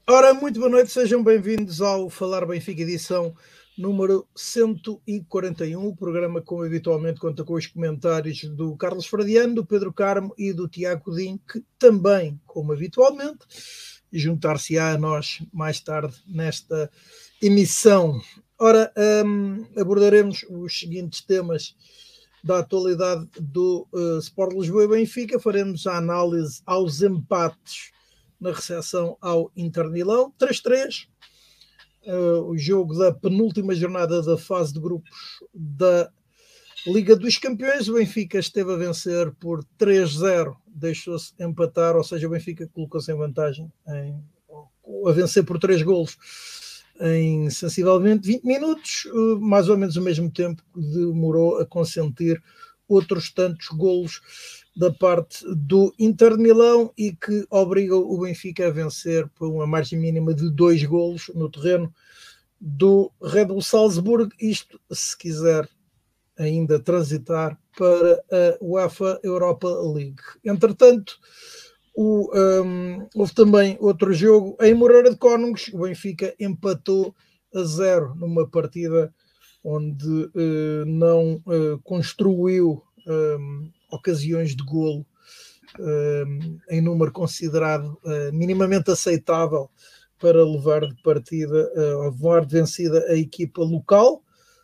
Ora, muito boa noite, sejam bem-vindos ao Falar Benfica, edição número 141, o programa, como habitualmente, conta com os comentários do Carlos Fradiano, do Pedro Carmo e do Tiago Godinho, que também, como habitualmente, juntar-se-á a nós mais tarde nesta emissão. Ora, abordaremos os seguintes temas da atualidade do Sport Lisboa e Benfica, faremos a análise aos empates na recepção ao Inter de Milão, 3-3, o jogo da penúltima jornada da fase de grupos da Liga dos Campeões. O Benfica esteve a vencer por 3-0, deixou-se empatar, ou seja, o Benfica colocou-se em vantagem a vencer por 3 golos em sensivelmente 20 minutos, mais ou menos o mesmo tempo que demorou a consentir outros tantos golos da parte do Inter de Milão e que obriga o Benfica a vencer por uma margem mínima de 2 golos no terreno do Red Bull Salzburgo, isto se quiser ainda transitar para a UEFA Europa League. Entretanto, houve também outro jogo em Moreira de Cónegos. O Benfica empatou a 0 numa partida onde não construiu ocasiões de golo em número considerado minimamente aceitável para levar de partida, levar de vencida a equipa local,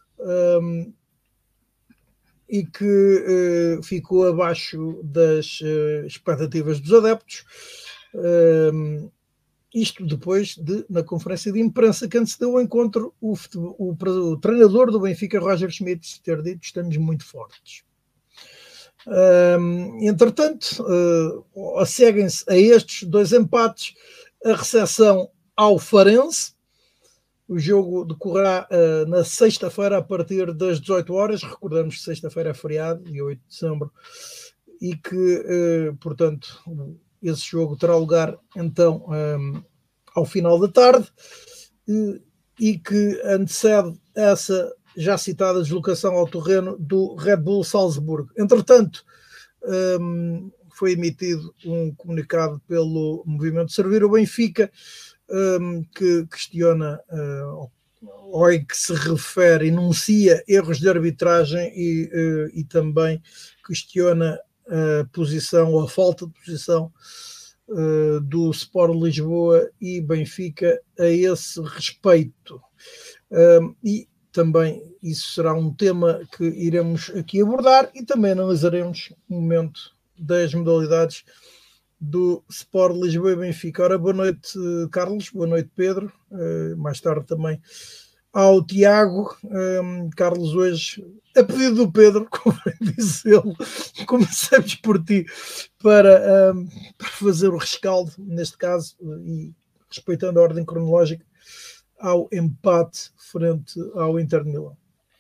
e que ficou abaixo das expectativas dos adeptos. Isto depois de, na conferência de imprensa que antecedeu o encontro, o treinador do Benfica, Roger Schmidt, ter dito: estamos muito fortes. Entretanto, seguem-se a estes 2 empates a recepção ao Farense. O jogo decorrerá na sexta-feira a partir das 18 horas. Recordamos que sexta-feira é feriado, dia 8 de dezembro, e que, portanto, esse jogo terá lugar então ao final da tarde, e que antecede essa já citada deslocação ao terreno do Red Bull Salzburgo. Entretanto, foi emitido um comunicado pelo Movimento Servir o Benfica, que questiona ou em que se refere, enuncia erros de arbitragem e também questiona a posição ou a falta de posição do Sport Lisboa e Benfica a esse respeito. E também isso será um tema que iremos aqui abordar e também analisaremos o momento das modalidades do Sport Lisboa e Benfica. Ora, boa noite, Carlos, boa noite, Pedro, mais tarde também ao Tiago. Carlos, hoje, a pedido do Pedro, como disse ele, começamos por ti para fazer o rescaldo, neste caso, e respeitando a ordem cronológica, ao empate frente ao Inter de Milão.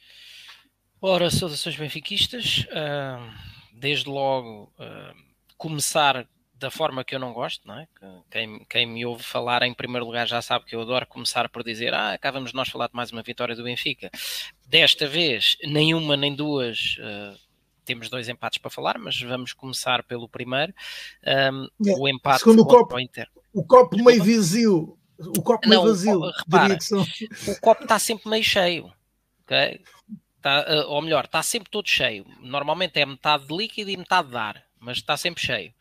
Ora, saudações benfiquistas, desde logo começar da forma que eu não gosto, não é? Quem me ouve falar em primeiro lugar já sabe que eu adoro começar por dizer: cá vamos nós falar de mais uma vitória do Benfica. Desta vez, nem uma nem duas, temos 2 empates para falar, mas vamos começar pelo primeiro. O empate segundo contra o Inter. O copo meio vazio. O copo meio vazio. Repara, o copo está sempre meio cheio, ok? Ou melhor, está sempre todo cheio. Normalmente é metade de líquido e metade de ar, mas está sempre cheio.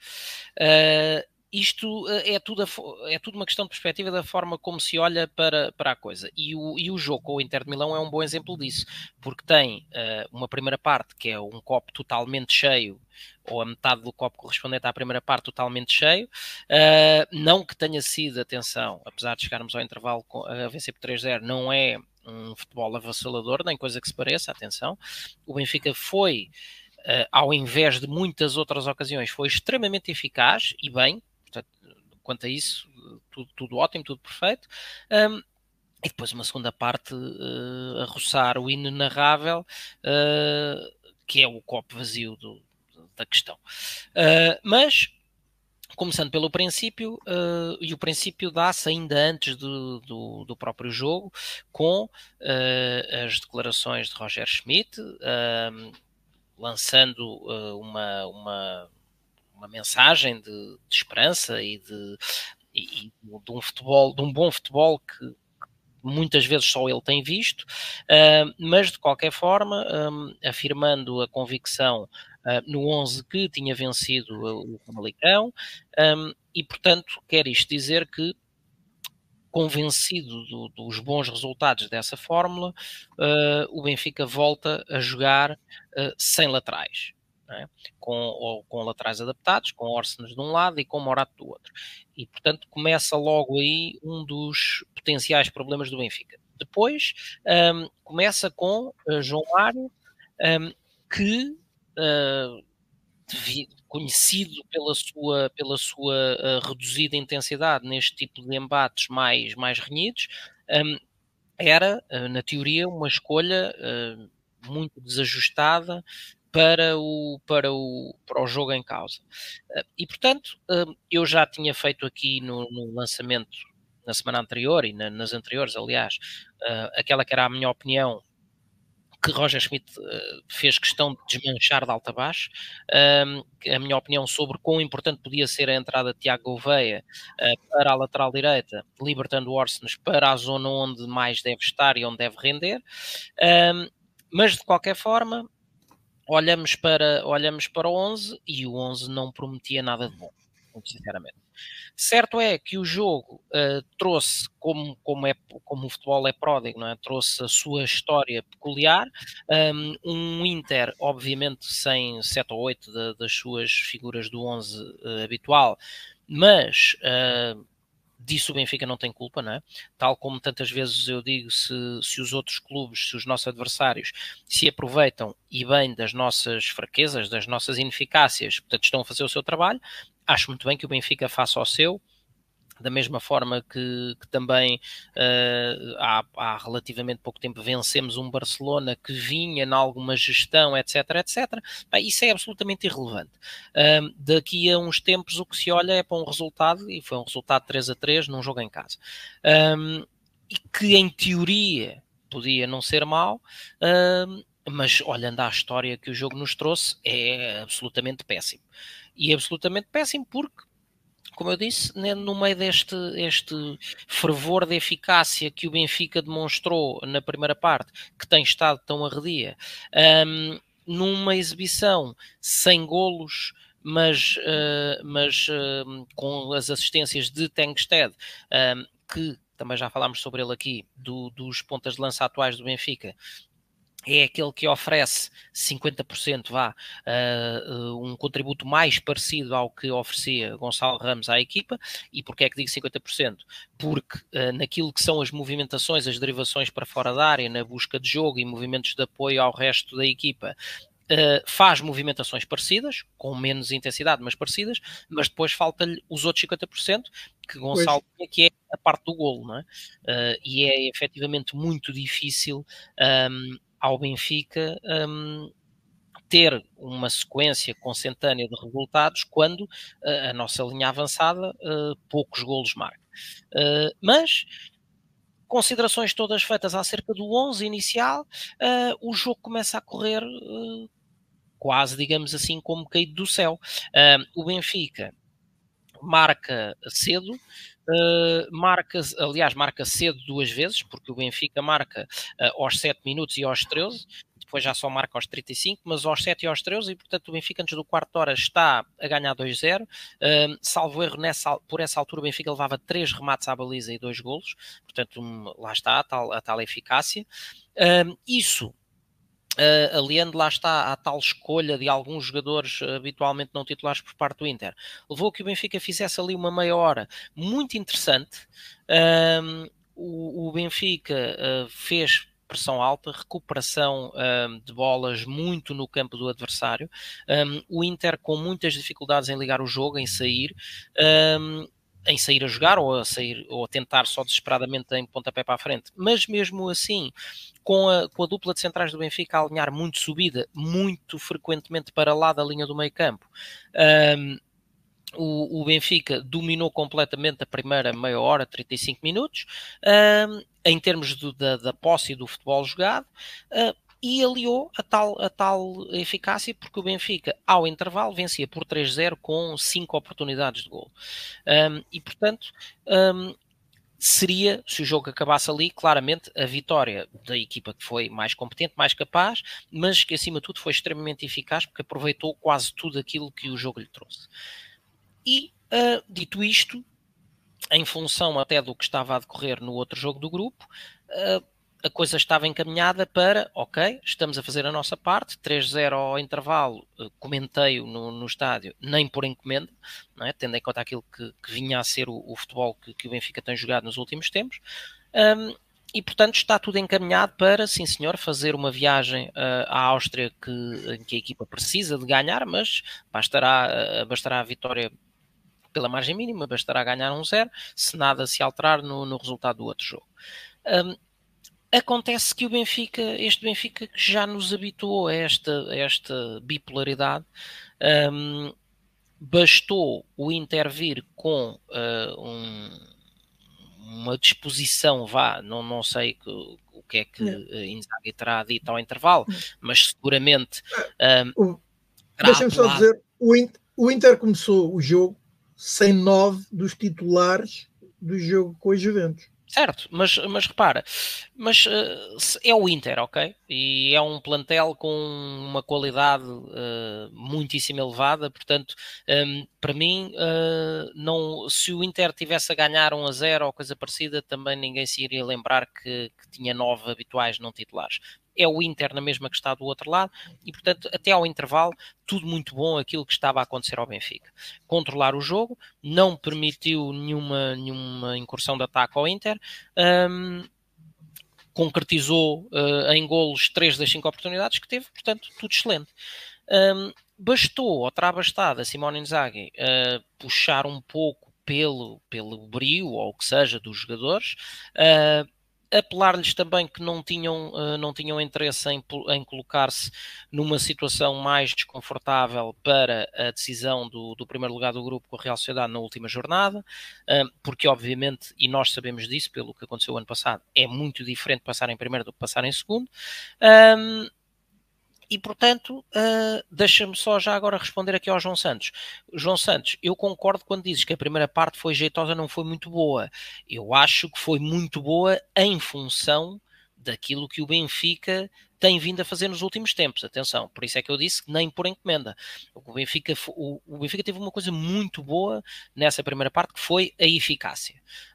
Isto é tudo uma questão de perspectiva da forma como se olha para a coisa. E o jogo com o Inter de Milão é um bom exemplo disso, porque tem uma primeira parte que é um copo totalmente cheio, ou a metade do copo correspondente à primeira parte totalmente cheio. Não que tenha sido, atenção, apesar de chegarmos ao intervalo a vencer por 3-0, não é um futebol avassalador, nem coisa que se pareça, atenção. O Benfica foi, ao invés de muitas outras ocasiões, foi extremamente eficaz e bem. Portanto, quanto a isso, tudo ótimo, tudo perfeito. E depois uma segunda parte a roçar o inenarrável, que é o copo vazio da questão. Mas começando pelo princípio, e o princípio dá-se ainda antes do próprio jogo, com as declarações de Roger Schmidt, lançando uma mensagem de esperança e e de um bom futebol que muitas vezes só ele tem visto, mas de qualquer forma, afirmando a convicção no 11 que tinha vencido o Famalicão, e portanto quer isto dizer que, convencido dos bons resultados dessa fórmula, o Benfica volta a jogar sem laterais. É? Com laterais adaptados, com Orsnes de um lado e com Morato do outro. E, portanto, começa logo aí um dos potenciais problemas do Benfica. Depois, começa com João Mário, que, conhecido pela sua reduzida intensidade neste tipo de embates mais renhidos, era, na teoria, uma escolha muito desajustada para o jogo em causa. E, portanto, eu já tinha feito aqui no lançamento, na semana anterior e nas anteriores, aliás, aquela que era a minha opinião, que Roger Schmidt fez questão de desmanchar de alta a baixo, a minha opinião sobre quão importante podia ser a entrada de Tiago Gouveia para a lateral direita, libertando o Orsnes para a zona onde mais deve estar e onde deve render, mas de qualquer forma olhamos para o 11 e o 11 não prometia nada de bom, muito sinceramente. Certo é que o jogo trouxe, como o futebol é pródigo, não é? Trouxe a sua história peculiar, um Inter, obviamente, sem 7 ou 8 das suas figuras do 11 habitual, mas disso o Benfica não tem culpa, não é? Tal como tantas vezes eu digo, se os outros clubes, se os nossos adversários se aproveitam e bem das nossas fraquezas, das nossas ineficácias, portanto estão a fazer o seu trabalho, acho muito bem que o Benfica faça o seu, da mesma forma que também há relativamente pouco tempo vencemos um Barcelona que vinha em alguma gestão, etc, etc. Bem, isso é absolutamente irrelevante. Daqui a uns tempos o que se olha é para um resultado, e foi um resultado 3-3 num jogo em casa. E que em teoria podia não ser mau, mas olhando à história que o jogo nos trouxe, é absolutamente péssimo. E absolutamente péssimo porque, como eu disse, no meio deste fervor de eficácia que o Benfica demonstrou na primeira parte, que tem estado tão arredia, numa exibição sem golos, mas com as assistências de Tengsted, que também já falámos sobre ele aqui, dos pontas de lança atuais do Benfica, é aquele que oferece 50%, um contributo mais parecido ao que oferecia Gonçalo Ramos à equipa. E porquê é que digo 50%? Porque naquilo que são as movimentações, as derivações para fora da área, na busca de jogo e movimentos de apoio ao resto da equipa, faz movimentações parecidas, com menos intensidade, mas parecidas, mas depois falta-lhe os outros 50%, que Gonçalo tinha, que é a parte do golo, não é? E é efetivamente muito difícil ao Benfica ter uma sequência consentânea de resultados quando a nossa linha avançada poucos golos marca. Mas, considerações todas feitas acerca do 11 inicial, o jogo começa a correr quase, digamos assim, como caído do céu. O Benfica marca cedo, marca cedo 2 vezes, porque o Benfica marca aos 7 minutos e aos 13, depois já só marca aos 35, mas aos 7 e aos 13, e portanto o Benfica antes do quarto de hora está a ganhar 2-0, salvo erro, por essa altura o Benfica levava 3 remates à baliza e 2 golos, portanto lá está a tal eficácia. Isso aliando lá está a tal escolha de alguns jogadores habitualmente não titulares por parte do Inter, levou a que o Benfica fizesse ali uma meia hora muito interessante. O Benfica fez pressão alta, recuperação de bolas muito no campo do adversário, o Inter com muitas dificuldades em ligar o jogo, em sair a jogar ou a tentar só desesperadamente em pontapé para a frente, mas mesmo assim com a dupla de centrais do Benfica a alinhar muito subida, muito frequentemente para lá da linha do meio campo, o Benfica dominou completamente a primeira meia hora, 35 minutos, em termos da posse e do futebol jogado, e aliou a tal eficácia, porque o Benfica, ao intervalo, vencia por 3-0 com 5 oportunidades de gol. E, portanto, seria, se o jogo acabasse ali, claramente a vitória da equipa que foi mais competente, mais capaz, mas que, acima de tudo, foi extremamente eficaz, porque aproveitou quase tudo aquilo que o jogo lhe trouxe. E, dito isto, em função até do que estava a decorrer no outro jogo do grupo, a coisa estava encaminhada para, ok, estamos a fazer a nossa parte, 3-0 ao intervalo, comentei-o no estádio, nem por encomenda, não é? Tendo em conta aquilo que vinha a ser o futebol que o Benfica tem jogado nos últimos tempos, e portanto está tudo encaminhado para, sim senhor, fazer uma viagem à Áustria que a equipa precisa de ganhar, mas bastará a vitória pela margem mínima, bastará ganhar 1-0, se nada se alterar no resultado do outro jogo. Acontece que este Benfica que já nos habituou a esta bipolaridade, bastou o Inter vir com uma disposição, não sei o que é que Inzaghi terá dito ao intervalo, mas seguramente deixa-me só dizer, o Inter começou o jogo sem 9 dos titulares do jogo com a Juventus. Certo, mas repara, é o Inter, ok? E é um plantel com uma qualidade muitíssimo elevada, portanto, para mim, se o Inter tivesse a ganhar 1-0 ou coisa parecida, também ninguém se iria lembrar que tinha 9 habituais não titulares. É o Inter na mesma que está do outro lado e, portanto, até ao intervalo, tudo muito bom aquilo que estava a acontecer ao Benfica. Controlar o jogo, não permitiu nenhuma incursão de ataque ao Inter, concretizou em golos 3 das 5 oportunidades que teve, portanto, tudo excelente. Bastou, ou terá bastado, a Simone Inzaghi puxar um pouco pelo brio, ou o que seja, dos jogadores, apelar-lhes também que não tinham interesse em colocar-se numa situação mais desconfortável para a decisão do primeiro lugar do grupo com a Real Sociedade na última jornada, porque obviamente, e nós sabemos disso pelo que aconteceu ano passado, é muito diferente passar em primeiro do que passar em segundo. E, portanto, deixa-me só já agora responder aqui ao João Santos. João Santos, eu concordo quando dizes que a primeira parte foi jeitosa, não foi muito boa. Eu acho que foi muito boa em função daquilo que o Benfica tem vindo a fazer nos últimos tempos. Atenção, por isso é que eu disse que nem por encomenda. O Benfica teve uma coisa muito boa nessa primeira parte, que foi a eficácia.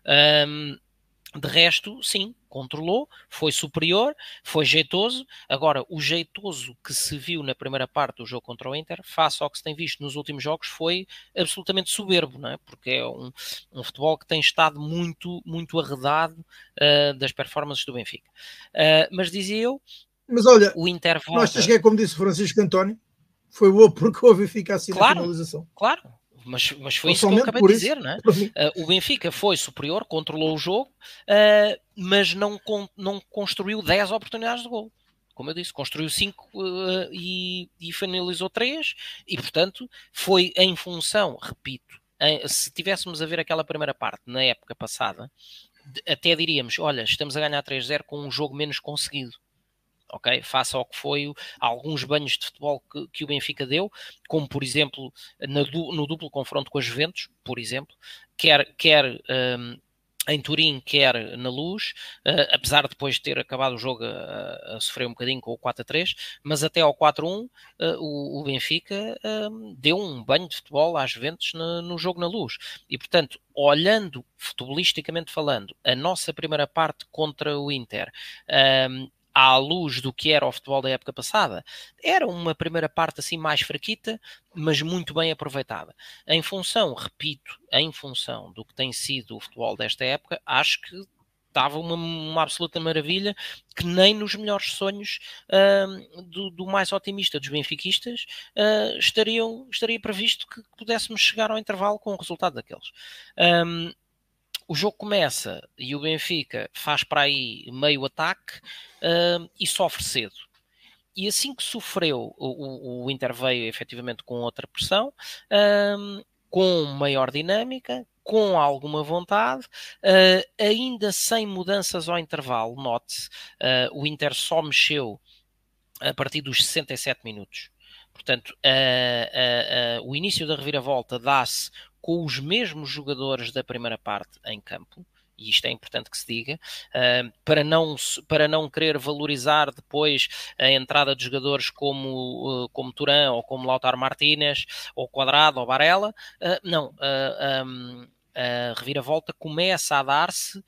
De resto, sim, controlou, foi superior, foi jeitoso. Agora, o jeitoso que se viu na primeira parte do jogo contra o Inter, face ao que se tem visto nos últimos jogos, foi absolutamente soberbo, não é? Porque é um futebol que tem estado muito, muito arredado das performances do Benfica. Mas dizia eu, mas olha, o Inter volta... não achas que é como disse o Francisco António? Foi boa porque houve eficácia na finalização. Claro. Mas foi isso que eu acabei de dizer, não é? O Benfica foi superior, controlou o jogo, mas não construiu 10 oportunidades de gol. Como eu disse, construiu 5 e finalizou 3 e, portanto, foi em função, repito, se tivéssemos a ver aquela primeira parte na época passada, até diríamos, olha, estamos a ganhar 3-0 com um jogo menos conseguido. Ok, face ao que foi alguns banhos de futebol que o Benfica deu, como por exemplo no duplo confronto com a Juventus, por exemplo, quer em Turim, quer na Luz, apesar de depois ter acabado o jogo a sofrer um bocadinho com o 4-3, mas até ao 4-1 o Benfica deu um banho de futebol às Juventus no jogo na Luz. E portanto, olhando futebolisticamente falando, a nossa primeira parte contra o Inter, à luz do que era o futebol da época passada, era uma primeira parte assim mais fraquita, mas muito bem aproveitada. Em função, repito, em função do que tem sido o futebol desta época, acho que estava uma absoluta maravilha que nem nos melhores sonhos do mais otimista dos benfiquistas estaria previsto que pudéssemos chegar ao intervalo com o resultado daqueles. O jogo começa e o Benfica faz para aí meio ataque e sofre cedo. E assim que sofreu, o Inter veio efetivamente com outra pressão, com maior dinâmica, com alguma vontade, ainda sem mudanças ao intervalo, note-se, o Inter só mexeu a partir dos 67 minutos. Portanto, o início da reviravolta dá-se com os mesmos jogadores da primeira parte em campo, e isto é importante que se diga, para não querer valorizar depois a entrada de jogadores como Thuram ou como Lautaro Martínez, ou Quadrado ou Varela. Não, a reviravolta começa a dar-se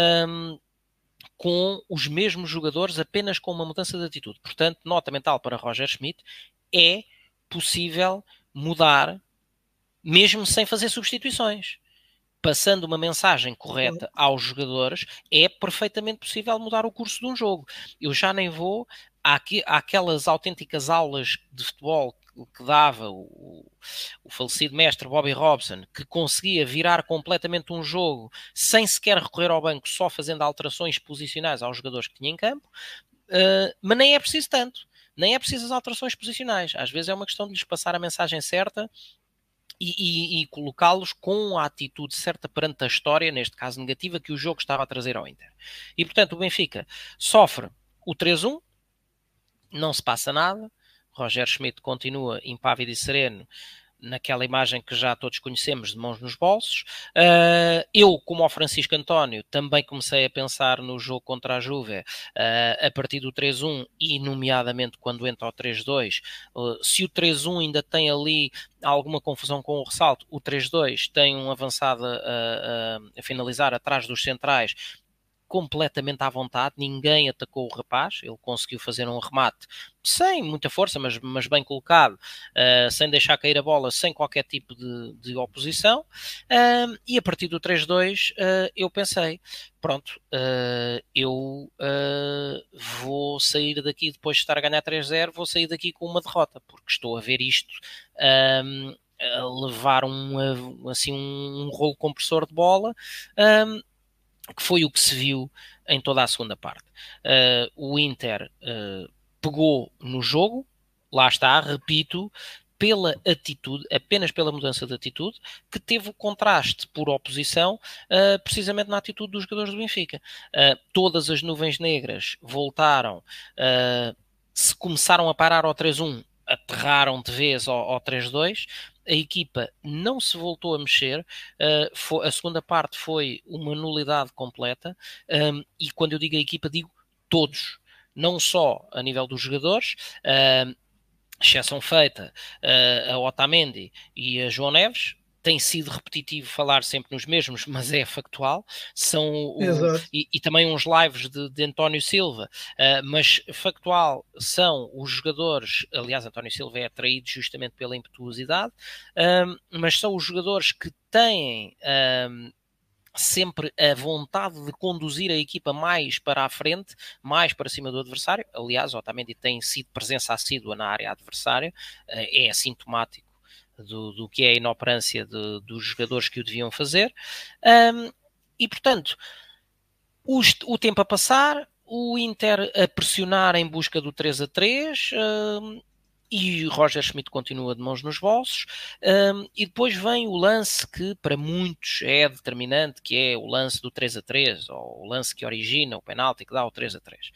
com os mesmos jogadores, apenas com uma mudança de atitude. Portanto, nota mental para Roger Schmidt, é possível mudar mesmo sem fazer substituições. Passando uma mensagem correta aos jogadores, é perfeitamente possível mudar o curso de um jogo. Eu já nem vou àquelas autênticas aulas de futebol que dava o falecido mestre Bobby Robson, que conseguia virar completamente um jogo sem sequer recorrer ao banco, só fazendo alterações posicionais aos jogadores que tinha em campo, mas nem é preciso tanto. Nem é preciso as alterações posicionais. Às vezes é uma questão de lhes passar a mensagem certa e colocá-los com a atitude certa perante a história, neste caso negativa, que o jogo estava a trazer ao Inter. E, portanto, o Benfica sofre o 3-1, não se passa nada, Roger Schmidt continua impávido e sereno, naquela imagem que já todos conhecemos, de mãos nos bolsos. Eu, como ao Francisco António, também comecei a pensar no jogo contra a Juve, a partir do 3-1 e nomeadamente quando entra o 3-2. Se o 3-1 ainda tem ali alguma confusão com o ressalto, o 3-2 tem um avançado a finalizar atrás dos centrais, completamente à vontade, ninguém atacou o rapaz, ele conseguiu fazer um remate sem muita força, mas bem colocado, sem deixar cair a bola, sem qualquer tipo de oposição, e a partir do 3-2 eu pensei, pronto, eu vou sair daqui, depois de estar a ganhar 3-0, vou sair daqui com uma derrota, porque estou a ver isto a levar assim, um rolo compressor de bola, que foi o que se viu em toda a segunda parte. O Inter pegou no jogo, lá está, repito, pela atitude, apenas pela mudança de atitude, que teve o contraste por oposição, precisamente na atitude dos jogadores do Benfica. Todas as nuvens negras voltaram, se começaram a parar ao 3-1, aterraram de vez ao 3-2, a equipa não se voltou a mexer, a segunda parte foi uma nulidade completa, e quando eu digo a equipa, digo todos, não só a nível dos jogadores, exceção feita a Otamendi e a João Neves. Tem sido repetitivo falar sempre nos mesmos, mas é factual. E também uns lives de António Silva, mas factual são os jogadores. Aliás, António Silva é atraído justamente pela impetuosidade, mas são os jogadores que têm sempre a vontade de conduzir a equipa mais para a frente, mais para cima do adversário. Aliás, o Otamendi tem sido presença assídua na área adversária, é sintomático do que é a inoperância dos jogadores que o deviam fazer. E, portanto, o tempo a passar, o Inter a pressionar em busca do 3-3, e Roger Schmidt continua de mãos nos bolsos, e depois vem o lance que para muitos é determinante, que é o lance do 3-3, ou o lance que origina o penalti que dá o 3-3.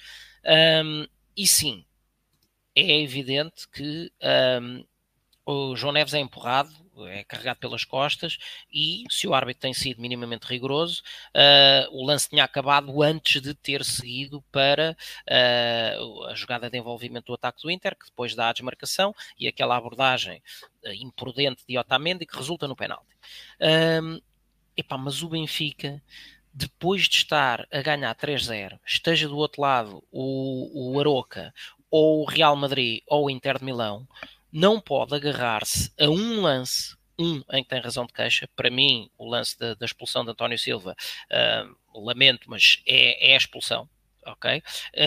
E sim, é evidente que o João Neves é empurrado, é carregado pelas costas, e se o árbitro tem sido minimamente rigoroso, o lance tinha acabado antes de ter seguido para a jogada de envolvimento do ataque do Inter, que depois dá a desmarcação e aquela abordagem imprudente de Otamendi que resulta no penalti. Mas o Benfica, depois de estar a ganhar 3-0, esteja do outro lado o Aroca, ou o Real Madrid, ou o Inter de Milão, não pode agarrar-se a um lance, em que tem razão de queixa. Para mim, o lance da expulsão de António Silva, lamento, mas é a expulsão. Okay?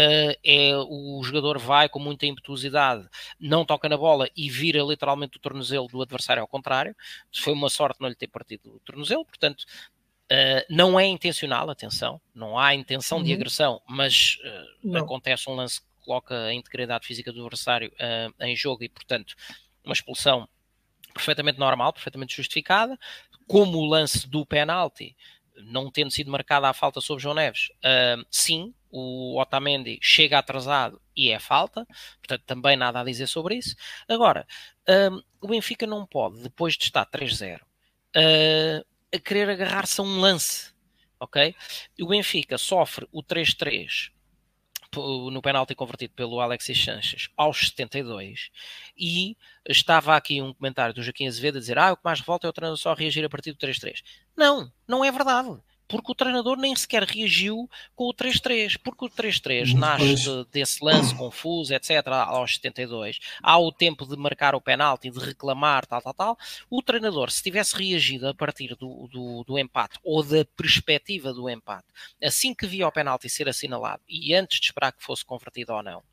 O jogador vai com muita impetuosidade, não toca na bola e vira literalmente o tornozelo do adversário ao contrário. Foi uma sorte não lhe ter partido o tornozelo, portanto, não é intencional, atenção, não há intenção de agressão, mas acontece um lance que coloca a integridade física do adversário em jogo e, portanto, uma expulsão perfeitamente normal, perfeitamente justificada, como o lance do penalti. não tendo sido marcada a falta sobre João Neves, sim, o Otamendi chega atrasado e é falta, portanto também nada a dizer sobre isso. Agora, o Benfica não pode, depois de estar 3-0, a querer agarrar-se a um lance, ok? O Benfica sofre o 3-3 no penalti convertido pelo Alexis Sanchez aos 72 e estava aqui um comentário do Joaquim Azevedo a dizer o que mais revolta é o treinador só reagir a partir do 3-3. Não, não é verdade. Porque o treinador nem sequer reagiu com o 3-3, porque o 3-3 nasce desse lance confuso, etc., aos 72. Há o tempo de marcar o penalti, de reclamar, tal. O treinador, se tivesse reagido a partir do empate, ou da perspectiva do empate, assim que via o penalti ser assinalado, e antes de esperar que fosse convertido ou não,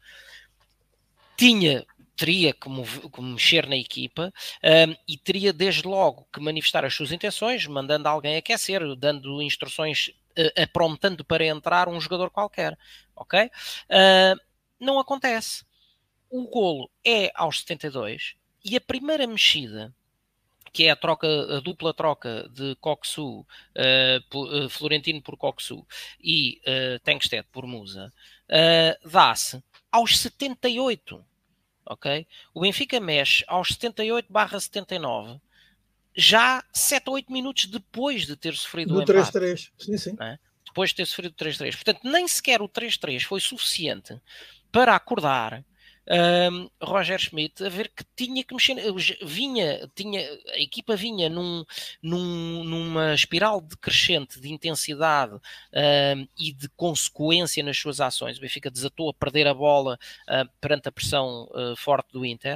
teria que mexer na equipa e teria desde logo que manifestar as suas intenções, mandando alguém aquecer, dando instruções, aprontando para entrar um jogador qualquer, ok? Não acontece. O golo é aos 72 e a primeira mexida, que é a dupla troca de Coxu, Florentino por Coxu e Tankstedt por Musa, dá-se aos 78. Ok? O Benfica mexe aos 78/79, já 7 ou 8 minutos depois de ter sofrido o empate. 3-3, sim. É? Depois de ter sofrido o 3-3. Portanto, nem sequer o 3-3 foi suficiente para acordar Roger Schmidt a ver que tinha que mexer. A equipa vinha numa espiral decrescente de intensidade e de consequência nas suas ações. O Benfica desatou a perder a bola perante a pressão forte do Inter.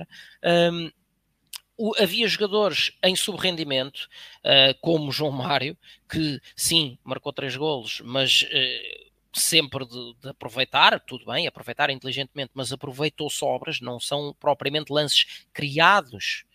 Havia jogadores em subrendimento, como João Mário, que sim, marcou 3 golos, mas sempre de aproveitar, tudo bem, aproveitar inteligentemente, mas aproveitou sobras, não são propriamente lances criados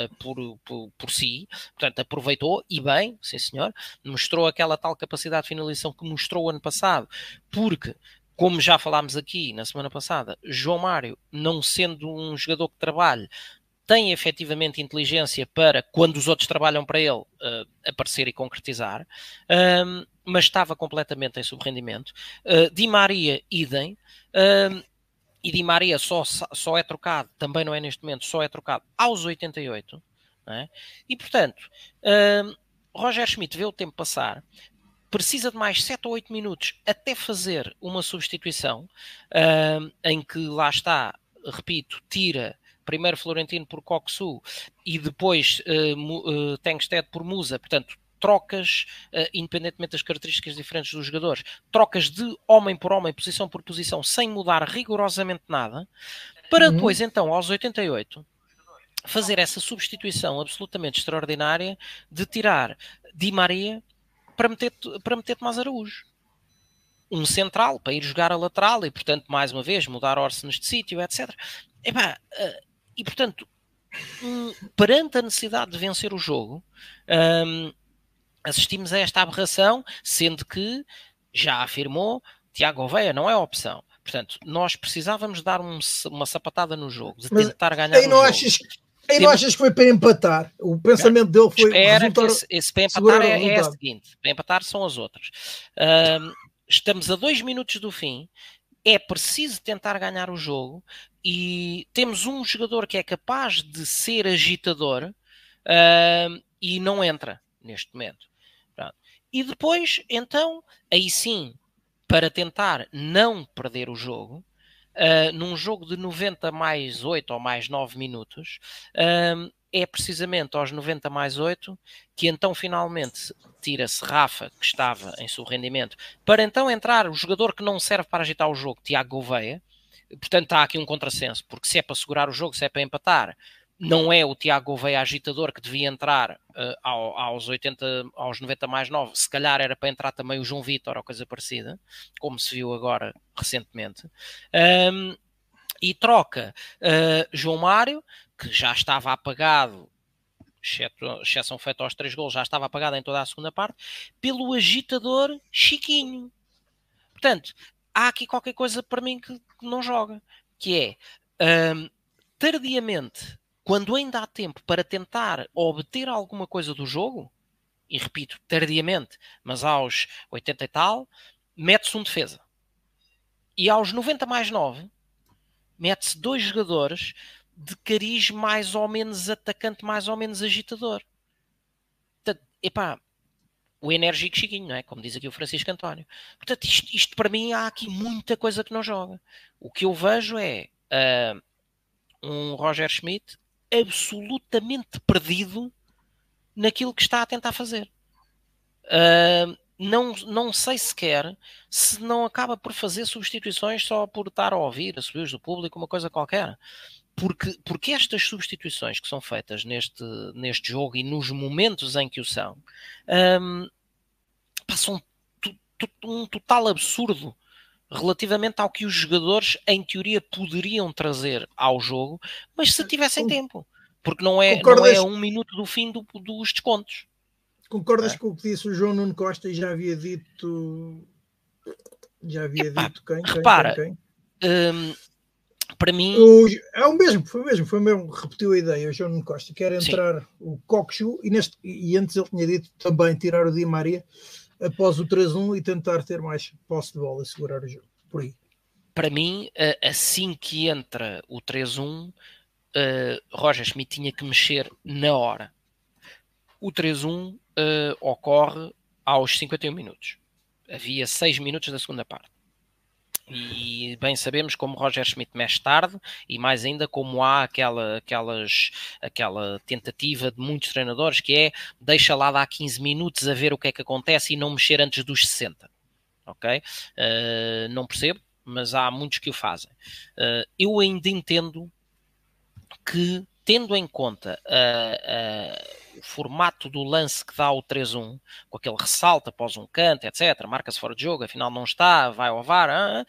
por si, portanto aproveitou e bem, sim senhor, mostrou aquela tal capacidade de finalização que mostrou ano passado, porque como já falámos aqui na semana passada, João Mário, não sendo um jogador que trabalhe, tem efetivamente inteligência para, quando os outros trabalham para ele, aparecer e concretizar, mas estava completamente em subrendimento. Di Maria, idem, e Di Maria só é trocado, também não é neste momento, só é trocado aos 88, não é? E portanto, Roger Schmidt vê o tempo passar, precisa de mais 7 ou 8 minutos até fazer uma substituição, em que lá está, repito, tira primeiro Florentino por Coxu e depois Tankstedt por Musa, portanto trocas, independentemente das características diferentes dos jogadores, trocas de homem por homem, posição por posição, sem mudar rigorosamente nada, para depois então aos 88 fazer essa substituição absolutamente extraordinária de tirar Di Maria para meter Tomás Araújo, um central para ir jogar a lateral e portanto mais uma vez mudar Orsenes de sítio, etc. E portanto, perante a necessidade de vencer o jogo, assistimos a esta aberração, sendo que, já afirmou, Tiago Oveia não é opção. Portanto, nós precisávamos dar uma sapatada no jogo, de tentar ganhar o jogo. Não achas que foi para empatar? O pensamento dele foi... Esse para empatar é a seguinte. Para empatar são as outras. Estamos a 2 minutos do fim. É preciso tentar ganhar o jogo e temos um jogador que é capaz de ser agitador e não entra neste momento. Pronto. E depois, então, aí sim, para tentar não perder o jogo, num jogo de 90 mais 8 ou mais 9 minutos, é precisamente aos 90 mais 8 que então finalmente tira-se Rafa, que estava em subrendimento, para então entrar o jogador que não serve para agitar o jogo, Tiago Gouveia. Portanto, há aqui um contrassenso, porque se é para segurar o jogo, se é para empatar, não é o Tiago Gouveia agitador que devia entrar aos 90 mais 9, se calhar era para entrar também o João Vitor ou coisa parecida, como se viu agora recentemente. E troca João Mário, que já estava apagado, exceção feita aos 3 golos, já estava apagado em toda a segunda parte, pelo agitador Chiquinho. Portanto, há aqui qualquer coisa para mim que não joga, que é tardiamente, quando ainda há tempo para tentar obter alguma coisa do jogo, e repito, tardiamente, mas aos 80 e tal, mete-se um defesa. E aos 90 mais 9, mete-se 2 jogadores de cariz mais ou menos atacante, mais ou menos agitador. Portanto, o enérgico Chiquinho, não é? Como diz aqui o Francisco António. Portanto, isto para mim há aqui muita coisa que não joga. O que eu vejo é um Roger Schmidt absolutamente perdido naquilo que está a tentar fazer. Não sei sequer se não acaba por fazer substituições só por estar a ouvir a subir do público, uma coisa qualquer. Porque estas substituições que são feitas neste jogo e nos momentos em que o são, são um total absurdo relativamente ao que os jogadores, em teoria, poderiam trazer ao jogo, mas se tivessem tempo. Porque não é a 1 minuto do fim dos descontos. Concordas com o que disse o João Nuno Costa e já havia dito quem? Repara, para mim... Foi mesmo, repetiu a ideia, o João Nuno Costa, quer entrar o Cockchu e antes ele tinha dito também tirar o Di Maria após o 3-1 e tentar ter mais posse de bola e segurar o jogo, por aí. Para mim, assim que entra o 3-1, Roger Schmidt tinha que mexer na hora. O 3-1 ocorre aos 51 minutos. Havia 6 minutos da segunda parte. E bem sabemos como Roger Schmidt mexe tarde e mais ainda como há aquela tentativa de muitos treinadores que é deixa lá dar 15 minutos a ver o que é que acontece e não mexer antes dos 60. Ok? Não percebo, mas há muitos que o fazem. Eu ainda entendo que, tendo em conta o formato do lance que dá o 3-1, com aquele ressalto após um canto, etc., marca-se fora de jogo, afinal não está, vai ao VAR,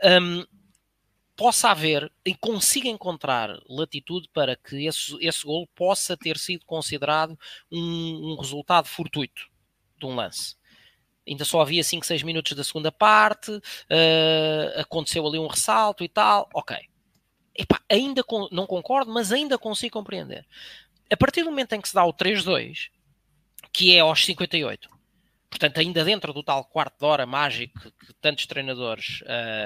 possa haver e consiga encontrar latitude para que esse golo possa ter sido considerado um resultado fortuito de um lance. Ainda só havia 5, 6 minutos da segunda parte, aconteceu ali um ressalto e tal, ok. Ainda não concordo, mas ainda consigo compreender. A partir do momento em que se dá o 3-2, que é aos 58, portanto, ainda dentro do tal quarto de hora mágico que tantos treinadores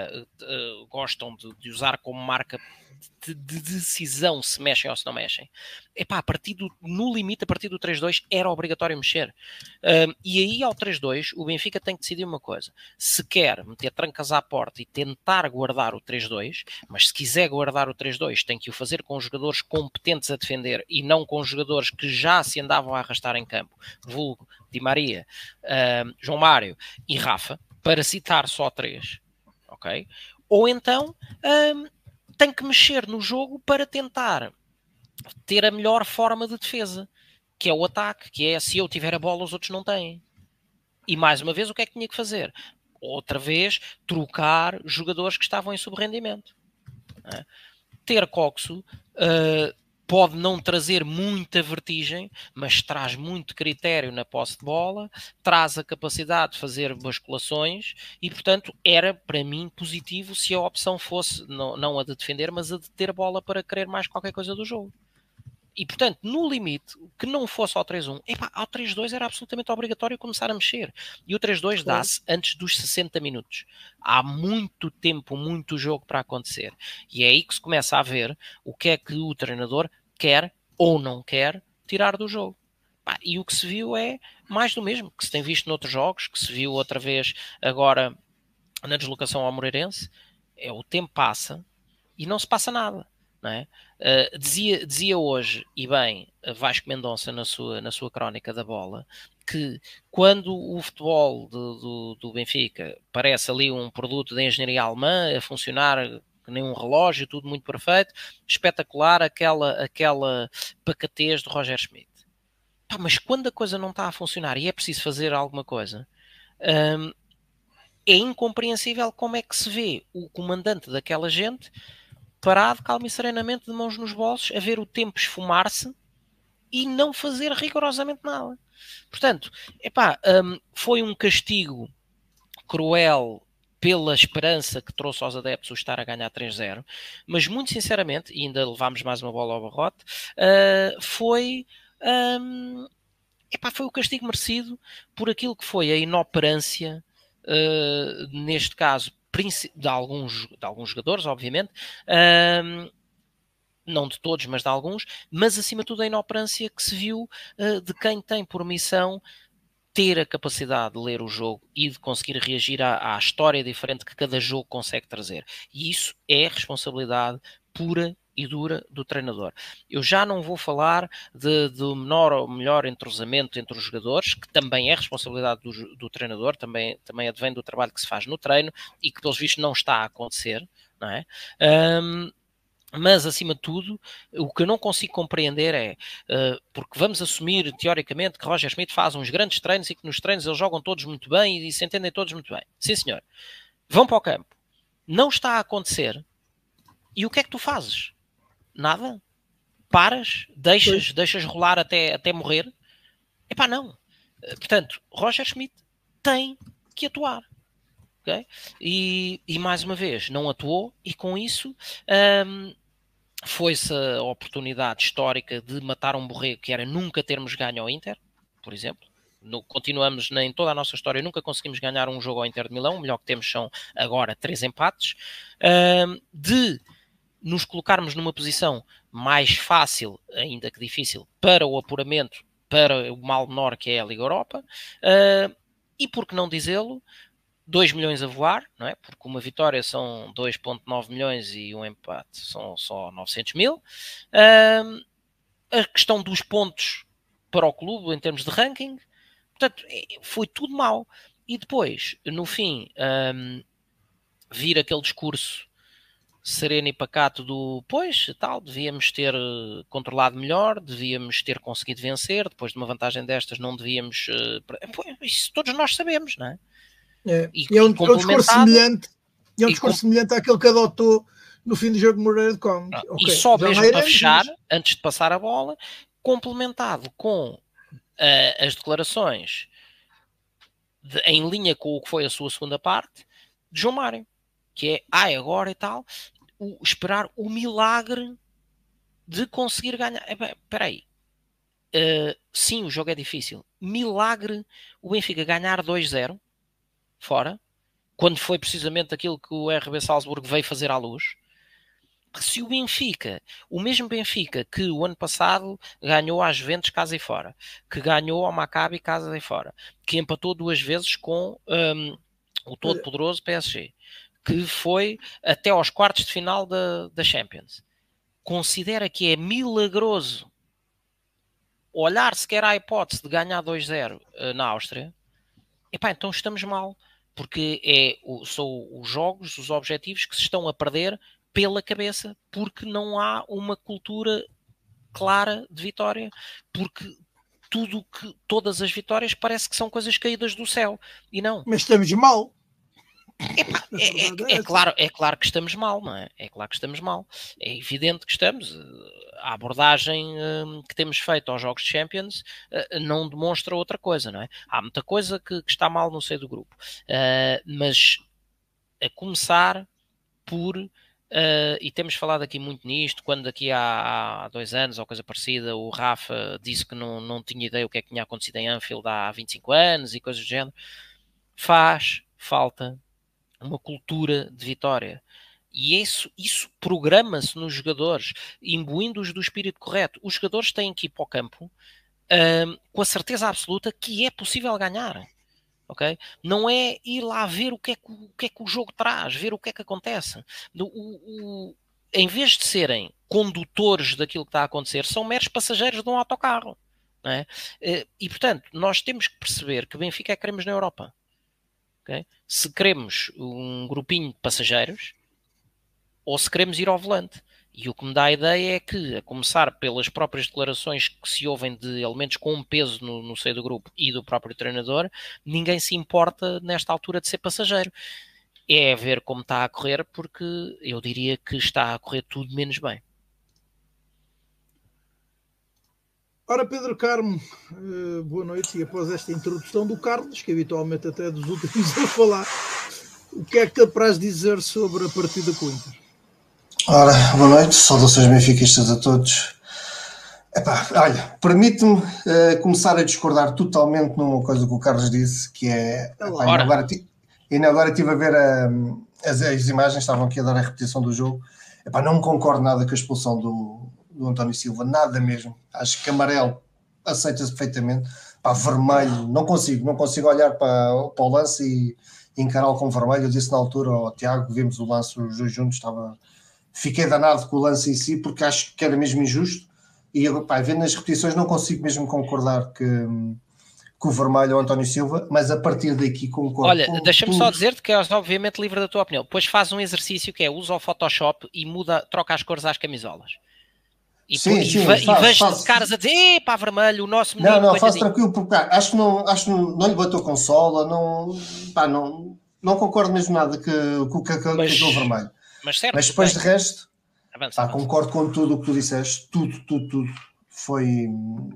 gostam de usar como marca de decisão se mexem ou se não mexem, no limite, a partir do 3-2 era obrigatório mexer. E aí ao 3-2 o Benfica tem que decidir uma coisa: se quer meter trancas à porta e tentar guardar o 3-2, mas se quiser guardar o 3-2 tem que o fazer com jogadores competentes a defender e não com jogadores que já se andavam a arrastar em campo, vulgo Di Maria, João Mário e Rafa, para citar só 3, ok? Ou então tem que mexer no jogo para tentar ter a melhor forma de defesa, que é o ataque, que é se eu tiver a bola os outros não têm. E mais uma vez o que é que tinha que fazer? Outra vez trocar jogadores que estavam em subrendimento. Ter Coxo pode não trazer muita vertigem, mas traz muito critério na posse de bola, traz a capacidade de fazer basculações e, portanto, era para mim positivo se a opção fosse não a de defender, mas a de ter a bola para querer mais qualquer coisa do jogo. E, portanto, no limite, que não fosse ao 3-1, ao 3-2 era absolutamente obrigatório começar a mexer. E o 3-2 dá-se antes dos 60 minutos. Há muito tempo, muito jogo para acontecer. E é aí que se começa a ver o que é que o treinador quer ou não quer tirar do jogo. E o que se viu é mais do mesmo, que se tem visto noutros jogos, que se viu outra vez agora na deslocação ao Moreirense. O tempo passa e não se passa nada. Não é? Dizia hoje, e bem, Vasco Mendonça na sua crónica da bola, que quando o futebol do Benfica parece ali um produto da engenharia alemã a funcionar que nem um relógio, tudo muito perfeito, espetacular aquela pacatez de Roger Schmidt. Mas quando a coisa não está a funcionar e é preciso fazer alguma coisa, é incompreensível como é que se vê o comandante daquela gente parado, calmo e serenamente, de mãos nos bolsos, a ver o tempo esfumar-se e não fazer rigorosamente nada. Portanto, foi um castigo cruel pela esperança que trouxe aos adeptos o estar a ganhar 3-0, mas muito sinceramente, e ainda levámos mais uma bola ao barrote, foi foi o castigo merecido por aquilo que foi a inoperância, neste caso, de alguns jogadores, obviamente, não de todos, mas de alguns, mas acima de tudo a inoperância que se viu de quem tem por missão ter a capacidade de ler o jogo e de conseguir reagir à história diferente que cada jogo consegue trazer. E isso é responsabilidade pura e dura do treinador. Eu já não vou falar do menor ou melhor entrosamento entre os jogadores, que também é responsabilidade do treinador, também advém do trabalho que se faz no treino e que, pelos vistos, não está a acontecer, não é? Mas, acima de tudo, o que eu não consigo compreender é, porque vamos assumir, teoricamente, que Roger Schmidt faz uns grandes treinos e que nos treinos eles jogam todos muito bem e se entendem todos muito bem. Sim, senhor. Vão para o campo. Não está a acontecer. E o que é que tu fazes? Nada? Paras? Deixas rolar até morrer? Epá, não. Portanto, Roger Schmidt tem que atuar. Okay? E mais uma vez, não atuou e com isso... foi-se a oportunidade histórica de matar um borrego que era nunca termos ganho ao Inter, por exemplo. Continuamos em toda a nossa história, nunca conseguimos ganhar um jogo ao Inter de Milão, o melhor que temos são agora 3 empates, de nos colocarmos numa posição mais fácil, ainda que difícil, para o apuramento, para o mal menor que é a Liga Europa, e por que não dizê-lo, 2 milhões a voar, não é? Porque uma vitória são 2,9 milhões e um empate são só 900 mil. A questão dos pontos para o clube em termos de ranking, portanto, foi tudo mal. E depois, no fim, vir aquele discurso sereno e pacato devíamos ter controlado melhor, devíamos ter conseguido vencer, depois de uma vantagem destas não devíamos... isso todos nós sabemos, não é? E é um discurso semelhante. É um discurso semelhante àquele que adotou no fim do jogo de Moreira de Cónigo. Okay, e só mesmo para fechar, antes de passar a bola, complementado com as declarações em linha com o que foi a sua segunda parte, de João Mário, que é agora e tal, esperar o milagre de conseguir ganhar. Espera aí. Sim, o jogo é difícil. Milagre o Benfica ganhar 2-0 fora, quando foi precisamente aquilo que o RB Salzburgo veio fazer à luz. Se o Benfica, o mesmo Benfica que o ano passado ganhou às Juventus casa e fora, que ganhou ao Maccabi casa e fora, que empatou 2 vezes com o todo-poderoso PSG, que foi até aos quartos de final da Champions, considera que é milagroso olhar sequer à hipótese de ganhar 2-0 na Áustria, então estamos mal. Porque são os jogos, os objetivos que se estão a perder pela cabeça, porque não há uma cultura clara de vitória, porque todas as vitórias parece que são coisas caídas do céu, e não. Mas estamos mal. É claro que estamos mal, não é? É claro que estamos mal. É evidente que estamos. A abordagem que temos feito aos jogos de Champions não demonstra outra coisa, não é? Há muita coisa que está mal no seio do grupo. Mas a começar por... e temos falado aqui muito nisto, quando aqui há 2 anos ou coisa parecida, o Rafa disse que não tinha ideia o que é que tinha acontecido em Anfield há 25 anos e coisas do género. Faz falta uma cultura de vitória. E isso programa-se nos jogadores, imbuindo-os do espírito correto. Os jogadores têm que ir para o campo com a certeza absoluta que é possível ganhar. Okay? Não é ir lá ver o que é que o jogo traz, ver o que é que acontece. Em vez de serem condutores daquilo que está a acontecer, são meros passageiros de um autocarro. Não é? E, portanto, nós temos que perceber que Benfica é que queremos na Europa. Okay? Se queremos um grupinho de passageiros ou se queremos ir ao volante. E o que me dá a ideia é que, a começar pelas próprias declarações que se ouvem de elementos com um peso no seio do grupo e do próprio treinador, ninguém se importa nesta altura de ser passageiro. É ver como está a correr, porque eu diria que está a correr tudo menos bem. Ora, Pedro Carmo, boa noite. E após esta introdução do Carlos, que habitualmente até é dos últimos a falar, o que é que te apraz dizer sobre a partida com o Inter? Ora, boa noite, saudações benfiquistas a todos. Epá, olha, permite-me começar a discordar totalmente numa coisa que o Carlos disse, que é... Epá, ainda agora estive a ver as imagens, estavam aqui a dar a repetição do jogo. Epá, não concordo nada com a expulsão do António Silva, nada mesmo. Acho que amarelo aceita-se perfeitamente. Pá, vermelho, não consigo olhar para o lance e encará-lo com vermelho. Eu disse na altura ao Tiago, vimos o lance os dois juntos, fiquei danado com o lance em si, porque acho que era mesmo injusto. E pá, vendo as repetições não consigo mesmo concordar que o vermelho é o António Silva, mas a partir daqui concordo. Olha, deixa-me só dizer-te que és obviamente livre da tua opinião. Depois faz um exercício que é usa o Photoshop e troca as cores às camisolas. E vejo caras a dizer, pá, vermelho, o nosso menino... Não, faço tranquilo, porque acho que não lhe bateu consola, não concordo mesmo nada com o vermelho. Mas depois de resto, avança. Concordo com tudo o que tu disseste, tudo. Foi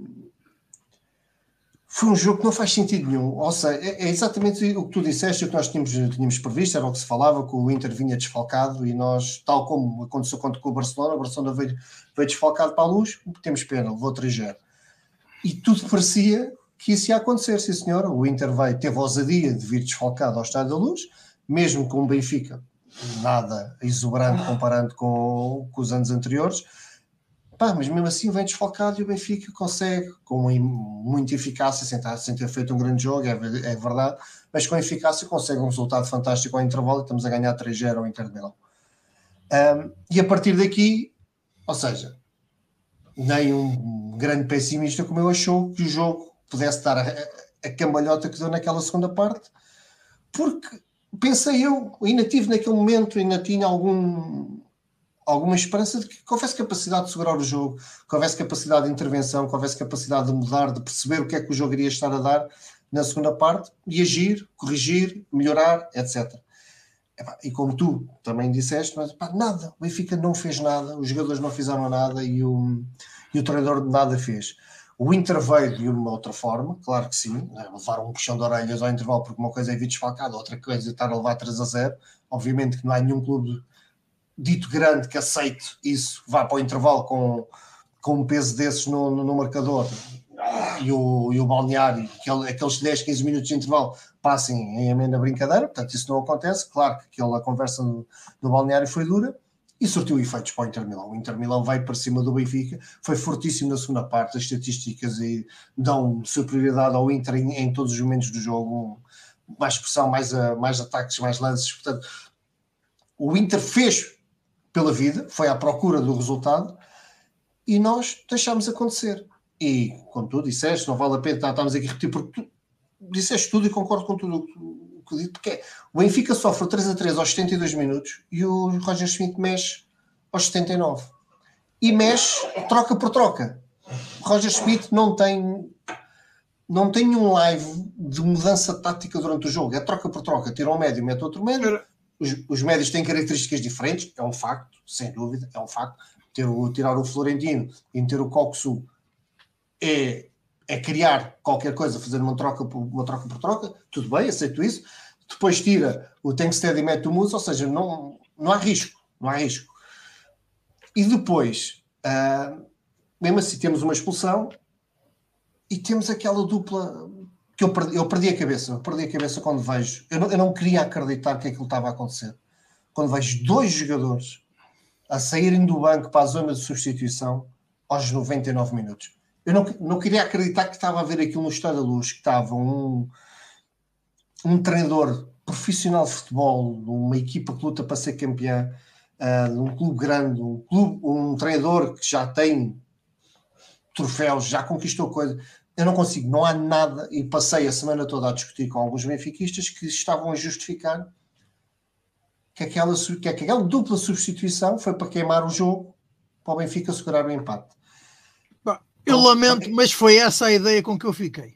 um jogo que não faz sentido nenhum. Ou seja, é exatamente o que tu disseste, o que nós tínhamos previsto, era o que se falava, que o Inter vinha desfalcado e nós, tal como aconteceu com o Barcelona veio desfalcado para a Luz, temos pena, levou 3-0. E tudo parecia que isso ia acontecer, sim senhora. O Inter teve a ousadia de vir desfalcado ao Estádio da Luz, mesmo com o Benfica, nada exuberante comparando com os anos anteriores. Pá, mas mesmo assim vem desfalcado e o Benfica consegue, com muita eficácia, sem ter feito um grande jogo, é verdade, mas com eficácia consegue um resultado fantástico ao intervalo e estamos a ganhar 3-0 ao Inter de Milão. E a partir daqui, ou seja, nem um grande pessimista como eu achou que o jogo pudesse dar a cambalhota que deu naquela segunda parte, porque pensei eu, ainda tive naquele momento, ainda tinha alguma esperança de que houvesse capacidade de segurar o jogo, que houvesse capacidade de intervenção, que houvesse capacidade de mudar, de perceber o que é que o jogo iria estar a dar na segunda parte, e agir, corrigir, melhorar, etc. E como tu também disseste, mas, nada, o Benfica não fez nada, os jogadores não fizeram nada e o treinador nada fez. O Inter veio de uma outra forma, claro que sim, levar um puxão de orelhas ao intervalo, porque uma coisa é vir desfalcado, outra coisa é estar a levar 3-0. Obviamente que não há nenhum clube dito grande que aceite isso, vá para o intervalo com um peso desses no marcador e o balneário, aqueles 10, 15 minutos de intervalo passem em amena brincadeira. Portanto isso não acontece. Claro que a conversa no balneário foi dura e surtiu efeitos para o Inter Milão. O Inter Milão vai para cima do Benfica, foi fortíssimo na segunda parte, as estatísticas dão superioridade ao Inter em todos os momentos do jogo, mais pressão, mais ataques, mais lances. Portanto, o Inter fez pela vida, foi à procura do resultado e nós deixámos acontecer. E, como tu disseste, não vale a pena estamos aqui a repetir, porque tu disseste tudo e concordo com tudo o que disse, porque o Benfica sofre 3-3 aos 72 minutos e o Roger Schmidt mexe aos 79. E mexe troca por troca. O Roger Schmidt não tem um live de mudança tática durante o jogo, é troca por troca, tira um médio, mete outro médio. Os médios têm características diferentes, é um facto, sem dúvida, é um facto. Tirar o Florentino e meter o Coxu é criar qualquer coisa, fazer uma troca por troca, tudo bem, aceito isso. Depois tira o Tankstead e mete o Musa, ou seja, não há risco, E depois, mesmo assim, temos uma expulsão e temos aquela dupla que eu perdi a cabeça quando vejo. Eu não queria acreditar que aquilo estava a acontecer. Quando vejo dois jogadores a saírem do banco para a zona de substituição aos 99 minutos. Eu não queria acreditar que estava a ver aquilo no Estádio da Luz, que estava um treinador profissional de futebol, uma equipa que luta para ser campeã, um clube grande, um treinador que já tem troféus, já conquistou coisas. Eu não consigo, não há nada, e passei a semana toda a discutir com alguns benfiquistas que estavam a justificar que aquela dupla substituição foi para queimar o jogo, para o Benfica segurar o empate. Eu lamento, mas foi essa a ideia com que eu fiquei.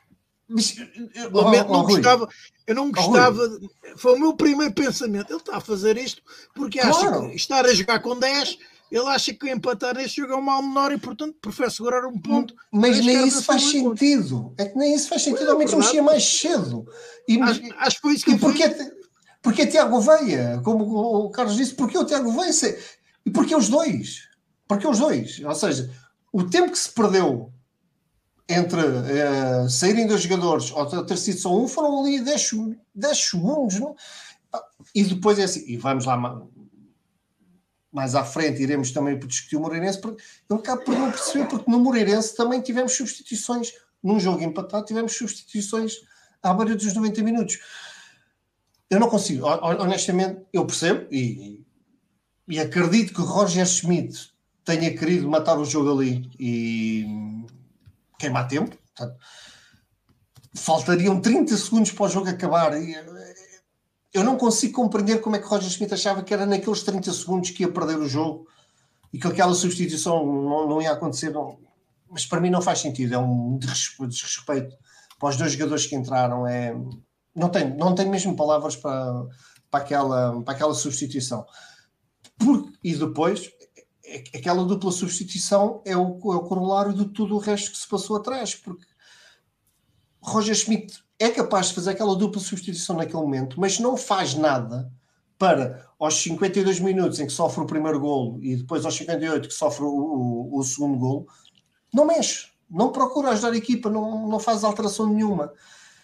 Eu não gostava, foi o meu primeiro pensamento. Ele está a fazer isto porque acha que estar a jogar com 10, ele acha que empatar neste jogo é um mal menor e, portanto, prefere segurar um ponto. Mas nem isso faz sentido. É que nem isso faz sentido. Ao menos mexia mais cedo. Acho que foi isso que porque Tiago Veia, como o Carlos disse, porque o Tiago Veia? E porque os dois? Ou seja, o tempo que se perdeu entre saírem 2 jogadores ou ter sido só um, foram ali 10 segundos, não? E depois é assim, e vamos lá mais à frente, iremos também discutir o Moreirense, porque ele acaba por não perceber, porque no Moreirense também tivemos substituições, num jogo empatado tivemos substituições à beira dos 90 minutos. Eu não consigo, honestamente, eu percebo e acredito que o Roger Schmidt tenha querido matar o jogo ali e queimar tempo. Portanto, faltariam 30 segundos para o jogo acabar. Eu não consigo compreender como é que o Roger Schmidt achava que era naqueles 30 segundos que ia perder o jogo e que aquela substituição não ia acontecer. Não. Mas para mim não faz sentido. É um desrespeito para os 2 jogadores que entraram. Não tenho mesmo palavras para aquela substituição. E depois, aquela dupla substituição é o corolário de tudo o resto que se passou atrás, porque Roger Schmidt é capaz de fazer aquela dupla substituição naquele momento, mas não faz nada para, aos 52 minutos em que sofre o primeiro golo e depois aos 58 que sofre o segundo golo, não mexe, não procura ajudar a equipa, não faz alteração nenhuma.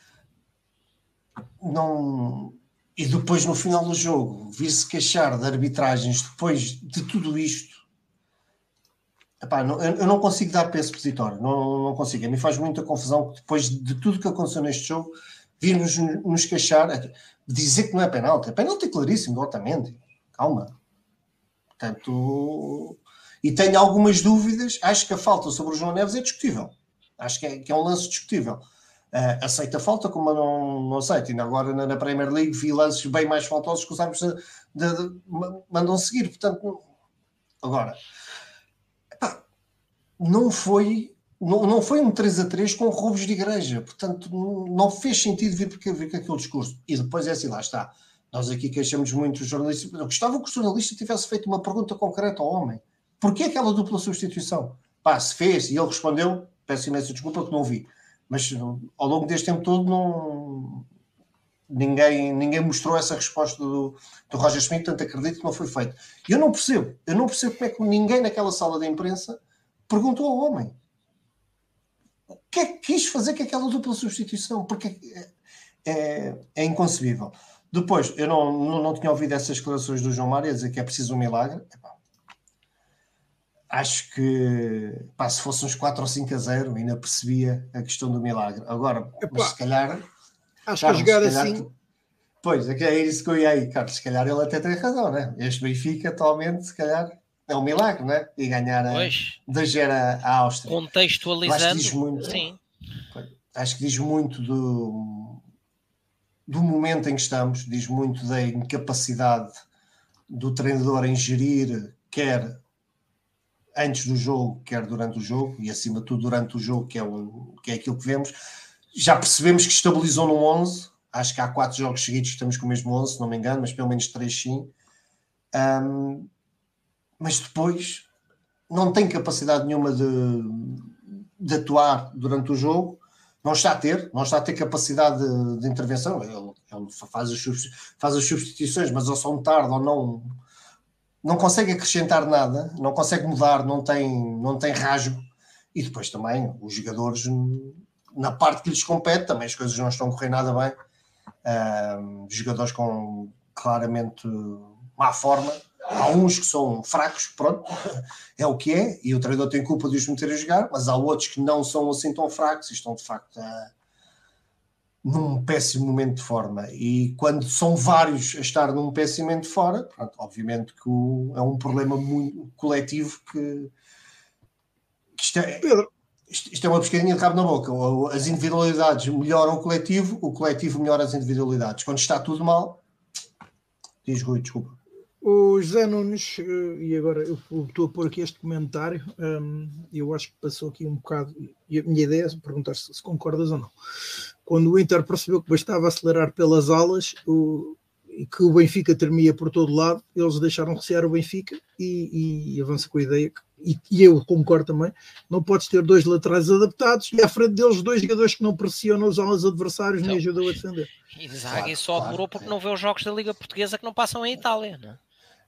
Não... E depois, no final do jogo, vir-se queixar de arbitragens depois de tudo isto, epá, eu não consigo dar peso supositório, não consigo. A mim faz muita confusão que depois de tudo que aconteceu neste jogo, virmos nos queixar, dizer que não é penalti. É penalti claríssimo, exatamente. Calma. Portanto, e tenho algumas dúvidas. Acho que a falta sobre o João Neves é discutível. Acho que é um lance discutível. Aceita a falta, como não aceita. Ainda agora na Premier League vi lances bem mais faltosos que os árbitros mandam seguir. Portanto, agora, epá, não foi um 3-3 com roubos de igreja. Portanto, não fez sentido vir com aquele discurso. E depois é assim, lá está. Nós aqui queixamos muito os jornalistas. Eu gostava que o jornalista tivesse feito uma pergunta concreta ao homem. Porquê aquela dupla substituição? Se fez e ele respondeu, peço imensa desculpa que não vi. Mas ao longo deste tempo todo ninguém mostrou essa resposta do Roger Schmidt, portanto acredito que não foi feito. E eu não percebo como é que ninguém naquela sala de imprensa perguntou ao homem o que é que quis fazer com aquela dupla substituição, porque é inconcebível. Depois, eu não tinha ouvido essas declarações do João Mário a dizer que é preciso um milagre. Acho que se fosse uns 4 ou 5-0 ainda percebia a questão do milagre. Agora, mas se calhar acho que a jogar assim pois, é isso que eu ia aí, Carlos, se calhar ele até tem razão, né? Este Benfica atualmente se calhar é um milagre, né? E ganhar da Gera à Áustria. Contextualizando, acho que diz muito, sim. Acho que diz muito do momento em que estamos, diz muito da incapacidade do treinador em gerir, quer antes do jogo, quer durante o jogo, e acima de tudo durante o jogo, que é aquilo que vemos. Já percebemos que estabilizou no 11, acho que há 4 jogos seguidos que estamos com o mesmo 11, se não me engano, mas pelo menos 3 sim. Mas depois não tem capacidade nenhuma de atuar durante o jogo, não está a ter capacidade de intervenção. Ele faz as substituições, mas ou são tarde ou não consegue acrescentar nada, não consegue mudar, não tem rasgo. E depois também os jogadores, na parte que lhes compete, também as coisas não estão a correr nada bem. Jogadores com claramente má forma, há uns que são fracos, pronto, é o que é, e o treinador tem culpa de os meter a jogar, mas há outros que não são assim tão fracos e estão de facto num péssimo momento de forma. E quando são vários a estar num péssimo momento de fora, pronto, obviamente que é um problema muito coletivo que isto é uma pescadinha de rabo na boca. As individualidades melhoram o coletivo melhora as individualidades. Quando está tudo mal, diz Rui, desculpa. O José Nunes, e agora eu estou a pôr aqui este comentário, eu acho que passou aqui um bocado, e a minha ideia é perguntar se concordas ou não. Quando o Inter percebeu que bastava acelerar pelas alas e que o Benfica tremia por todo lado, eles deixaram recear o Benfica e avança com a ideia, e eu concordo também, não podes ter 2 laterais adaptados e à frente deles 2 jogadores que não pressionam os alas adversários nem ajudam a defender. Inzaghi só demorou porque não vê os jogos da Liga Portuguesa que não passam em Itália, não é?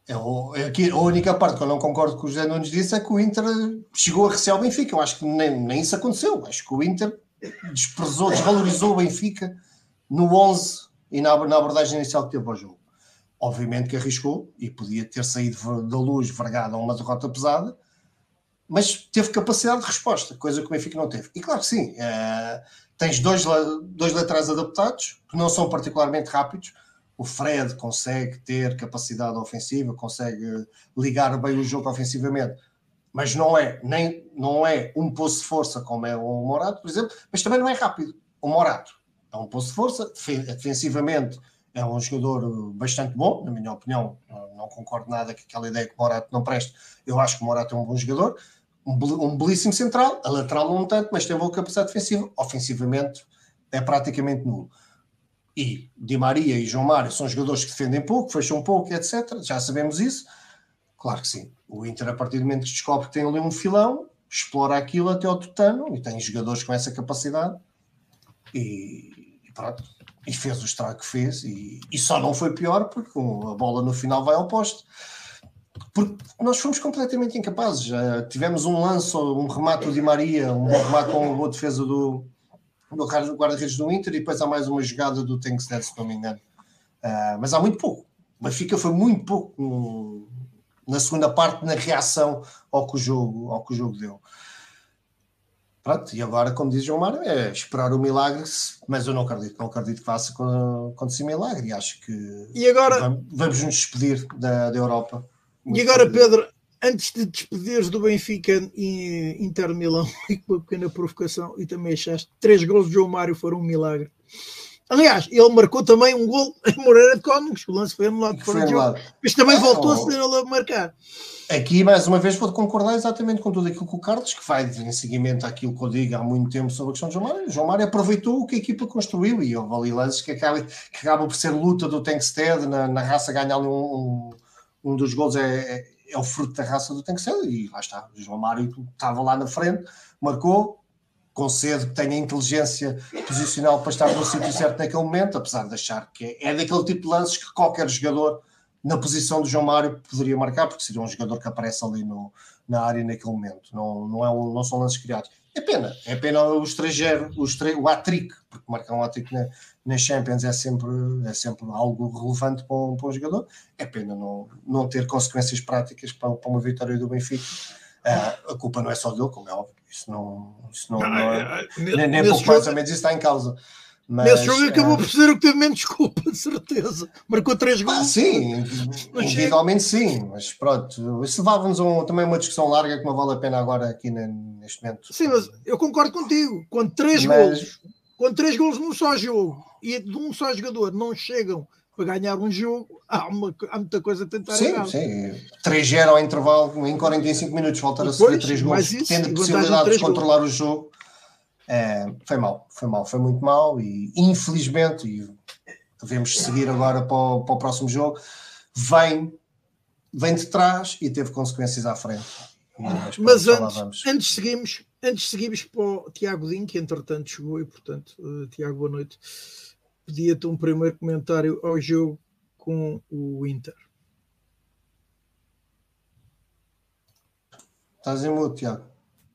Aqui, a única parte que eu não concordo com o José Nunes disse é que o Inter chegou a recear o Benfica. Eu acho que nem isso aconteceu. Acho que o Inter desprezou, desvalorizou o Benfica no 11 e na abordagem inicial que teve ao jogo. Obviamente que arriscou e podia ter saído da luz vergada a uma derrota pesada, mas teve capacidade de resposta, coisa que o Benfica não teve. E claro que sim, tens dois laterais adaptados, que não são particularmente rápidos. O Fred consegue ter capacidade ofensiva, consegue ligar bem o jogo ofensivamente, mas não é um poço de força como é o Morato, por exemplo, mas também não é rápido. O Morato é um poço de força, defensivamente é um jogador bastante bom, na minha opinião. Não concordo nada com aquela ideia que o Morato não presta. Eu acho que o Morato é um bom jogador, um belíssimo central, a lateral não tanto, mas tem boa capacidade defensiva. Ofensivamente é praticamente nulo. E Di Maria e João Mário são jogadores que defendem pouco, fecham pouco, etc. Já sabemos isso. Claro que sim. O Inter, a partir do momento que descobre que tem ali um filão, explora aquilo até ao tutano e tem jogadores com essa capacidade e pronto. E fez o estrago que fez e só não foi pior porque a bola no final vai ao poste. Porque nós fomos completamente incapazes. Já tivemos um lance, um remate do Di Maria, um bom remate com uma boa defesa do guarda-redes do Inter e depois há mais uma jogada do Tankstead, se não me engano. Mas há muito pouco. O Benfica foi muito pouco na segunda parte, na reação ao que o jogo deu. Pronto, e agora, como diz João Mário, é esperar o milagre, mas eu não acredito que faça acontecer milagre. E acho que agora, vamos nos despedir da Europa. E agora, Pedro, antes de despedires do Benfica e Inter Milão, e com uma pequena provocação, e também achaste 3 gols de João Mário foram um milagre. Aliás, ele marcou também um gol em Moreira de Cónegos, o lance foi anulado de fora de jogo, mas também voltou a ser ele a marcar. Aqui, mais uma vez, vou concordar exatamente com tudo aquilo que o Carlos, que vai em seguimento àquilo que eu digo há muito tempo sobre a questão de João Mário. O João Mário aproveitou o que a equipa construiu e houve ali lances que acabam por ser luta do Tankstead, na raça ganha ali um dos gols é o fruto da raça do Tankstead e lá está, o João Mário estava lá na frente, marcou, concedo que tenha inteligência posicional para estar no sítio certo naquele momento, apesar de achar que é daquele tipo de lances que qualquer jogador na posição do João Mário poderia marcar, porque seria um jogador que aparece ali na área naquele momento, não são lances criados. É pena o estrangeiro, o hat-trick, porque marcar um hat-trick na Champions é sempre algo relevante para um jogador. É pena não ter consequências práticas para uma vitória do Benfica. A culpa não é só dele, como é óbvio. Isso não é, nem pouco mais ou menos isso está em causa. Mas, nesse jogo acabou por ser o que teve menos culpa, de certeza. Marcou 3 gols. Sim, individualmente sim, mas pronto. Isso levava-nos também uma discussão larga que não vale a pena agora aqui neste momento. Sim, mas eu concordo contigo. Quando 3 gols num só jogo e de um só jogador não chegam para ganhar um jogo, há muita coisa a tentar errar. Sim. 3-0 ao intervalo, em 45 minutos voltar a sofrer 3 gols, tendo a possibilidade de controlar o jogo. Foi muito mal e infelizmente devemos seguir agora para o próximo jogo, vem de trás e teve consequências à frente. Mas antes seguimos para o Tiago Dinho, que entretanto chegou e portanto, Tiago, boa noite. Pedia-te um primeiro comentário ao jogo com o Inter. Estás em mudo, Tiago.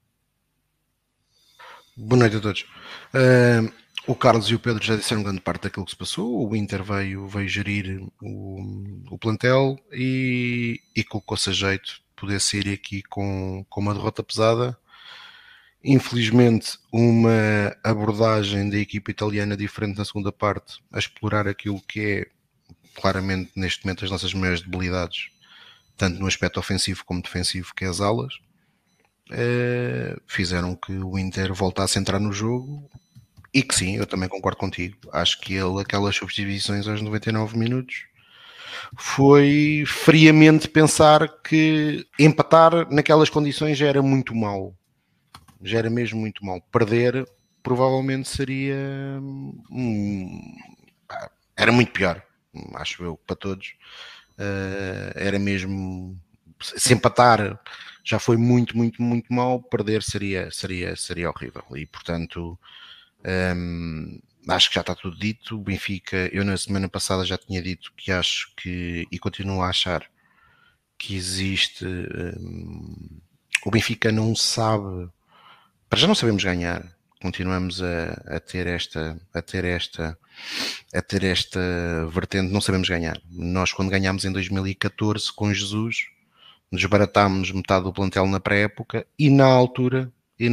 Boa noite a todos. O Carlos e o Pedro já disseram grande parte daquilo que se passou. O Inter veio gerir o plantel e colocou-se a jeito de poder sair aqui com uma derrota pesada. Infelizmente, uma abordagem da equipa italiana diferente na segunda parte, a explorar aquilo que é claramente neste momento as nossas maiores debilidades, tanto no aspecto ofensivo como defensivo, que é as alas. Fizeram que o Inter voltasse a entrar no jogo e que sim, eu também concordo contigo. Acho que aquelas substituições aos 99 minutos foi friamente pensar que empatar naquelas condições já era muito mau, já era mesmo muito mau. Perder provavelmente seria era muito pior, acho eu, para todos. Era mesmo, se empatar já foi muito, muito, muito mal, perder seria horrível. E portanto, acho que já está tudo dito. O Benfica, eu na semana passada já tinha dito que acho que, e continuo a achar, que existe. O Benfica não sabe, para já não sabemos ganhar. Continuamos a ter esta vertente, não sabemos ganhar. Nós, quando ganhámos em 2014 com Jesus, desbaratámos metade do plantel na pré-época e na altura,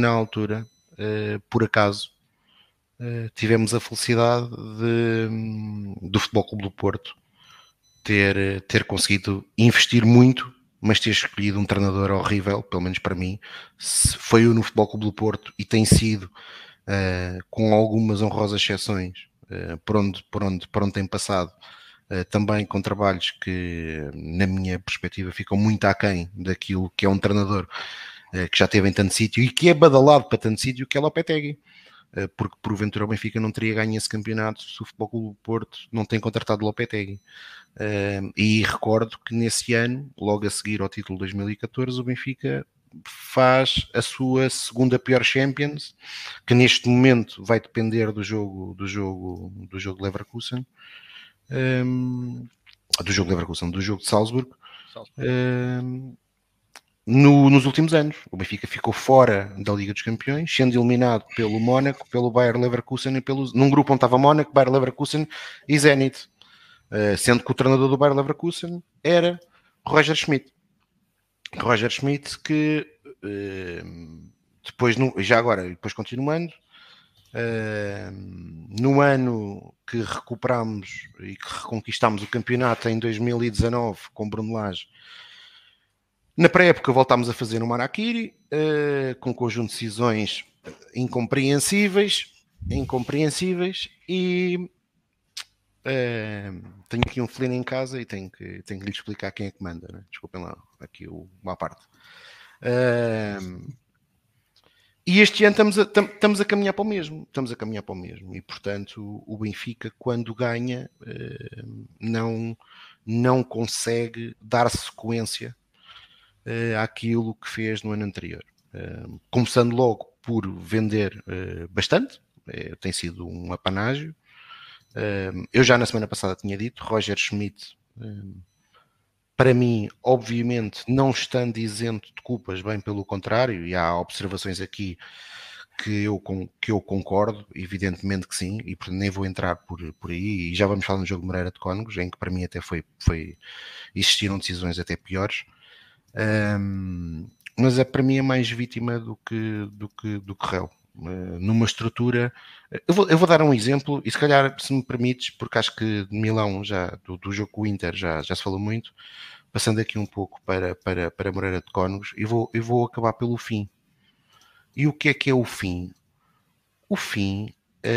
por acaso, tivemos a felicidade do Futebol Clube do Porto ter conseguido investir muito, mas ter escolhido um treinador horrível, pelo menos para mim. Foi no Futebol Clube do Porto e tem sido, com algumas honrosas exceções, por onde tem passado, também com trabalhos que, na minha perspectiva, ficam muito aquém daquilo que é um treinador que já teve em tanto sítio e que é badalado para tanto sítio, que é Lopetegui. Porque porventura o Benfica não teria ganho esse campeonato se o Futebol Clube do Porto não tem contratado Lopetegui. E recordo que nesse ano, logo a seguir ao título de 2014, o Benfica faz a sua segunda pior Champions, que neste momento vai depender do jogo de Leverkusen, do jogo de Salzburgo. Nos últimos anos, o Benfica ficou fora da Liga dos Campeões, sendo eliminado pelo Mónaco, pelo Bayer Leverkusen num grupo onde estava Mónaco, Bayer Leverkusen e Zenit, sendo que o treinador do Bayer Leverkusen era Roger Schmidt. Roger Schmidt que depois continuando, no ano que recuperámos e que reconquistámos o campeonato em 2019 com Bruno Lage, na pré-época voltámos a fazer um Marakiri, com um conjunto de decisões incompreensíveis e tenho aqui um felino em casa e tenho que lhe explicar quem é que manda, né? Desculpem lá, aqui uma parte. E este ano estamos a caminhar para o mesmo. E, portanto, o Benfica, quando ganha, não consegue dar sequência àquilo que fez no ano anterior. Começando logo por vender bastante, tem sido um apanágio. Eu já na semana passada tinha dito, Roger Schmidt, para mim, obviamente, não estando isento de culpas, bem pelo contrário, e há observações aqui que eu concordo, evidentemente que sim, e nem vou entrar por aí, e já vamos falar no jogo de Moreira de Cónegos, em que para mim até existiram decisões até piores. Mas para mim é mais vítima do que réu. Numa estrutura, eu vou dar um exemplo, e se calhar, se me permites, porque acho que de Milão, do jogo com o Inter, já se falou muito, passando aqui um pouco para Moreira de Cónegos, e vou acabar pelo fim. E o que é o fim? O fim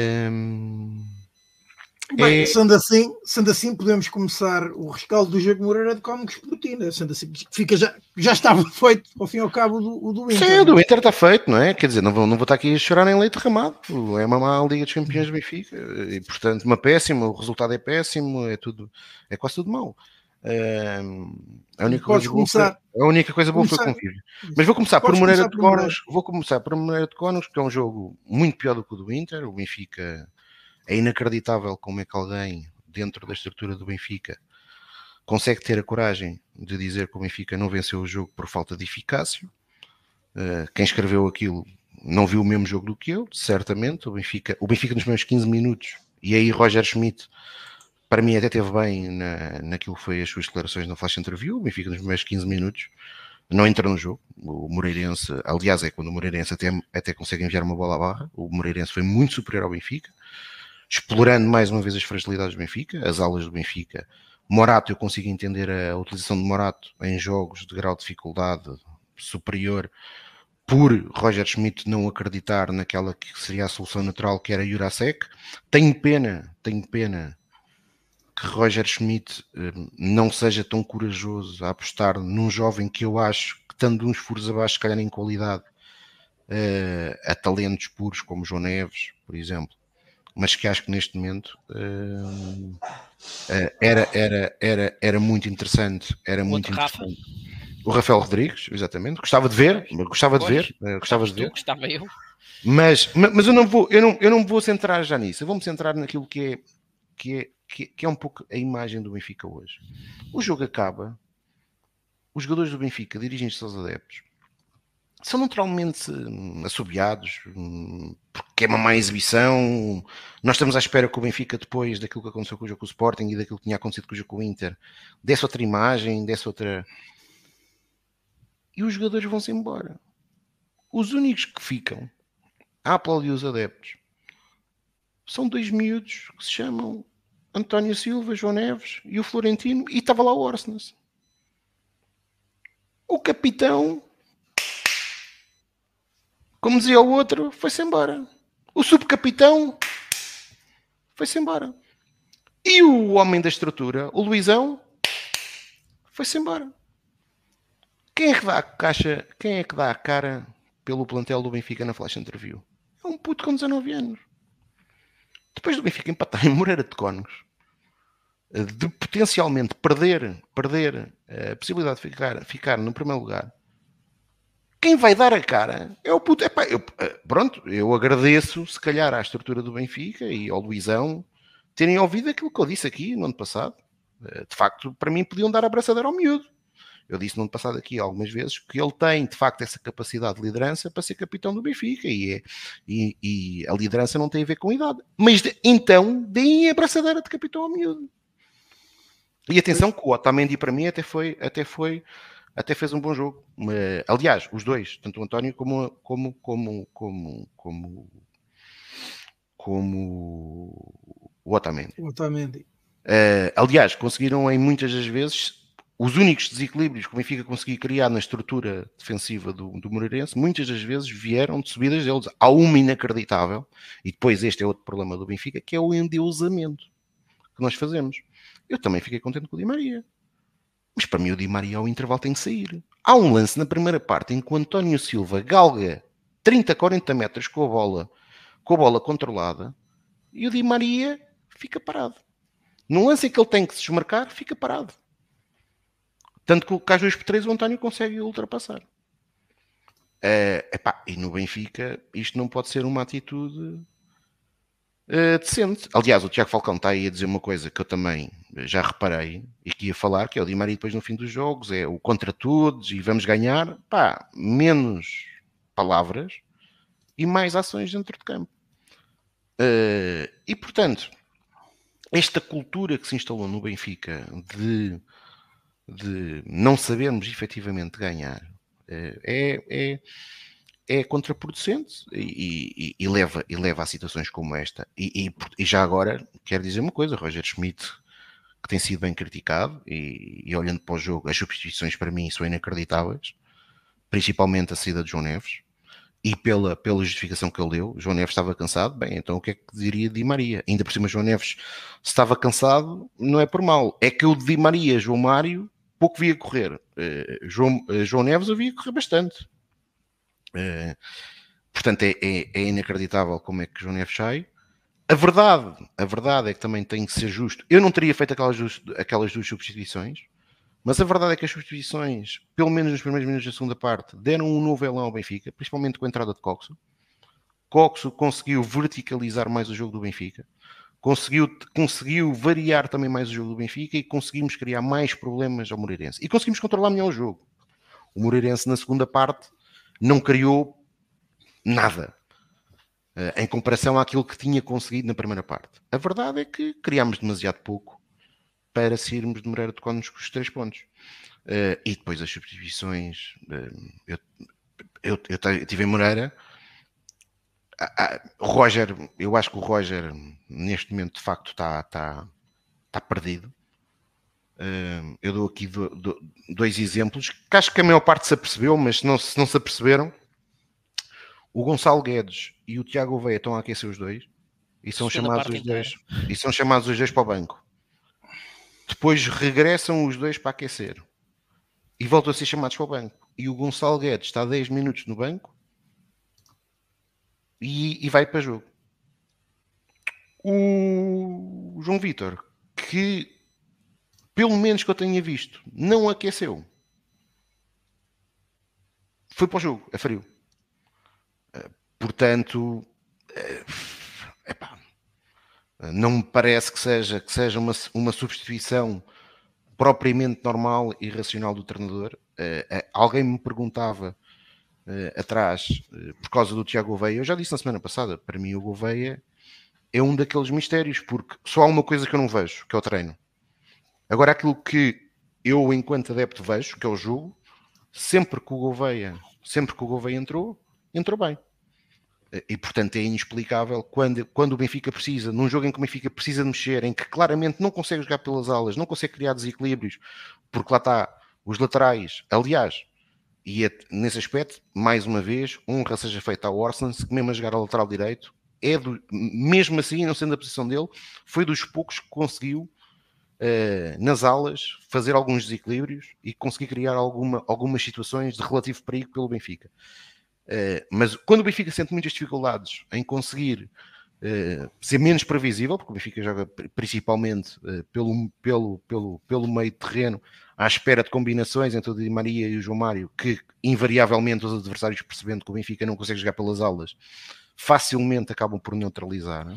Bem, sendo assim, podemos começar o rescaldo do jogo Moreira de Cónegos por ti, né? Sendo assim, já estava feito, ao fim e ao cabo, o do Inter. Sim, o do Inter está feito, não é? Quer dizer, não vou estar aqui a chorar em leite derramado. É uma má Liga dos Campeões do Benfica e, portanto, uma péssima, o resultado é péssimo, é quase tudo mau. A única coisa boa foi o convívio. Mas vou começar por Moreira de Cónegos. Vou começar por Moreira de Cónegos, que é um jogo muito pior do que o do Inter. O Benfica... É inacreditável como é que alguém, dentro da estrutura do Benfica, consegue ter a coragem de dizer que o Benfica não venceu o jogo por falta de eficácia. Quem escreveu aquilo não viu o mesmo jogo do que eu, certamente. O Benfica nos meus 15 minutos, e aí Roger Schmidt, para mim até teve bem naquilo que foi as suas declarações na Flash Interview. O Benfica nos meus 15 minutos não entra no jogo. O Moreirense, aliás, é quando o Moreirense até consegue enviar uma bola à barra. O Moreirense foi muito superior ao Benfica, explorando mais uma vez as fragilidades do Benfica, as alas do Benfica. Morato, eu consigo entender a utilização de Morato em jogos de grau de dificuldade superior, por Roger Schmidt não acreditar naquela que seria a solução natural, que era Jurasek. Tenho pena que Roger Schmidt não seja tão corajoso a apostar num jovem que eu acho que, estando uns furos abaixo, se calhar em qualidade, a talentos puros como João Neves, por exemplo, mas que acho que neste momento era muito interessante. O Rafael Rodrigues, exatamente. Gostava de ver. Gostava eu. Mas eu não me vou centrar já nisso. Eu vou-me centrar naquilo que é um pouco a imagem do Benfica hoje. O jogo acaba os jogadores do Benfica dirigem-se aos adeptos, são naturalmente assobiados, porque é uma má exibição. Nós estamos à espera que o Benfica, depois daquilo que aconteceu com o jogo com o Sporting e daquilo que tinha acontecido com o jogo com o Inter, desse outra imagem, desse outra... E os jogadores vão-se embora. Os únicos que ficam a aplaudir os adeptos são 2 miúdos que se chamam António Silva, João Neves e o Florentino, e estava lá o Orsnes. O capitão, como dizia o outro, foi-se embora. O subcapitão foi-se embora. E o homem da estrutura, o Luizão, foi-se embora. Quem é que dá a caixa? Quem é que dá a cara pelo plantel do Benfica na flash interview? É um puto com 19 anos. Depois do Benfica empatar em Moreira de Cónegos, de potencialmente perder a possibilidade de ficar no primeiro lugar, quem vai dar a cara é o puto. Eu agradeço, se calhar, à estrutura do Benfica e ao Luizão terem ouvido aquilo que eu disse aqui no ano passado. De facto, para mim, podiam dar a abraçadeira ao miúdo. Eu disse no ano passado aqui algumas vezes que ele tem, de facto, essa capacidade de liderança para ser capitão do Benfica. E a liderança não tem a ver com idade. Mas então, deem a abraçadeira de capitão ao miúdo. E atenção que o Otamendi, para mim, até fez um bom jogo. Aliás, os dois, tanto o António como o Otamendi. Aliás, conseguiram em muitas das vezes os únicos desequilíbrios que o Benfica conseguiu criar na estrutura defensiva do Moreirense, muitas das vezes vieram de subidas deles. Há uma inacreditável, e depois este é outro problema do Benfica, que é o endeusamento que nós fazemos. Eu também fiquei contente com o Di Maria. Mas para mim o Di Maria ao intervalo tem que sair. Há um lance na primeira parte em que o António Silva galga 30, 40 metros com a bola controlada, e o Di Maria fica parado. Num lance em que ele tem que se desmarcar, fica parado. Tanto que o às 2x3 o António consegue ultrapassar. E no Benfica isto não pode ser uma atitude decente. Aliás, o Tiago Falcão está aí a dizer uma coisa que eu também já reparei e que ia falar, que é o Di Maria depois no fim dos jogos, é o contra todos e vamos ganhar. Menos palavras e mais ações dentro de campo. E portanto, esta cultura que se instalou no Benfica de não sabermos efetivamente ganhar é contraproducente e leva a situações como esta. E já agora, quero dizer uma coisa, Roger Schmidt, que tem sido bem criticado, e olhando para o jogo, as substituições para mim são inacreditáveis, principalmente a saída de João Neves, e pela justificação que ele deu. João Neves estava cansado, bem, então o que é que diria Di Maria? Ainda por cima João Neves, se estava cansado, não é por mal, é que o Di Maria, João Mário, pouco via correr. João Neves eu via correr bastante. Portanto, é inacreditável como é que João Neves sai. A verdade é que também tem que ser justo. Eu não teria feito aquelas duas substituições, mas a verdade é que as substituições, pelo menos nos primeiros minutos da segunda parte, deram um novo elan ao Benfica, principalmente com a entrada de Coxo. Coxo conseguiu verticalizar mais o jogo do Benfica, conseguiu variar também mais o jogo do Benfica e conseguimos criar mais problemas ao Moreirense. E conseguimos controlar melhor o jogo. O Moreirense, na segunda parte, não criou nada em comparação àquilo que tinha conseguido na primeira parte. A verdade é que criámos demasiado pouco para sairmos de Moreira de Cónegos com os 3 pontos. E depois as substituições, eu estive em Moreira. Roger, eu acho que o Roger neste momento de facto está perdido. Eu dou aqui 2 exemplos que acho que a maior parte se apercebeu, mas se não se aperceberam, o Gonçalo Guedes e o Tiago Oveia estão a aquecer os dois e são chamados os dois para o banco. Depois regressam os dois para aquecer e voltam a ser chamados para o banco. E o Gonçalo Guedes está 10 minutos no banco e vai para jogo. O João Vítor, que pelo menos que eu tenha visto, não aqueceu, foi para o jogo, a frio. Portanto, não me parece que seja uma substituição propriamente normal e racional do treinador. alguém me perguntava atrás, por causa do Tiago Gouveia, eu já disse na semana passada, para mim o Gouveia é um daqueles mistérios, porque só há uma coisa que eu não vejo, que é o treino. Agora, aquilo que eu, enquanto adepto, vejo, que é o jogo, sempre que o Gouveia entrou bem. E, portanto, é inexplicável quando o Benfica precisa, num jogo em que o Benfica precisa de mexer, em que claramente não consegue jogar pelas alas, não consegue criar desequilíbrios, porque lá está os laterais. Aliás, e nesse aspecto, mais uma vez, honra seja feita ao Orsens, que mesmo a jogar ao lateral direito, mesmo assim, não sendo a posição dele, foi dos poucos que conseguiu, nas alas, fazer alguns desequilíbrios e conseguir criar algumas situações de relativo perigo pelo Benfica. Mas quando o Benfica sente muitas dificuldades em conseguir ser menos previsível, porque o Benfica joga principalmente pelo meio de terreno, à espera de combinações entre o Di Maria e o João Mário, que invariavelmente os adversários, percebendo que o Benfica não consegue jogar pelas alas, facilmente acabam por neutralizar.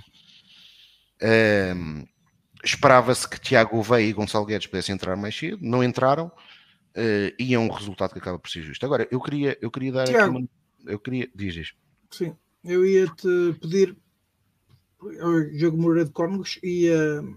Esperava-se que Tiago Gouveia e Gonçalo Guedes pudessem entrar mais cedo, não entraram, e é um resultado que acaba por ser justo. Agora, eu queria dar Tiago, aqui Dizes. Sim, eu ia-te pedir o jogo Moreira de Cónegos e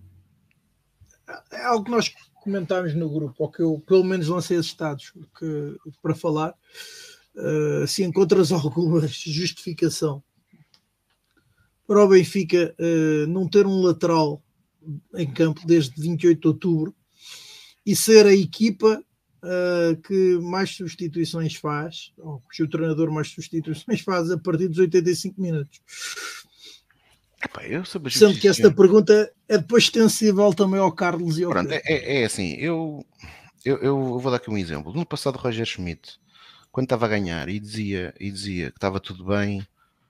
é algo que nós comentámos no grupo, ou que eu pelo menos lancei esses estados para falar, se encontras alguma justificação para o Benfica não ter um lateral em campo desde 28 de outubro e ser a equipa que mais substituições faz, ou que o treinador mais substituições faz a partir dos 85 minutos. Sendo que esta pergunta é depois extensível também ao Carlos e ao Pronto, é assim, eu vou dar aqui um exemplo. No passado, Roger Schmidt, quando estava a ganhar e dizia que estava tudo bem,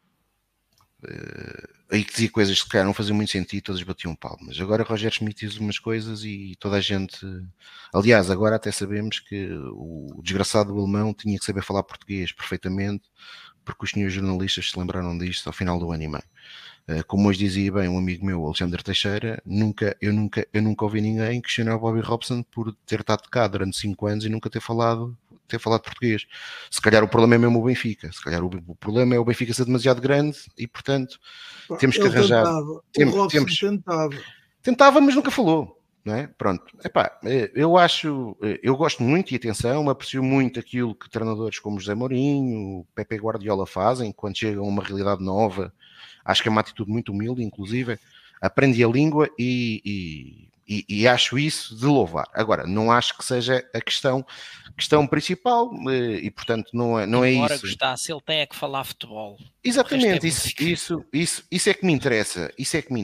e que dizia coisas que calhar não faziam muito sentido, todos batiam palmas. Agora Roger Schmidt diz umas coisas e toda a gente... Aliás, agora até sabemos que o desgraçado alemão tinha que saber falar português perfeitamente, porque os senhores jornalistas se lembraram disto ao final do ano e meio. Como hoje dizia bem um amigo meu, Alexandre Teixeira, eu nunca ouvi ninguém questionar o Bobby Robson por ter estado cá durante 5 anos e nunca ter falado português. Se calhar o problema é mesmo o Benfica. Se calhar o problema é o Benfica ser demasiado grande e, portanto, temos que arranjar... O Robson tentava, mas nunca falou. Não é? Pronto. Epá, eu gosto muito, e atenção, aprecio muito aquilo que treinadores como José Mourinho, Pepe Guardiola fazem quando chegam a uma realidade nova. Acho que é uma atitude muito humilde, inclusive aprendi a língua e acho isso de louvar. Agora, não acho que seja a questão principal e, portanto, não é isso. Embora gostasse, ele tem que falar futebol. Exatamente, isso é que me interessa.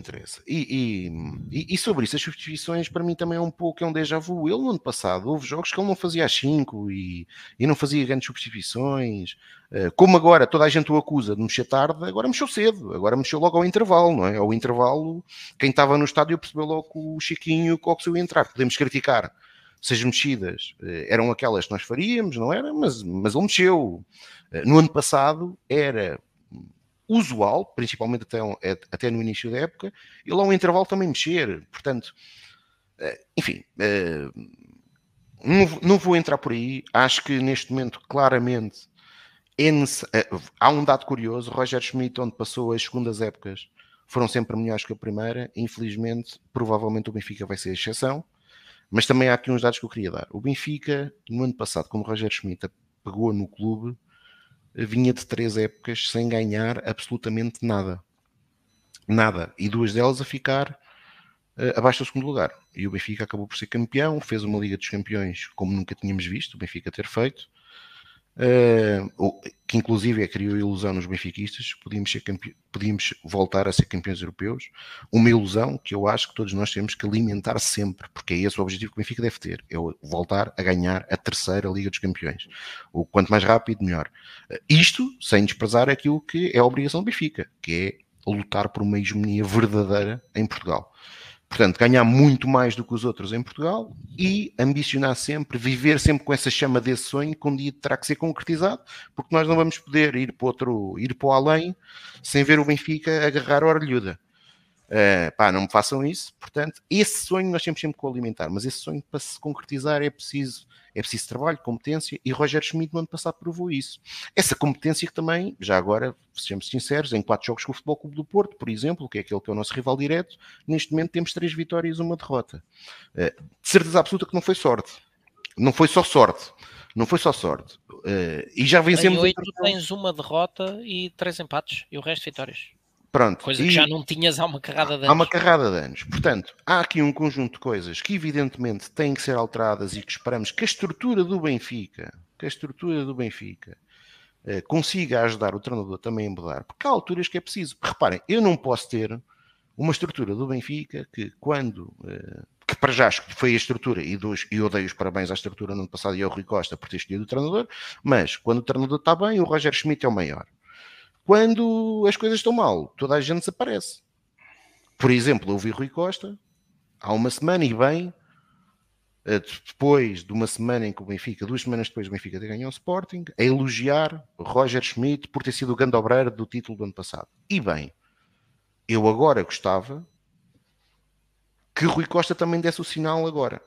E sobre isso, as substituições para mim também é um déjà vu. Ele no ano passado houve jogos que ele não fazia às 5 e não fazia grandes substituições. Como agora toda a gente o acusa de mexer tarde, agora mexeu cedo, agora mexeu logo ao intervalo, não é? Ao intervalo, quem estava no estádio percebeu logo que o Chiquinho e o Coxo ia entrar. Podemos criticar se as mexidas eram aquelas que nós faríamos, não era? Mas ele mexeu. No ano passado era usual, principalmente até no início da época, ele ao intervalo também mexer. Portanto, enfim, não vou entrar por aí. Acho que neste momento, claramente, há um dado curioso. Roger Schmidt, onde passou as segundas épocas, foram sempre melhores que a primeira. Infelizmente, provavelmente o Benfica vai ser a exceção. Mas também há aqui uns dados que eu queria dar. O Benfica, no ano passado, como Roger Schmidt pegou no clube, vinha de 3 épocas sem ganhar absolutamente nada. Nada. E 2 delas a ficar abaixo do 2º lugar. E o Benfica acabou por ser campeão, fez uma Liga dos Campeões como nunca tínhamos visto o Benfica ter feito, que inclusive criou a ilusão nos benfiquistas, podíamos voltar a ser campeões europeus, uma ilusão que eu acho que todos nós temos que alimentar sempre, porque é esse o objetivo que o Benfica deve ter, é voltar a ganhar a 3ª Liga dos Campeões, o quanto mais rápido melhor. Isto sem desprezar aquilo que é a obrigação do Benfica, que é lutar por uma hegemonia verdadeira em Portugal. Portanto, ganhar muito mais do que os outros em Portugal e ambicionar sempre, viver sempre com essa chama desse sonho que um dia terá que ser concretizado, porque nós não vamos poder ir para o além sem ver o Benfica agarrar a orelhuda. Pá, não me façam isso. Portanto, esse sonho nós temos sempre que o alimentar, mas esse sonho, para se concretizar, é preciso trabalho, competência, e Roger Schmidt no ano passado provou isso. Essa competência que também, já agora, sejamos sinceros, em 4 jogos com o Futebol Clube do Porto, por exemplo, que é aquele que é o nosso rival direto, neste momento temos 3 vitórias e 1 derrota. De certeza absoluta que não foi sorte. Não foi só sorte. Não foi só sorte. E já vencemos... Em 8 tens 1 derrota e 3 empates, e o resto vitórias. Pronto. Coisa que já não tinhas há uma carrada de anos. Há uma carrada de anos. Portanto, há aqui um conjunto de coisas que evidentemente têm que ser alteradas e que esperamos que a estrutura do Benfica, consiga ajudar o treinador também a mudar. Porque há alturas que é preciso. Reparem, eu não posso ter uma estrutura do Benfica que que para já foi a estrutura, e eu dei os parabéns à estrutura no ano passado e ao Rui Costa por ter escolhido o treinador, mas quando o treinador está bem, o Roger Schmidt é o maior. Quando as coisas estão mal, toda a gente desaparece. Por exemplo, eu vi Rui Costa há uma semana e bem, depois de uma semana em que o Benfica, 2 semanas depois o Benfica ter ganhado o Sporting, a elogiar Roger Schmidt por ter sido o grande obreiro do título do ano passado. E bem, eu agora gostava que Rui Costa também desse o sinal agora.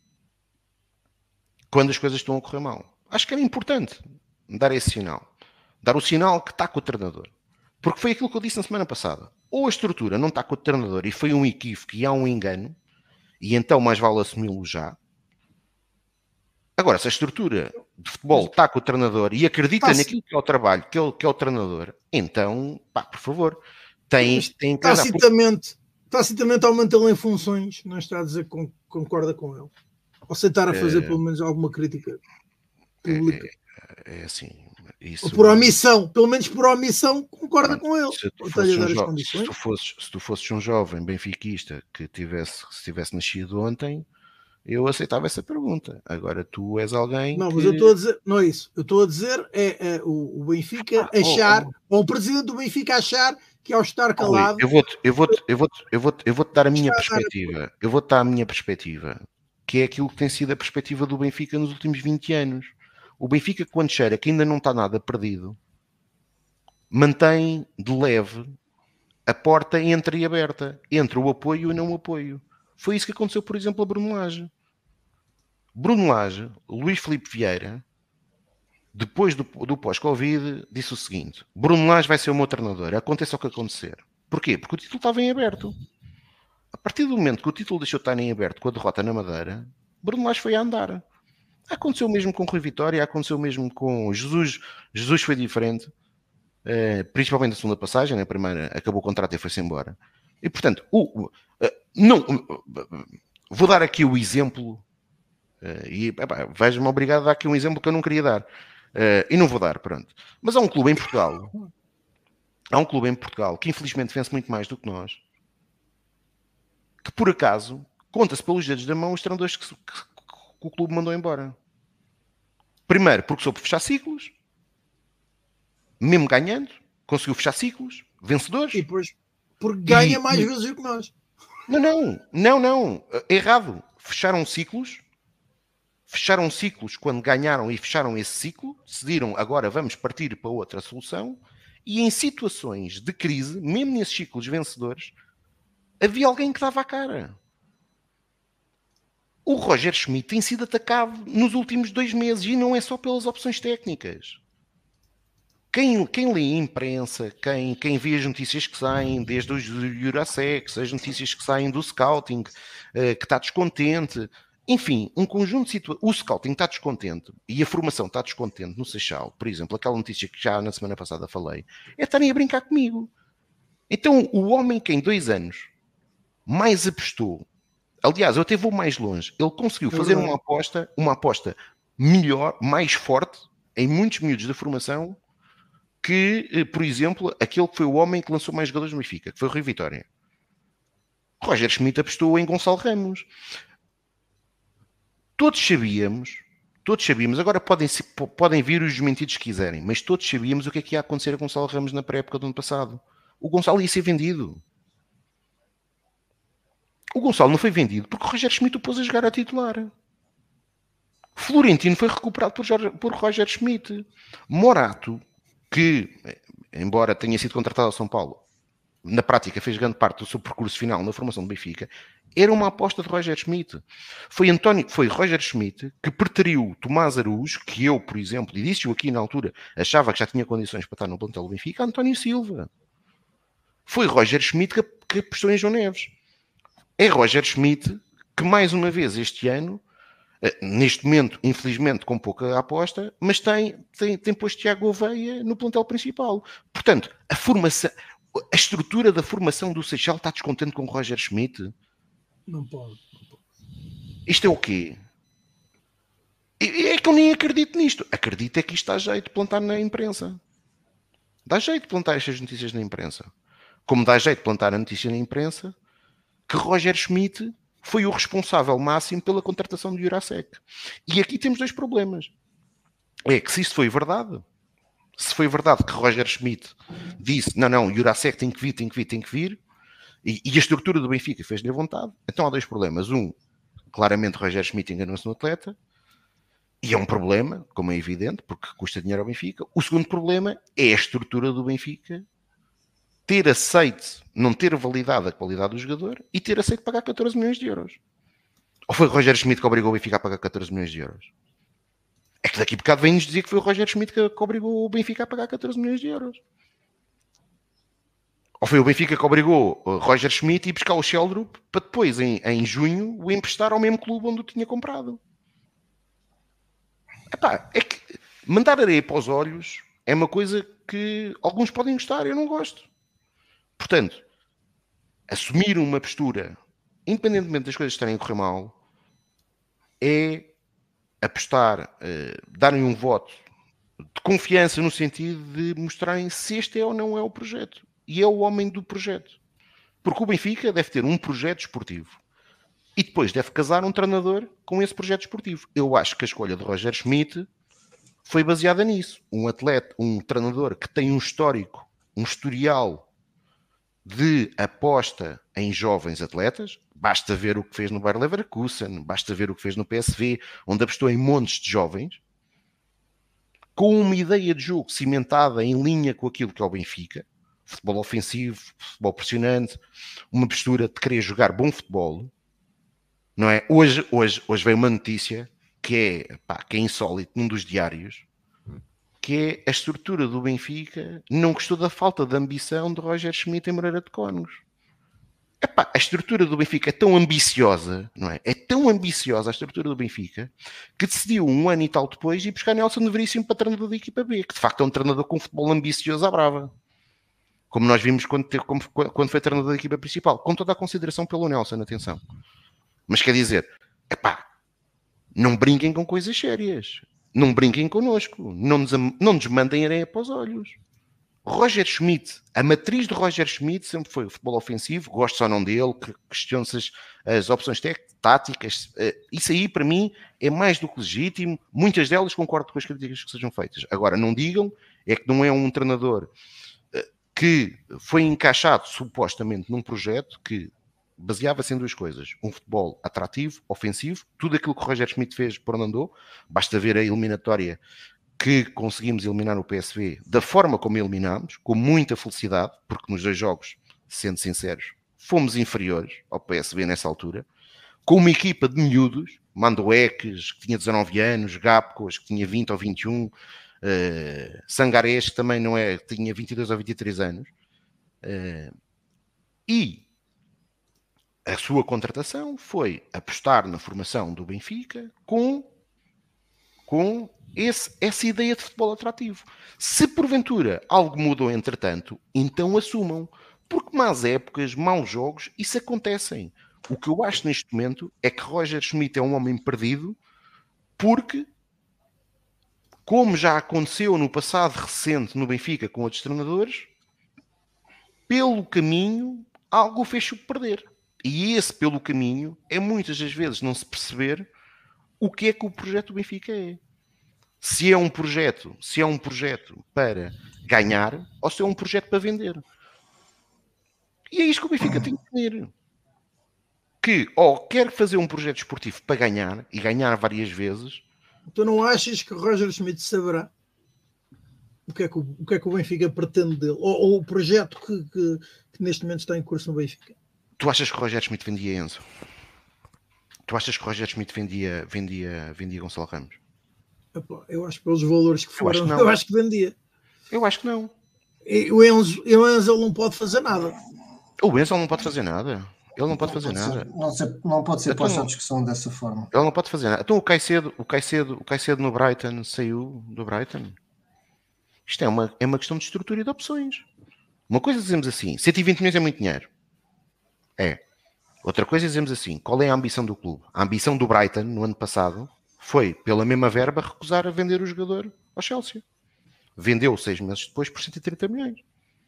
Quando as coisas estão a correr mal. Acho que era importante dar esse sinal. Dar o sinal que está com o treinador. Porque foi aquilo que eu disse na semana passada. Ou a estrutura não está com o treinador e foi um equívoco e há um engano, e então mais vale assumi-lo já. Agora, se a estrutura de futebol está com o treinador e acredita naquilo que é o trabalho, que é o treinador, então, pá, por favor, tem que... Tacitamente aumentá-lo em funções, não está a dizer que concorda com ele. Ou aceitar a fazer pelo menos alguma crítica pública. É assim... Isso... Ou por omissão, pelo menos por omissão, concorda com ele. Se tu fosses um jovem benfiquista que tivesse nascido ontem, eu aceitava essa pergunta. Agora tu és alguém. Não, mas eu estou a dizer, não é isso. Eu estou a dizer o Benfica achar, ou o presidente do Benfica achar que ao estar calado. Eu vou-te dar a minha perspectiva. Eu vou-te dar a minha perspectiva, que é aquilo que tem sido a perspectiva do Benfica nos últimos 20 anos. O Benfica, quando cheira que ainda não está nada perdido, mantém de leve a porta entreaberta entre o apoio e o não apoio. Foi isso que aconteceu, por exemplo, a Bruno Lage. Bruno Lage, Luís Filipe Vieira, depois do pós-Covid, disse o seguinte: Bruno Lage vai ser o meu treinador, aconteça o que acontecer. Porquê? Porque o título estava em aberto. A partir do momento que o título deixou de estar em aberto com a derrota na Madeira, Bruno Lage foi a andar. Aconteceu o mesmo com Rui Vitória, aconteceu o mesmo com Jesus. Jesus foi diferente, principalmente na segunda passagem. Na primeira acabou o contrato e foi-se embora. E portanto, vou dar aqui o exemplo, vejo-me obrigado a dar aqui um exemplo que eu não queria dar, e não vou dar, pronto. Mas há um clube em Portugal, que infelizmente vence muito mais do que nós, que por acaso conta-se pelos dedos da mão os treinadores que o clube mandou embora. Primeiro, porque soube fechar ciclos, mesmo ganhando, conseguiu fechar ciclos, vencedores. E depois, porque ganha mais vezes do que nós. Não. Errado. Fecharam ciclos quando ganharam e fecharam esse ciclo, decidiram agora vamos partir para outra solução, e em situações de crise, mesmo nesses ciclos vencedores, havia alguém que dava a cara. O Roger Schmidt tem sido atacado nos últimos 2 meses e não é só pelas opções técnicas. Quem lê a imprensa, quem vê as notícias que saem, desde os Jurasex, as notícias que saem do scouting, que está descontente, enfim, um conjunto de situações. O scouting está descontente e a formação está descontente no Seixal, por exemplo, aquela notícia que já na semana passada falei, é estarem a brincar comigo. Então, o homem que em 2 anos mais apostou, aliás, eu até vou mais longe, ele conseguiu fazer uma aposta melhor, mais forte, em muitos miúdos da formação, que, por exemplo, aquele que foi o homem que lançou mais jogadores no Benfica, que foi o Rui Vitória. Roger Schmidt apostou em Gonçalo Ramos. Todos sabíamos, agora podem vir os desmentidos que quiserem, mas todos sabíamos o que é que ia acontecer a Gonçalo Ramos na pré-época do ano passado. O Gonçalo ia ser vendido. O Gonçalo não foi vendido porque o Roger Schmidt o pôs a jogar a titular. Florentino foi recuperado por Roger Schmidt. Morato, que, embora tenha sido contratado ao São Paulo, na prática fez grande parte do seu percurso final na formação do Benfica, era uma aposta de Roger Schmidt. Foi Roger Schmidt que preteriu Tomás Araújo, que eu, por exemplo, e disse-o aqui na altura, achava que já tinha condições para estar no plantel do Benfica, a António Silva. Foi Roger Schmidt que apostou em João Neves. É Roger Schmidt que, mais uma vez, este ano, neste momento, infelizmente, com pouca aposta, mas tem posto Tiago Gouveia no plantel principal. Portanto, a estrutura da formação do Seixal está descontente com o Roger Schmidt? Não pode. Isto é o quê? É que eu nem acredito nisto. Acredito é que isto dá jeito de plantar na imprensa. Dá jeito de plantar estas notícias na imprensa. Como dá jeito de plantar a notícia na imprensa que Roger Schmidt foi o responsável máximo pela contratação do Jurasek. E aqui temos dois problemas. É que se isto foi verdade, se foi verdade que Roger Schmidt disse, não, Jurasek tem que vir, e a estrutura do Benfica fez-lhe a vontade, então há dois problemas. Um, claramente Roger Schmidt enganou-se no atleta, e é um problema, como é evidente, porque custa dinheiro ao Benfica. O segundo problema é a estrutura do Benfica ter aceito, não ter validado a qualidade do jogador e ter aceito pagar 14 milhões de euros. Ou foi o Roger Schmidt que obrigou o Benfica a pagar 14 milhões de euros? É que daqui a bocado vem-nos dizer que foi o Roger Schmidt que obrigou o Benfica a pagar 14 milhões de euros. Ou foi o Benfica que obrigou o Roger Schmidt a ir buscar o Sheldrup para depois, em junho, o emprestar ao mesmo clube onde o tinha comprado. Epá, é que mandar areia para os olhos é uma coisa que alguns podem gostar, eu não gosto. Portanto, assumir uma postura, independentemente das coisas estarem a correr mal, é apostar, darem um voto de confiança no sentido de mostrarem se este é ou não é o projeto. E é o homem do projeto. Porque o Benfica deve ter um projeto esportivo. E depois deve casar um treinador com esse projeto esportivo. Eu acho que a escolha de Roger Schmidt foi baseada nisso. Um atleta, um treinador que tem um histórico, um historial de aposta em jovens atletas. Basta ver o que fez no Bayer Leverkusen, basta ver o que fez no PSV, onde apostou em montes de jovens, com uma ideia de jogo cimentada em linha com aquilo que é o Benfica. Futebol ofensivo, futebol pressionante, uma postura de querer jogar bom futebol. Não é? Hoje veio uma notícia que é insólito num dos diários, que é a estrutura do Benfica não gostou da falta de ambição de Roger Schmidt em Moreira de Cónegos. A estrutura do Benfica é tão ambiciosa, não é? É tão ambiciosa a estrutura do Benfica que decidiu um ano e tal depois ir buscar Nelson Veríssimo para treinador da equipa B, que de facto é um treinador com futebol ambicioso à brava. Como nós vimos quando foi treinador da equipa principal. Com toda a consideração pelo Nelson, atenção. Mas quer dizer, não brinquem com coisas sérias. Não brinquem connosco. Não nos mandem areia para os olhos. Roger Schmidt, a matriz de Roger Schmidt sempre foi o futebol ofensivo. Gosto ou não dele, questiono-se as opções táticas. Isso aí, para mim, é mais do que legítimo. Muitas delas concordo com as críticas que sejam feitas. Agora, não digam, é que não é um treinador que foi encaixado supostamente num projeto que baseava-se em duas coisas: um futebol atrativo, ofensivo, tudo aquilo que o Roger Schmidt fez por onde andou. Basta ver a eliminatória que conseguimos eliminar o PSV da forma como eliminámos, com muita felicidade, porque nos dois jogos, sendo sinceros, fomos inferiores ao PSV nessa altura, com uma equipa de miúdos, Mandoeques, que tinha 19 anos, Gapcos, que tinha 20 ou 21, Sangarés, que também não é, tinha 22 ou 23 anos, e a sua contratação foi apostar na formação do Benfica com essa ideia de futebol atrativo. Se porventura algo mudou entretanto, então assumam, porque más épocas, maus jogos, isso acontecem. O que eu acho neste momento é que Roger Schmidt é um homem perdido, porque, como já aconteceu no passado recente no Benfica com outros treinadores, pelo caminho algo o fez perder. E esse pelo caminho é muitas das vezes não se perceber o que é que o projeto do Benfica é. Se é um projeto para ganhar ou se é um projeto para vender. E é isto que o Benfica tem que ter. Que ou quer fazer um projeto esportivo para ganhar e ganhar várias vezes. Tu não achas que o Roger Schmidt saberá? o que é que o Benfica pretende dele? Ou o projeto que neste momento está em curso no Benfica? Tu achas que o Roger Schmidt vendia Enzo? Tu achas que o Roger Schmidt vendia Gonçalo Ramos? Epá, eu acho que pelos valores que foram, eu acho que vendia. Eu acho que não. E o Enzo ele não pode fazer nada. O Enzo não pode fazer nada. Ele não pode fazer nada. Não pode ser posto à discussão dessa forma. Ele não pode fazer nada. Então o Caicedo no Brighton saiu do Brighton. Isto é uma questão de estrutura e de opções. Uma coisa dizemos assim, 120 milhões é muito dinheiro. É. Outra coisa dizemos assim, qual é a ambição do clube? A ambição do Brighton, no ano passado, foi, pela mesma verba, recusar a vender o jogador ao Chelsea. Vendeu 6 meses depois por 130 milhões.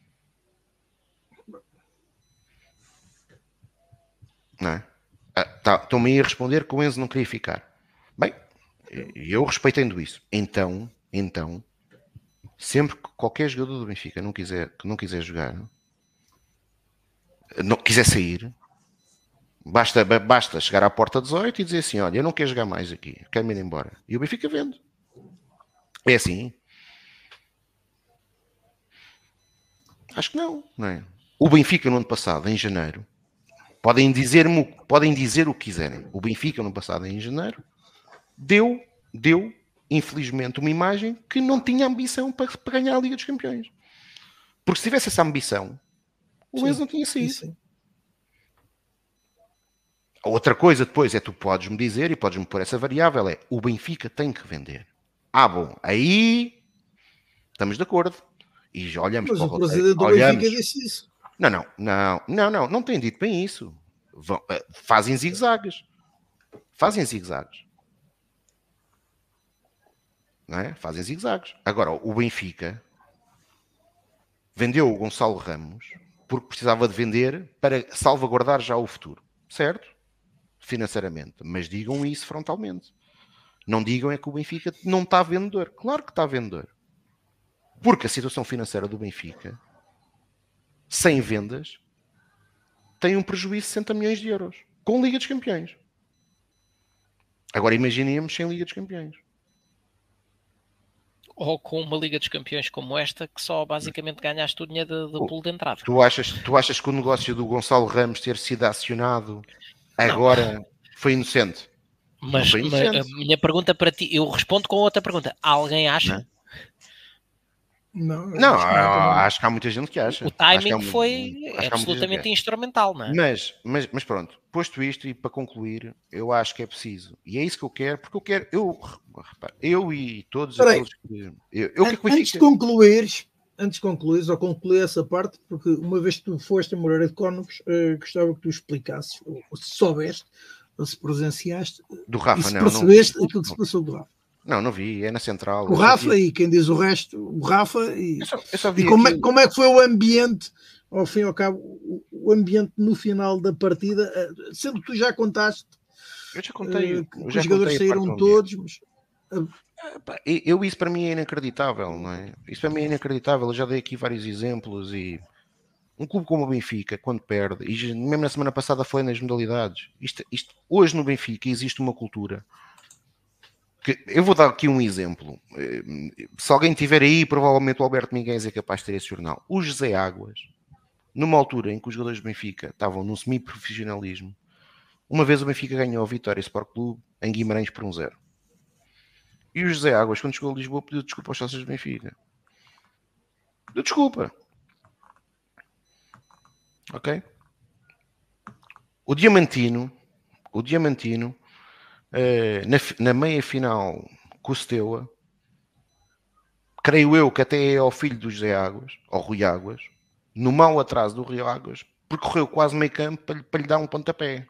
Não é? Estão-me aí a responder que o Enzo não queria ficar. Bem, eu respeitando isso. Então, sempre que qualquer jogador do Benfica que não quiser jogar, não quiser sair, basta chegar à porta 18 e dizer assim, olha, eu não quero jogar mais aqui, quero-me ir embora. E o Benfica vende. É assim? Acho que não é? O Benfica no ano passado, em janeiro, podem dizer o que quiserem. O Benfica no passado, em janeiro, deu, infelizmente, uma imagem que não tinha ambição para ganhar a Liga dos Campeões. Porque se tivesse essa ambição, o Enzo não tinha saído. Sim. Outra coisa depois é tu podes-me dizer, e podes-me pôr essa variável, é o Benfica tem que vender. Bom, aí estamos de acordo. E já olhamos para o presidente do Benfica disse isso. Não tem dito bem isso. Fazem zigue-zagues. Não é? Fazem zigue-zagues. Agora, o Benfica vendeu o Gonçalo Ramos porque precisava de vender para salvaguardar já o futuro. Certo? Financeiramente. Mas digam isso frontalmente. Não digam é que o Benfica não está vendedor. Claro que está vendedor. Porque a situação financeira do Benfica, sem vendas, tem um prejuízo de 60 milhões de euros. Com Liga dos Campeões. Agora imaginemos sem Liga dos Campeões. Ou com uma Liga dos Campeões como esta, que só basicamente ganhaste o dinheiro do pulo de entrada. Tu achas que o negócio do Gonçalo Ramos ter sido acionado agora foi inocente? Mas a minha pergunta para ti, eu respondo com outra pergunta. Alguém acha? Não, acho que há muita gente que acha. O timing foi absolutamente instrumental, não é? Mas pronto, posto isto e para concluir, eu acho que é preciso. E é isso que eu quero, porque eu e todos aqueles que... Antes de concluires, ou concluir essa parte, porque uma vez que tu foste a Moreira de Cónegos, gostava que tu explicasses, ou se soubeste, ou se presenciaste, do Rafa, e se percebeste aquilo que se passou do Rafa. Não vi, é na Central. O Rafa e quem diz o resto, o Rafa e, eu só vi e como é que foi o ambiente, ao fim e ao cabo, o ambiente no final da partida, sendo que tu já contaste, eu já contei, que os jogadores saíram todos, mas... Isso para mim é inacreditável, não é? Isso para mim é inacreditável, eu já dei aqui vários exemplos e um clube como o Benfica, quando perde, e mesmo na semana passada falei nas modalidades, hoje no Benfica existe uma cultura. Eu vou dar aqui um exemplo. Se alguém tiver aí, provavelmente o Alberto Miguel é capaz de ter esse jornal. O José Águas, numa altura em que os jogadores do Benfica estavam num semi-profissionalismo, uma vez o Benfica ganhou a Vitória Sport Clube em Guimarães por 1-0. E o José Águas, quando chegou a Lisboa, pediu desculpa aos sócios do Benfica. Pediu desculpa. Ok? O Diamantino, na meia final com o Steaua, creio eu que até é ao filho do José Águas, ao Rui Águas, no mau atraso do Rui Águas, percorreu quase meio campo para lhe dar um pontapé.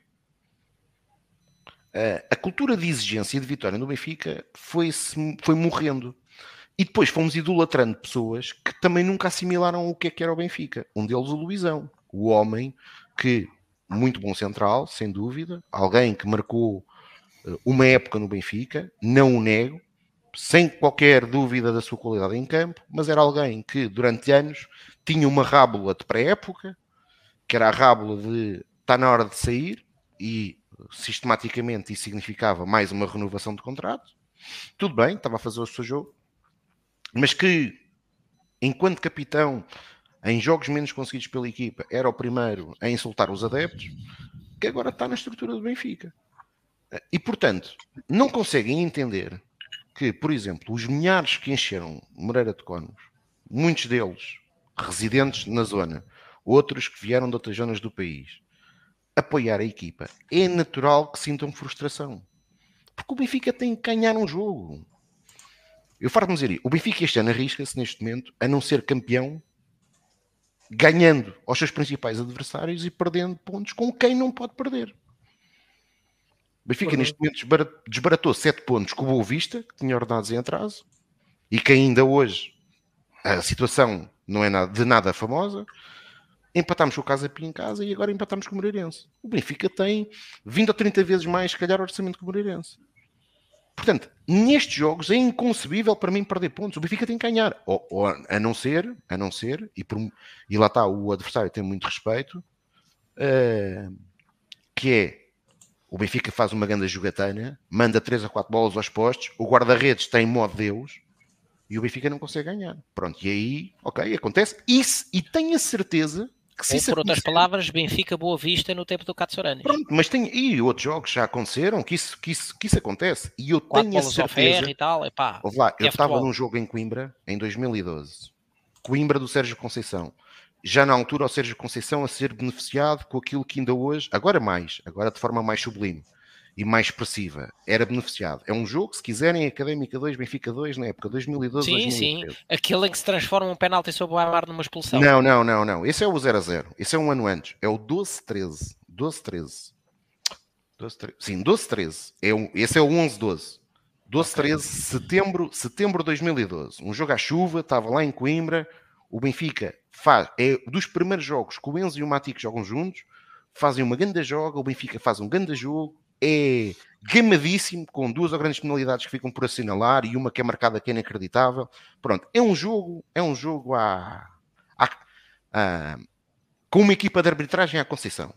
A cultura de exigência e de vitória no Benfica foi morrendo. E depois fomos idolatrando pessoas que também nunca assimilaram o que é que era o Benfica. Um deles o Luizão, o homem que, muito bom central, sem dúvida, alguém que marcou uma época no Benfica, não o nego, sem qualquer dúvida da sua qualidade em campo, mas era alguém que durante anos tinha uma rábula de pré-época, que era a rábula de está na hora de sair, e sistematicamente isso significava mais uma renovação de contrato. Tudo bem, estava a fazer o seu jogo, mas que enquanto capitão, em jogos menos conseguidos pela equipa, era o primeiro a insultar os adeptos, que agora está na estrutura do Benfica. E, portanto, não conseguem entender que, por exemplo, os milhares que encheram Moreira de Cónegos, muitos deles residentes na zona, outros que vieram de outras zonas do país, apoiar a equipa, é natural que sintam frustração. Porque o Benfica tem que ganhar um jogo. Eu farto-me dizer, o Benfica este ano arrisca-se neste momento a não ser campeão ganhando aos seus principais adversários e perdendo pontos com quem não pode perder. O Benfica neste momento desbaratou 7 pontos com o Boa Vista, que tinha ordenados em atraso, e que ainda hoje a situação não é de nada famosa. Empatámos com o Casa Pia em casa e agora empatámos com o Moreirense. O Benfica tem 20 ou 30 vezes mais, se calhar, orçamento que o Moreirense. Portanto, nestes jogos é inconcebível para mim perder pontos. O Benfica tem que ganhar. Ou a não ser, e lá está, o adversário tem muito respeito, que é, o Benfica faz uma grande jogatana, manda 3 a 4 bolas aos postos, o guarda-redes tem modo Deus, e o Benfica não consegue ganhar. Pronto, e aí, ok, acontece. Isso, e tenho a certeza que se Ou, isso por outras acontecer, palavras, Benfica Boa Vista no tempo do Katsouranis. pronto, mas e outros jogos já aconteceram que isso acontece. E eu 4 tenho a bolas ao ferro certeza... e tal, epá, Ouve lá, eu estava futebol. num jogo em Coimbra, em 2012. Coimbra do Sérgio Conceição. Já na altura o Sérgio Conceição a ser beneficiado com aquilo que ainda hoje, agora de forma mais sublime e mais expressiva, era beneficiado. É um jogo, se quiserem, Académica 2, Benfica 2, na época 2012, Sim, 2013. sim. Aquele em que se transforma um penalti sobre o Amar numa expulsão. Não. Esse é o 0-0. Esse é um ano antes. É o 12-13. 12-13. Sim, 12-13. Esse é o 11-12. 12-13, setembro de 2012. Um jogo à chuva, estava lá em Coimbra. O Benfica é dos primeiros jogos que o Enzo e o Matic jogam juntos. Fazem uma grande joga, o Benfica faz um grande jogo. É gamadíssimo, com 2 ou grandes penalidades que ficam por assinalar e uma que é marcada que é inacreditável. Pronto, é um jogo com uma equipa de arbitragem à Conceição.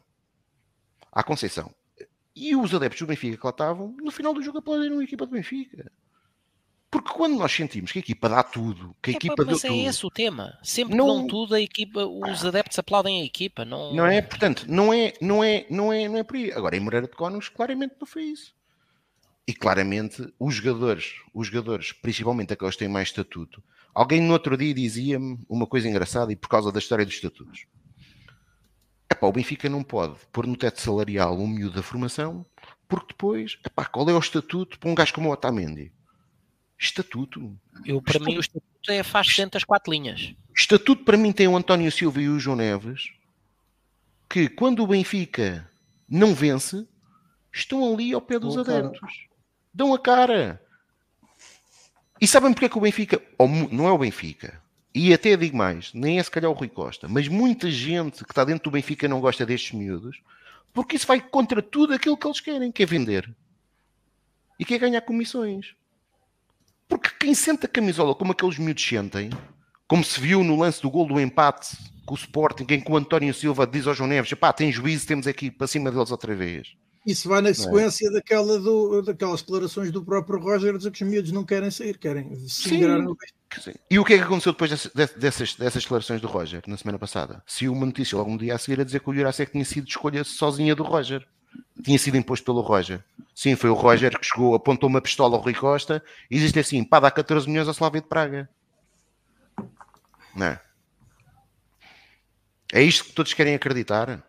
E os adeptos do Benfica que lá estavam, no final do jogo aplaudiram a equipa do Benfica. Porque quando nós sentimos que a equipa dá tudo, que a equipa deu mas é tudo... esse o tema. Sempre que dão tudo, a equipa, os adeptos aplaudem a equipa. Não é? Portanto, não é por aí. Agora, em Moreira de Cónegos, claramente não foi isso. E claramente, os jogadores, principalmente aqueles que têm mais estatuto, alguém no outro dia dizia-me uma coisa engraçada e por causa da história dos estatutos. O Benfica não pode pôr no teto salarial um miúdo da formação, porque depois, qual é o estatuto para um gajo como o Otamendi? Estatuto? Para mim, o estatuto faz 204 linhas. Estatuto para mim tem o António Silva e o João Neves, que quando o Benfica não vence, estão ali ao pé dos adeptos. Dão a cara. E sabem porque é que o Benfica... não é o Benfica. E até digo mais, nem é se calhar o Rui Costa, mas muita gente que está dentro do Benfica não gosta destes miúdos, porque isso vai contra tudo aquilo que eles querem, que é vender. E que é ganhar comissões. Porque quem sente a camisola como aqueles miúdos sentem, como se viu no lance do gol do empate com o Sporting, em que o António Silva diz ao João Neves, tem juízo, temos aqui para cima deles outra vez. Isso vai na sequência daquelas declarações do próprio Roger, dizer que os miúdos não querem sair, querem se ingrar no Sim. E o que é que aconteceu depois dessas declarações do Roger, na semana passada? Saiu uma notícia logo um dia a seguir a dizer que o Jurasek tinha sido escolha sozinha do Roger. Tinha sido imposto pelo Roger. Sim, foi o Roger que chegou, apontou uma pistola ao Rui Costa e disse assim, dá 14 milhões ao Slavia de Praga. Não é? É isto que todos querem acreditar?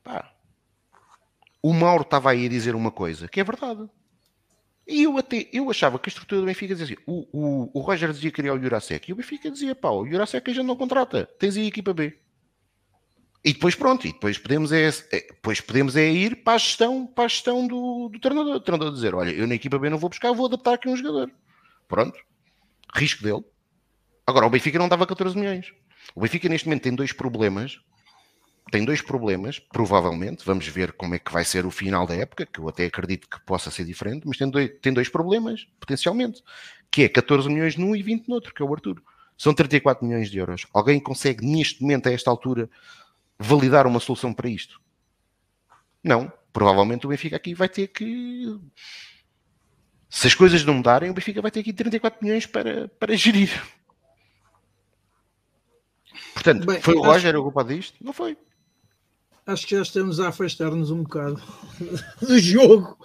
O Mauro estava aí a dizer uma coisa, que é verdade. E eu achava que a estrutura do Benfica dizia assim, o Roger dizia que queria o Jurasek, e o Benfica dizia, o Jurasek a gente não contrata, tens aí a equipa B. E depois pronto, depois podemos ir para a gestão do treinador. O treinador dizer, olha, eu na equipa B não vou buscar, vou adaptar aqui um jogador. Pronto, risco dele. Agora, o Benfica não dava 14 milhões. O Benfica neste momento tem dois problemas, provavelmente, vamos ver como é que vai ser o final da época, que eu até acredito que possa ser diferente, mas tem dois problemas, potencialmente, que é 14 milhões num e 20 no outro, que é o Arthur. São 34 milhões de euros. Alguém consegue, neste momento, a esta altura, validar uma solução para isto? Não. Provavelmente o Benfica aqui vai ter que... Se as coisas não mudarem, o Benfica vai ter aqui 34 milhões para gerir. Portanto, Bem, foi o Roger o culpado disto? Não foi. Acho que já estamos a afastar-nos um bocado do jogo.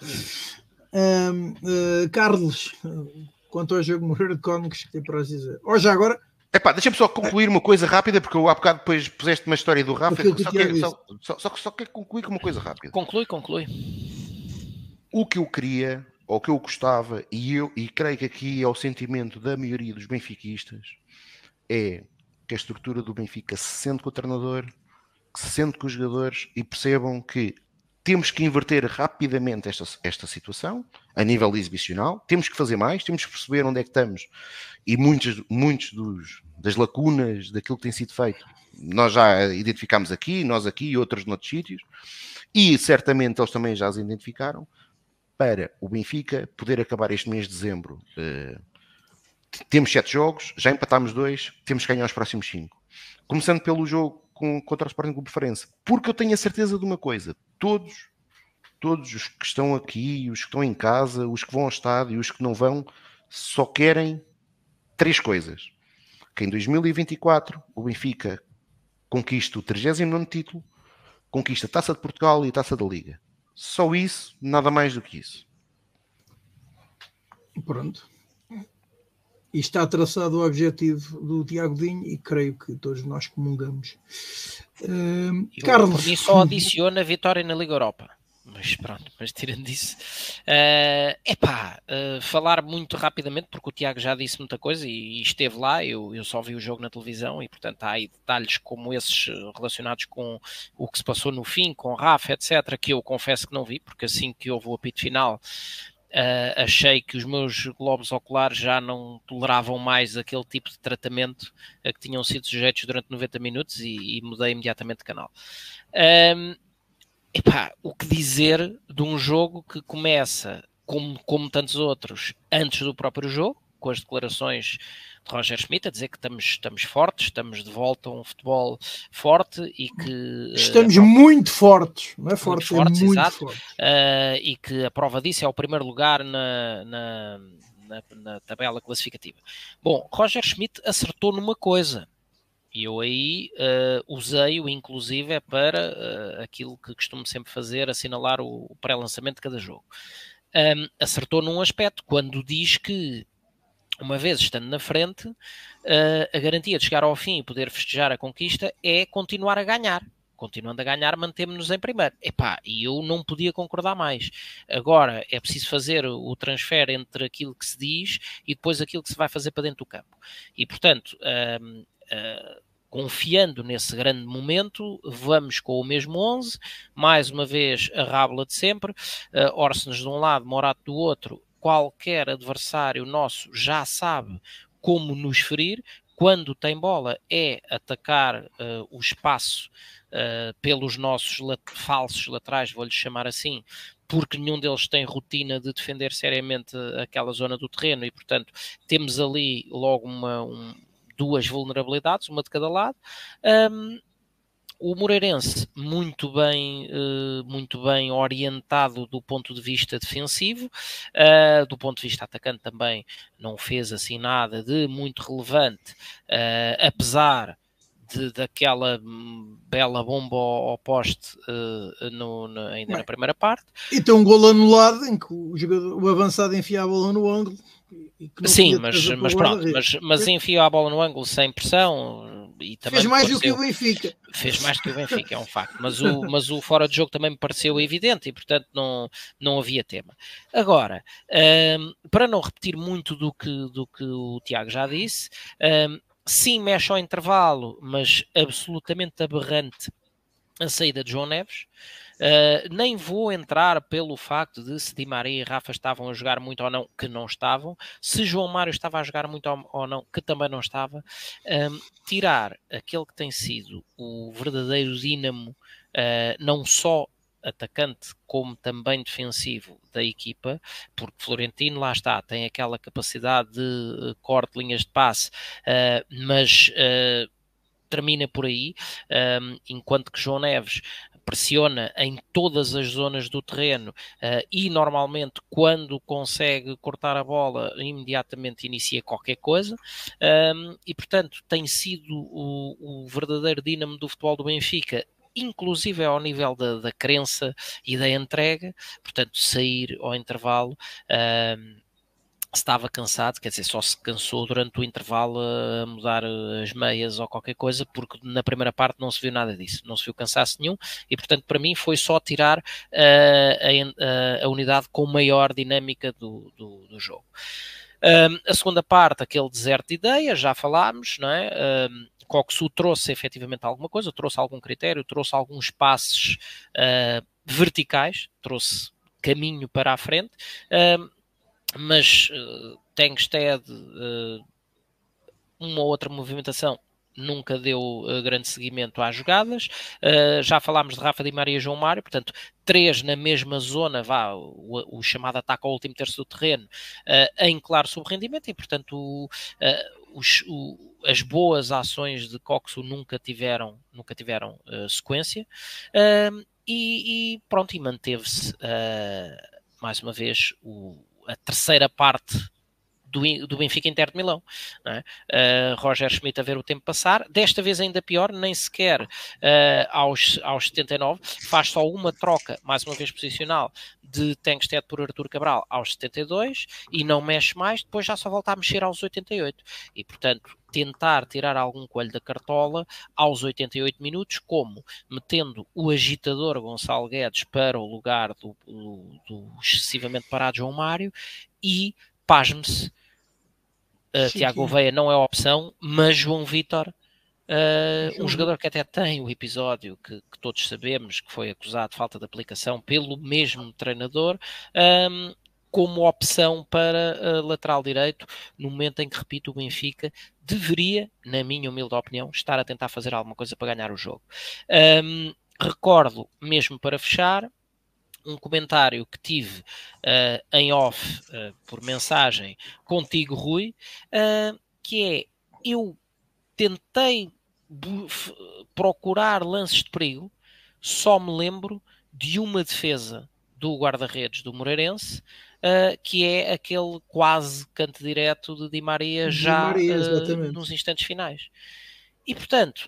Carlos, quanto ao jogo Moreira de Cónicos, que tem para dizer? Já agora. Deixa-me só concluir uma coisa rápida, porque eu há bocado depois puseste uma história do Rafa. Só quero concluir com uma coisa rápida. Conclui. O que eu queria, ou o que eu gostava, e creio que aqui é o sentimento da maioria dos benfiquistas, é que a estrutura do Benfica se sente com o treinador, que se sente com os jogadores e percebam que temos que inverter rapidamente esta situação a nível exibicional, temos que fazer mais, temos que perceber onde é que estamos e muitos das lacunas daquilo que tem sido feito nós já identificámos aqui, nós aqui e outros noutros sítios, e certamente eles também já as identificaram, para o Benfica poder acabar este mês de dezembro. Temos 7 jogos, já empatámos 2, temos que ganhar os próximos 5. Começando pelo jogo contra o Sporting Clube de Farense, porque eu tenho a certeza de uma coisa: todos os que estão aqui, os que estão em casa, os que vão ao estádio e os que não vão, só querem 3 coisas: que em 2024 o Benfica conquiste o 39º título, conquista a Taça de Portugal e a Taça da Liga. Só isso, nada mais do que isso. Pronto. E está traçado o objetivo do Tiago Dinho e creio que todos nós comungamos. Carlos. E só adiciona a vitória na Liga Europa. Mas pronto, tirando disso, falar muito rapidamente, porque o Tiago já disse muita coisa e esteve lá, eu só vi o jogo na televisão e portanto há aí detalhes como esses relacionados com o que se passou no fim, com o Rafa, etc, que eu confesso que não vi, porque assim que houve o apito final, achei que os meus globos oculares já não toleravam mais aquele tipo de tratamento a que tinham sido sujeitos durante 90 minutos e mudei imediatamente de canal. O que dizer de um jogo que começa, como tantos outros, antes do próprio jogo, com as declarações de Roger Schmidt a dizer que estamos fortes, estamos de volta a um futebol forte e que... Estamos muito fortes, não é fortes, é muito exato, fortes. E que a prova disso é o primeiro lugar na tabela classificativa. Bom, Roger Schmidt acertou numa coisa. E eu aí usei-o, inclusive, para aquilo que costumo sempre fazer, assinalar o pré-lançamento de cada jogo. Acertou num aspecto, quando diz que, uma vez estando na frente, a garantia de chegar ao fim e poder festejar a conquista é continuar a ganhar. Continuando a ganhar, mantemos-nos em primeiro. E eu não podia concordar mais. Agora, é preciso fazer o transfer entre aquilo que se diz e depois aquilo que se vai fazer para dentro do campo. E, portanto... confiando nesse grande momento, vamos com o mesmo 11, mais uma vez a rábula de sempre, Orsnes de um lado, Morato do outro, qualquer adversário nosso já sabe como nos ferir, quando tem bola é atacar o espaço pelos nossos falsos laterais, vou-lhes chamar assim, porque nenhum deles tem rotina de defender seriamente aquela zona do terreno e, portanto, temos ali logo duas vulnerabilidades, uma de cada lado. O Moreirense muito bem orientado do ponto de vista defensivo, do ponto de vista atacante também não fez assim nada de muito relevante, apesar daquela bela bomba ao poste ainda na primeira parte. E tem um golo anulado em que o avançado enfia a bola no ângulo. Sim, mas pronto, mas enfia a bola no ângulo sem pressão e também fez mais do que o Benfica. Fez mais do que o Benfica, é um facto, mas o fora de jogo também me pareceu evidente e portanto não havia tema. Agora, para não repetir muito do que o Tiago já disse, sim, mexe ao intervalo, mas absolutamente aberrante a saída de João Neves. Nem vou entrar pelo facto de se Di Maria e Rafa estavam a jogar muito ou não, que não estavam, se João Mário estava a jogar muito ou não, que também não estava. Tirar aquele que tem sido o verdadeiro dínamo, não só atacante como também defensivo da equipa, porque Florentino, lá está, tem aquela capacidade de corte de linhas de passe, mas termina por aí, enquanto que João Neves pressiona em todas as zonas do terreno e normalmente quando consegue cortar a bola imediatamente inicia qualquer coisa, e portanto tem sido o verdadeiro dínamo do futebol do Benfica, inclusive ao nível da crença e da entrega. Portanto, sair ao intervalo, estava cansado, quer dizer, só se cansou durante o intervalo a mudar as meias ou qualquer coisa, porque na primeira parte não se viu nada disso, não se viu cansaço nenhum, e portanto para mim foi só tirar a unidade com maior dinâmica do jogo. A segunda parte, aquele deserto de ideias, já falámos, não é? Coxu trouxe efetivamente alguma coisa, trouxe algum critério, trouxe alguns passes verticais, trouxe caminho para a frente, mas Tengsted, uma ou outra movimentação, nunca deu grande seguimento às jogadas. Já falámos de Rafa Di Maria e João Mário, portanto, 3 na mesma zona, o chamado ataque ao último terço do terreno, em claro subrendimento, e portanto as boas ações de Coxu nunca tiveram sequência, e pronto, e manteve-se mais uma vez a terceira parte do Benfica Inter de Milão, não é? Roger Schmidt a ver o tempo passar, desta vez ainda pior, nem sequer aos 79, faz só uma troca, mais uma vez posicional, de Tengsted por Artur Cabral aos 72 e não mexe mais, depois já só volta a mexer aos 88, e portanto tentar tirar algum coelho da cartola aos 88 minutos, como metendo o agitador Gonçalo Guedes para o lugar do excessivamente parado João Mário, e pasme-se, Tiago Gouveia não é opção, mas João Vítor, um jogador que até tem o episódio que todos sabemos que foi acusado de falta de aplicação pelo mesmo treinador, como opção para lateral direito, no momento em que, repito, o Benfica deveria, na minha humilde opinião, estar a tentar fazer alguma coisa para ganhar o jogo. Recordo, mesmo para fechar, um comentário que tive em off por mensagem contigo, Rui, que é: eu tentei procurar lances de perigo, só me lembro de uma defesa do guarda-redes do Moreirense, que é aquele quase canto direto de Di Maria nos instantes finais. E portanto,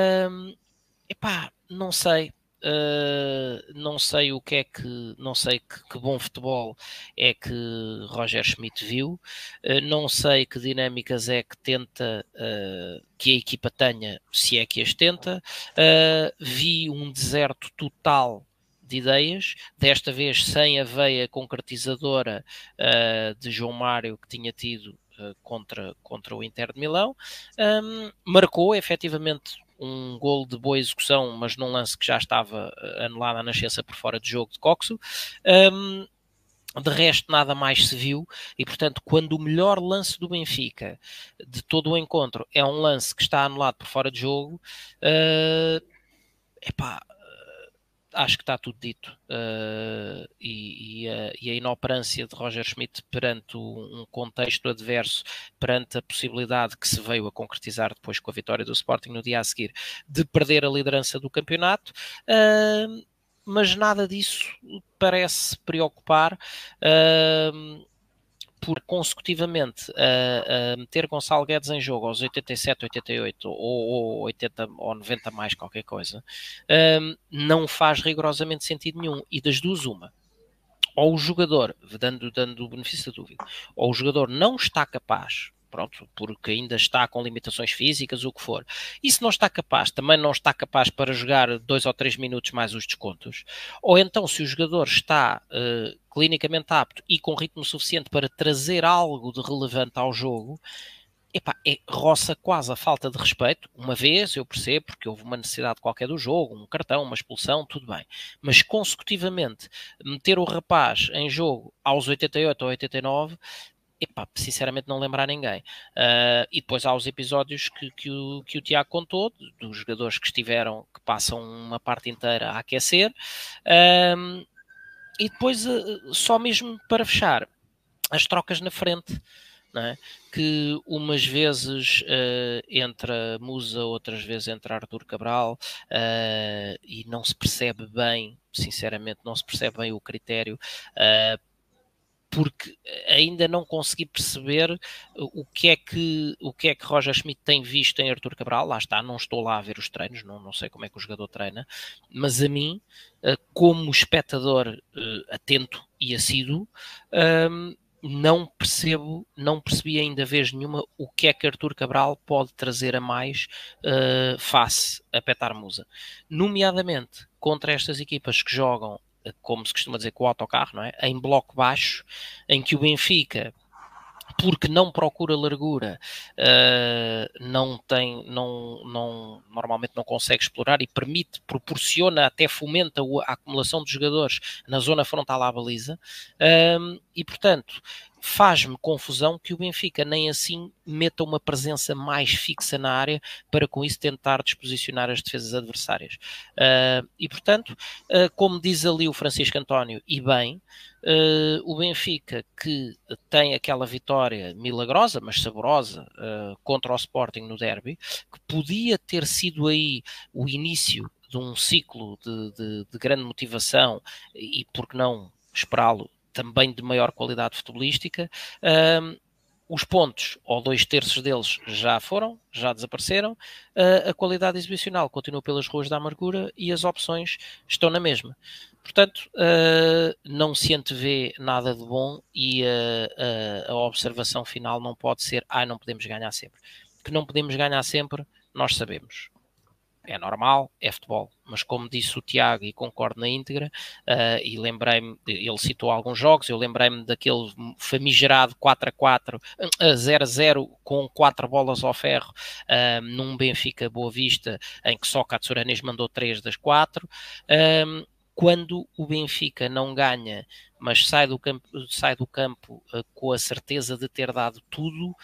não sei. Não sei o que é não sei que bom futebol é que Roger Schmidt viu, não sei que dinâmicas é que tenta que a equipa tenha, se é que as tenta. Vi um deserto total de ideias, desta vez sem a veia concretizadora de João Mário que tinha tido contra o Inter de Milão. Marcou efetivamente um golo de boa execução, mas num lance que já estava anulado à nascença por fora de jogo de Coxu. De resto, nada mais se viu, e portanto, quando o melhor lance do Benfica de todo o encontro é um lance que está anulado por fora de jogo, acho que está tudo dito. E a inoperância de Roger Schmidt perante um contexto adverso, perante a possibilidade que se veio a concretizar depois com a vitória do Sporting no dia a seguir, de perder a liderança do campeonato, mas nada disso parece preocupar, por consecutivamente a meter Gonçalo Guedes em jogo aos 87, 88 ou 80 ou 90 mais qualquer coisa, não faz rigorosamente sentido nenhum. E das duas, uma: ou o jogador, dando o benefício da dúvida, ou o jogador não está capaz, pronto, porque ainda está com limitações físicas, o que for, e se não está capaz, também não está capaz para jogar 2 ou 3 minutos mais os descontos, ou então se o jogador está clinicamente apto e com ritmo suficiente para trazer algo de relevante ao jogo, roça quase a falta de respeito. Uma vez, eu percebo, porque houve uma necessidade qualquer do jogo, um cartão, uma expulsão, tudo bem, mas consecutivamente meter o rapaz em jogo aos 88 ou 89, sinceramente não lembrar ninguém. E depois há os episódios que o Tiago contou, dos jogadores que passam uma parte inteira a aquecer, e depois, só mesmo para fechar, as trocas na frente não é? Que umas vezes entra Musa, outras vezes entra Artur Cabral, e não se percebe bem, sinceramente, não se percebe bem o critério, porque ainda não consegui perceber o que é que Roger Schmidt tem visto em Artur Cabral. Lá está, não estou lá a ver os treinos, não sei como é que o jogador treina, mas a mim, como espectador atento e assíduo, não percebi ainda vez nenhuma o que é que Artur Cabral pode trazer a mais face a Petar Musa, nomeadamente contra estas equipas que jogam, como se costuma dizer, com o autocarro, não é? Em bloco baixo, em que o Benfica, porque não procura largura, normalmente não consegue explorar e proporciona, até fomenta a acumulação de jogadores na zona frontal à baliza, e portanto faz-me confusão que o Benfica nem assim meta uma presença mais fixa na área para com isso tentar disposicionar as defesas adversárias. E portanto, como diz ali o Francisco António, e bem, o Benfica, que tem aquela vitória milagrosa, mas saborosa, contra o Sporting no derby, que podia ter sido aí o início de um ciclo de grande motivação e, por que não, esperá-lo também de maior qualidade futebolística. Os pontos, ou 2/3 deles, já desapareceram, a qualidade exibicional continua pelas ruas da amargura e as opções estão na mesma. Portanto, não se antevê nada de bom e a observação final não pode ser não podemos ganhar sempre. Que não podemos ganhar sempre, nós sabemos. É normal, é futebol, mas como disse o Tiago, e concordo na íntegra, e lembrei-me, ele citou alguns jogos, eu lembrei-me daquele famigerado 4-4, 0-0 com 4 bolas ao ferro, num Benfica Boa Vista, em que só Katsuranis mandou 3 das 4, quando o Benfica não ganha, mas sai do campo com a certeza de ter dado tudo,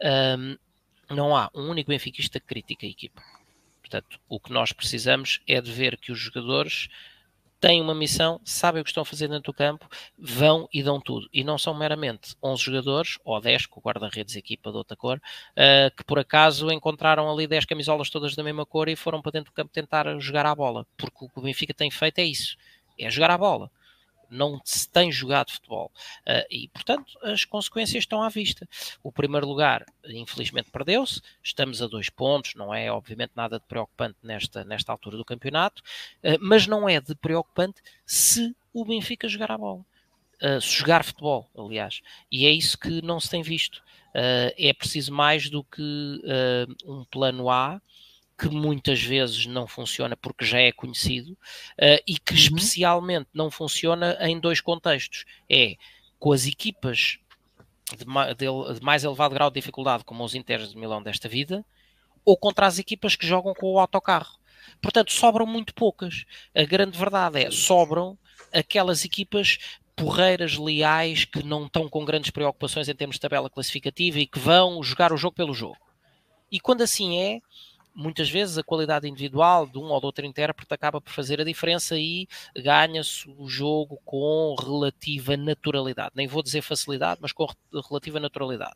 não há um único benfiquista que critica a equipa. Portanto, o que nós precisamos é de ver que os jogadores têm uma missão, sabem o que estão a fazer dentro do campo, vão e dão tudo. E não são meramente 11 jogadores, ou 10, com o guarda-redes equipa de outra cor, que por acaso encontraram ali 10 camisolas todas da mesma cor e foram para dentro do campo tentar jogar à bola. Porque o que o Benfica tem feito é isso, é jogar à bola. Não se tem jogado futebol. E, portanto, as consequências estão à vista. O primeiro lugar, infelizmente, perdeu-se. Estamos a 2 pontos. Não é, obviamente, nada de preocupante nesta altura do campeonato. Mas não é de preocupante se o Benfica jogar a bola. Se jogar futebol, aliás. E é isso que não se tem visto. É preciso mais do que um plano A, que muitas vezes não funciona porque já é conhecido, e que especialmente não funciona em 2 contextos. É com as equipas de mais elevado grau de dificuldade, como os Inters de Milão desta vida, ou contra as equipas que jogam com o autocarro. Portanto, sobram muito poucas. A grande verdade é, sobram aquelas equipas porreiras, leais, que não estão com grandes preocupações em termos de tabela classificativa e que vão jogar o jogo pelo jogo. E quando assim é, muitas vezes a qualidade individual de um ou de outro intérprete acaba por fazer a diferença e ganha-se o jogo com relativa naturalidade. Nem vou dizer facilidade, mas com relativa naturalidade.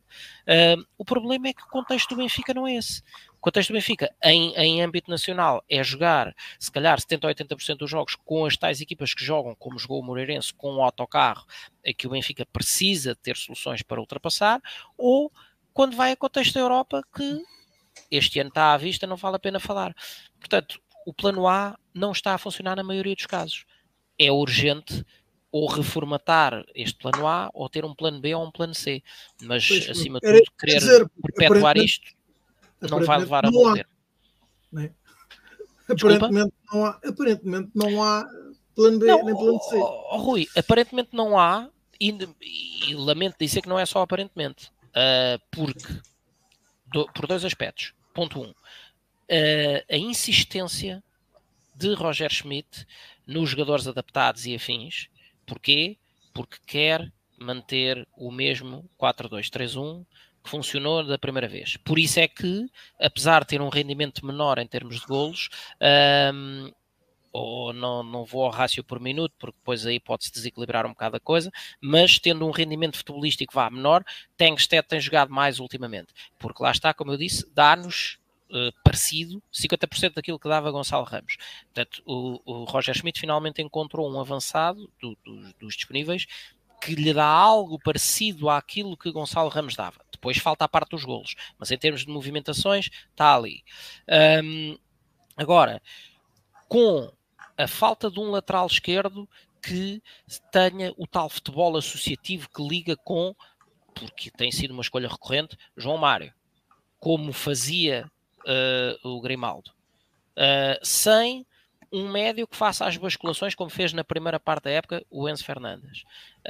O problema é que o contexto do Benfica não é esse. O contexto do Benfica, em âmbito nacional, é jogar, se calhar, 70% ou 80% dos jogos com as tais equipas que jogam, como jogou o Moreirense, com o autocarro, é que o Benfica precisa ter soluções para ultrapassar, ou quando vai a contexto da Europa, que este ano está à vista, não vale a pena falar. Portanto, o plano A não está a funcionar na maioria dos casos. É urgente ou reformatar este plano A, ou ter um plano B ou um plano C. Mas, acima de tudo, querer perpetuar isto não vai levar a bom termo. Aparentemente não há plano B nem plano C. Rui, aparentemente não há, e lamento dizer que não é só aparentemente, porque por 2 aspectos. Ponto 1. A insistência de Roger Schmidt nos jogadores adaptados e afins. Porquê? Porque quer manter o mesmo 4-2-3-1 que funcionou da primeira vez. Por isso é que, apesar de ter um rendimento menor em termos de golos, ou não vou ao rácio por minuto, porque depois aí pode-se desequilibrar um bocado a coisa, mas tendo um rendimento futebolístico menor, Tengsted tem jogado mais ultimamente, porque lá está, como eu disse, dá-nos parecido 50% daquilo que dava Gonçalo Ramos. Portanto, o Roger Schmidt finalmente encontrou um avançado dos disponíveis que lhe dá algo parecido àquilo que Gonçalo Ramos dava. Depois falta a parte dos golos, mas em termos de movimentações está ali. Agora, com a falta de um lateral esquerdo que tenha o tal futebol associativo que liga com, porque tem sido uma escolha recorrente, João Mário, como fazia o Grimaldo, sem um médio que faça as basculações como fez na primeira parte da época o Enzo Fernandes,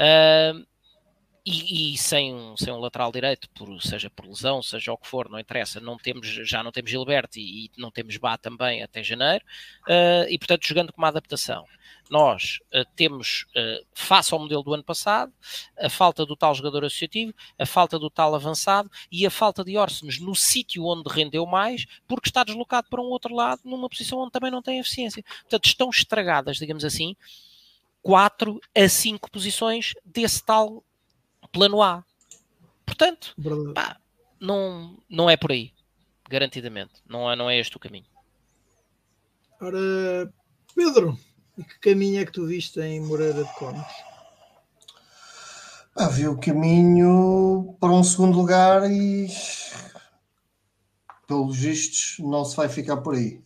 e sem um lateral direito, seja por lesão, seja o que for, não interessa, já não temos Gilberto e não temos Bá também até janeiro, e portanto jogando com uma adaptação. Nós temos, face ao modelo do ano passado, a falta do tal jogador associativo, a falta do tal avançado e a falta de Orsnes no sítio onde rendeu mais, porque está deslocado para um outro lado, numa posição onde também não tem eficiência. Portanto, estão estragadas, digamos assim, 4 a 5 posições desse tal plano A. Portanto, pá, não é por aí, garantidamente. Não é este o caminho. Ora, Pedro, e que caminho é que tu viste em Moreira de Cónegos? Vi o caminho para um segundo lugar e, pelos vistos, não se vai ficar por aí.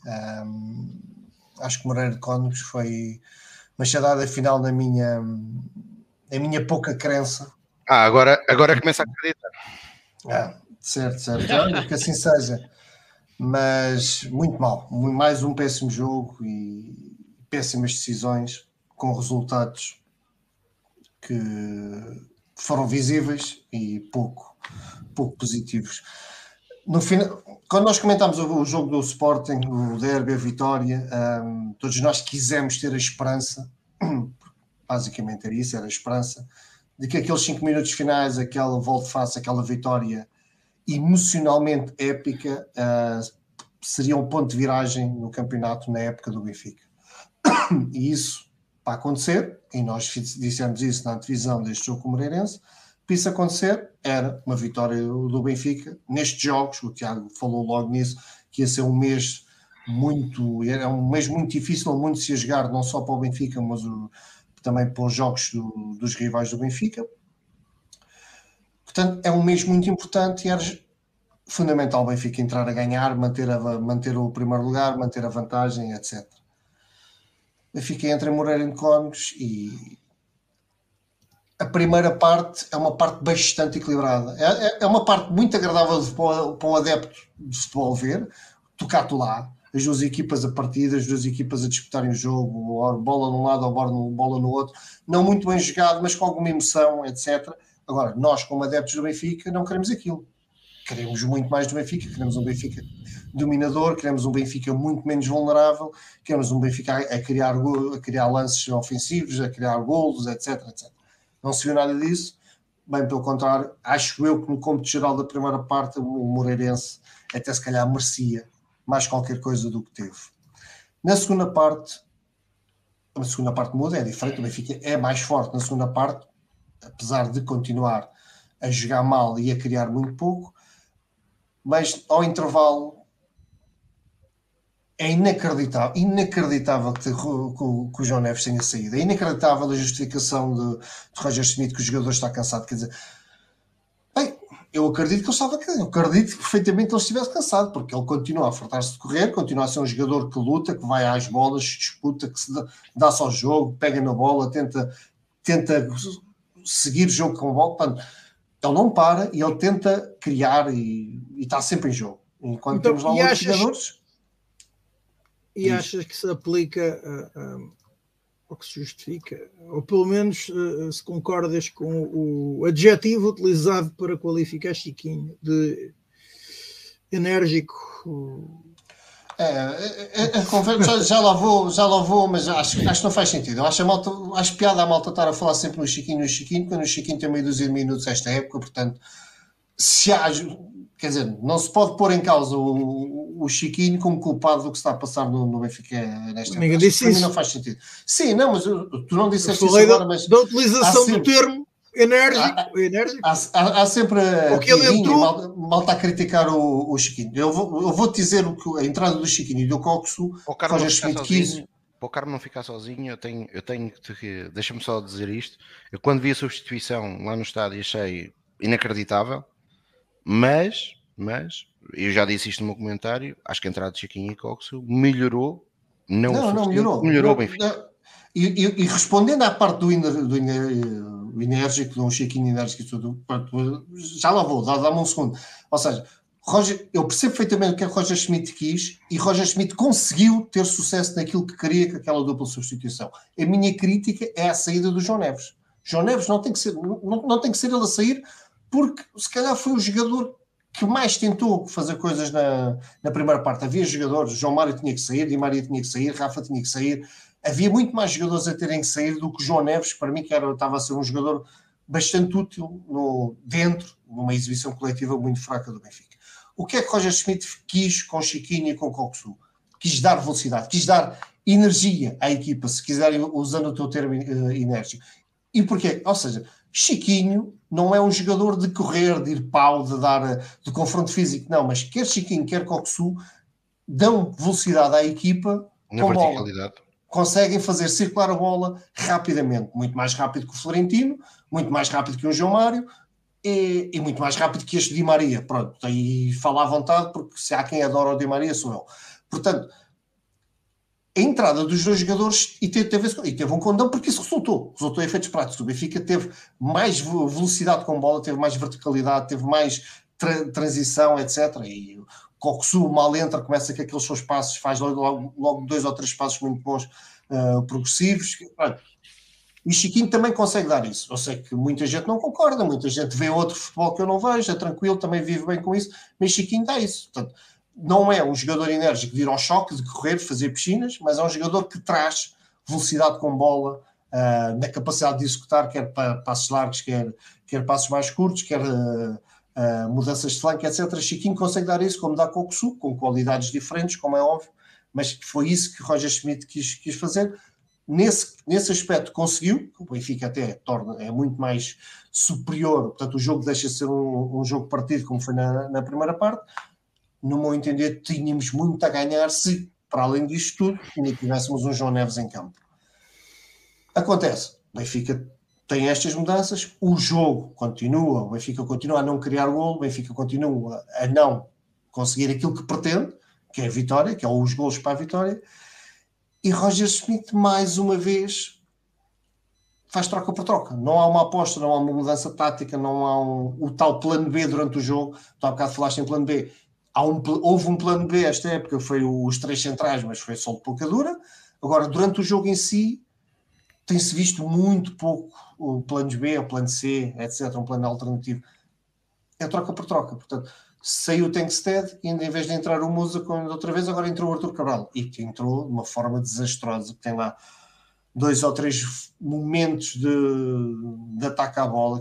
Acho que Moreira de Cónegos foi uma chadada final na minha pouca crença. Agora começa a acreditar. Certo. Olha, que assim seja. Mas muito mal. Mais um péssimo jogo e péssimas decisões com resultados que foram visíveis e pouco positivos. No final, quando nós comentámos o jogo do Sporting, o derby, a vitória, todos nós quisemos ter a esperança, basicamente era isso, era a esperança, de que aqueles 5 minutos finais, aquela volte-face, aquela vitória emocionalmente épica, seria um ponto de viragem no campeonato na época do Benfica. E isso, para acontecer, e nós dissemos isso na antevisão deste jogo com o Moreirense, para isso acontecer, era uma vitória do Benfica. Nestes jogos, o Tiago falou logo nisso, que ia ser um mês muito difícil, onde muito se ia jogar, não só para o Benfica, mas também para os jogos dos rivais do Benfica. Portanto, é um mês muito importante e era fundamental o Benfica entrar a ganhar, manter o primeiro lugar, manter a vantagem, etc. O Benfica entra em Moreira de Cónegos e a primeira parte é uma parte bastante equilibrada. É uma parte muito agradável para um adepto de futebol ver, tocar-te lá, as duas equipas a partir, as duas equipas a disputarem o jogo, ou bola num lado ou bola no outro, não muito bem jogado, mas com alguma emoção, etc. Agora, nós como adeptos do Benfica não queremos aquilo. Queremos muito mais do Benfica, queremos um Benfica dominador, queremos um Benfica muito menos vulnerável, queremos um Benfica a criar lances ofensivos, a criar golos, etc. Não se viu nada disso, bem pelo contrário, acho eu que no cômputo geral da primeira parte o Moreirense até se calhar merecia mais qualquer coisa do que teve. Na segunda parte muda, é diferente, o Benfica é mais forte na segunda parte, apesar de continuar a jogar mal e a criar muito pouco, mas ao intervalo é inacreditável que o João Neves tenha saído, é inacreditável a justificação de Roger Schmidt que o jogador está cansado, quer dizer, bem, eu acredito que ele estava cansado, eu acredito perfeitamente que ele estivesse cansado, porque ele continua a fartar-se de correr, continua a ser um jogador que luta, que vai às bolas, disputa, que se dá-se ao jogo, pega na bola, tenta seguir o jogo com a bola. Portanto, ele não para e ele tenta criar e está sempre em jogo. Enquanto então, temos lá outros jogadores. E achas que se aplica ou que se justifica, ou pelo menos se concordas com o adjetivo utilizado para qualificar Chiquinho de enérgico? Já lá vou, mas acho que não faz sentido. Eu acho piada a malta estar a falar sempre no Chiquinho, quando o Chiquinho tem meio dúzia de minutos esta época, portanto, se há quer dizer, não se pode pôr em causa o Chiquinho como culpado do que está a passar no Benfica nesta Ninguém disse para isso. mim não faz sentido. Sim, não, mas tu não disseste isso agora, mas da utilização do termo enérgico. Há sempre o que ele entrou. Malta a criticar o Chiquinho. Eu vou te dizer a entrada do Chiquinho e do Coxo, Roger Schmidt quis. Para o Carmo não ficar sozinho, eu tenho que. Deixa-me só dizer isto. Eu, quando vi a substituição lá no estádio, achei inacreditável, mas eu já disse isto no meu comentário. Acho que a entrada de Chiquinho e Coxo melhorou. Não melhorou bem. E respondendo à parte do enérgico, de um Chiquinho enérgico e tudo, já lá vou, dá-me um segundo. Ou seja, eu percebo perfeitamente o que é que Roger Schmidt quis e Roger Schmidt conseguiu ter sucesso naquilo que queria com aquela dupla substituição. A minha crítica é a saída do João Neves. João Neves não tem que ser ele a sair, porque se calhar foi o jogador que mais tentou fazer coisas na primeira parte. Havia jogadores, João Mário tinha que sair, Di Maria tinha que sair, Rafa tinha que sair. Havia muito mais jogadores a terem que sair do que João Neves, para mim, que estava a ser um jogador bastante útil dentro, numa exibição coletiva muito fraca do Benfica. O que é que Roger Schmidt quis com Chiquinho e com Coxu? Quis dar velocidade, quis dar energia à equipa, se quiserem, usando o teu termo enérgico. E porquê? Ou seja, Chiquinho não é um jogador de correr, de ir pau, de confronto físico, não, mas quer Chiquinho, quer Coxu, dão velocidade à equipa com verticalidade. Bola. Conseguem fazer circular a bola rapidamente, muito mais rápido que o Florentino, muito mais rápido que o João Mário, e muito mais rápido que este Di Maria. Pronto, aí fala à vontade, porque se há quem adora o Di Maria sou eu. Portanto, a entrada dos dois jogadores e teve um condão, porque isso resultou em efeitos práticos. O Benfica teve mais velocidade com bola, teve mais verticalidade, teve mais transição, etc. E o Coxu mal entra, começa com aqueles seus passos, faz logo 2 ou 3 passos muito bons, progressivos. E Chiquinho também consegue dar isso. Eu sei que muita gente não concorda, muita gente vê outro futebol que eu não vejo, é tranquilo, também vive bem com isso, mas Chiquinho dá isso. Portanto, não é um jogador enérgico de ir ao choque, de correr, de fazer piscinas, mas é um jogador que traz velocidade com bola, na capacidade de executar, quer passos largos, quer passos mais curtos, quer mudanças de flanco, etc. Chiquinho consegue dar isso, como dá Coxu, com qualidades diferentes, como é óbvio, mas foi isso que Roger Schmidt quis fazer. Nesse aspecto conseguiu, o Benfica até é muito mais superior, portanto o jogo deixa de ser um jogo partido como foi na primeira parte. No meu entender, tínhamos muito a ganhar se, para além disto tudo, ainda tivéssemos um João Neves em campo. Acontece, o Benfica tem estas mudanças, o jogo continua, o Benfica continua a não criar golo, o Benfica continua a não conseguir aquilo que pretende, que é a vitória, que é os golos para a vitória. E Roger Schmidt, mais uma vez, faz troca por troca. Não há uma aposta, não há uma mudança tática, não há o tal plano B durante o jogo. Tu há bocado falaste em plano B. Houve um plano B esta época, foi os 3 centrais, mas foi só de pouca dura. Agora, durante o jogo em si, tem-se visto muito pouco o plano B, o plano C, etc., um plano alternativo. É troca por troca. Portanto, saiu o Tankstead e em vez de entrar o Musa outra vez, agora entrou o Arthur Cabral. E que entrou de uma forma desastrosa, que tem lá 2 ou 3 momentos de ataque à bola.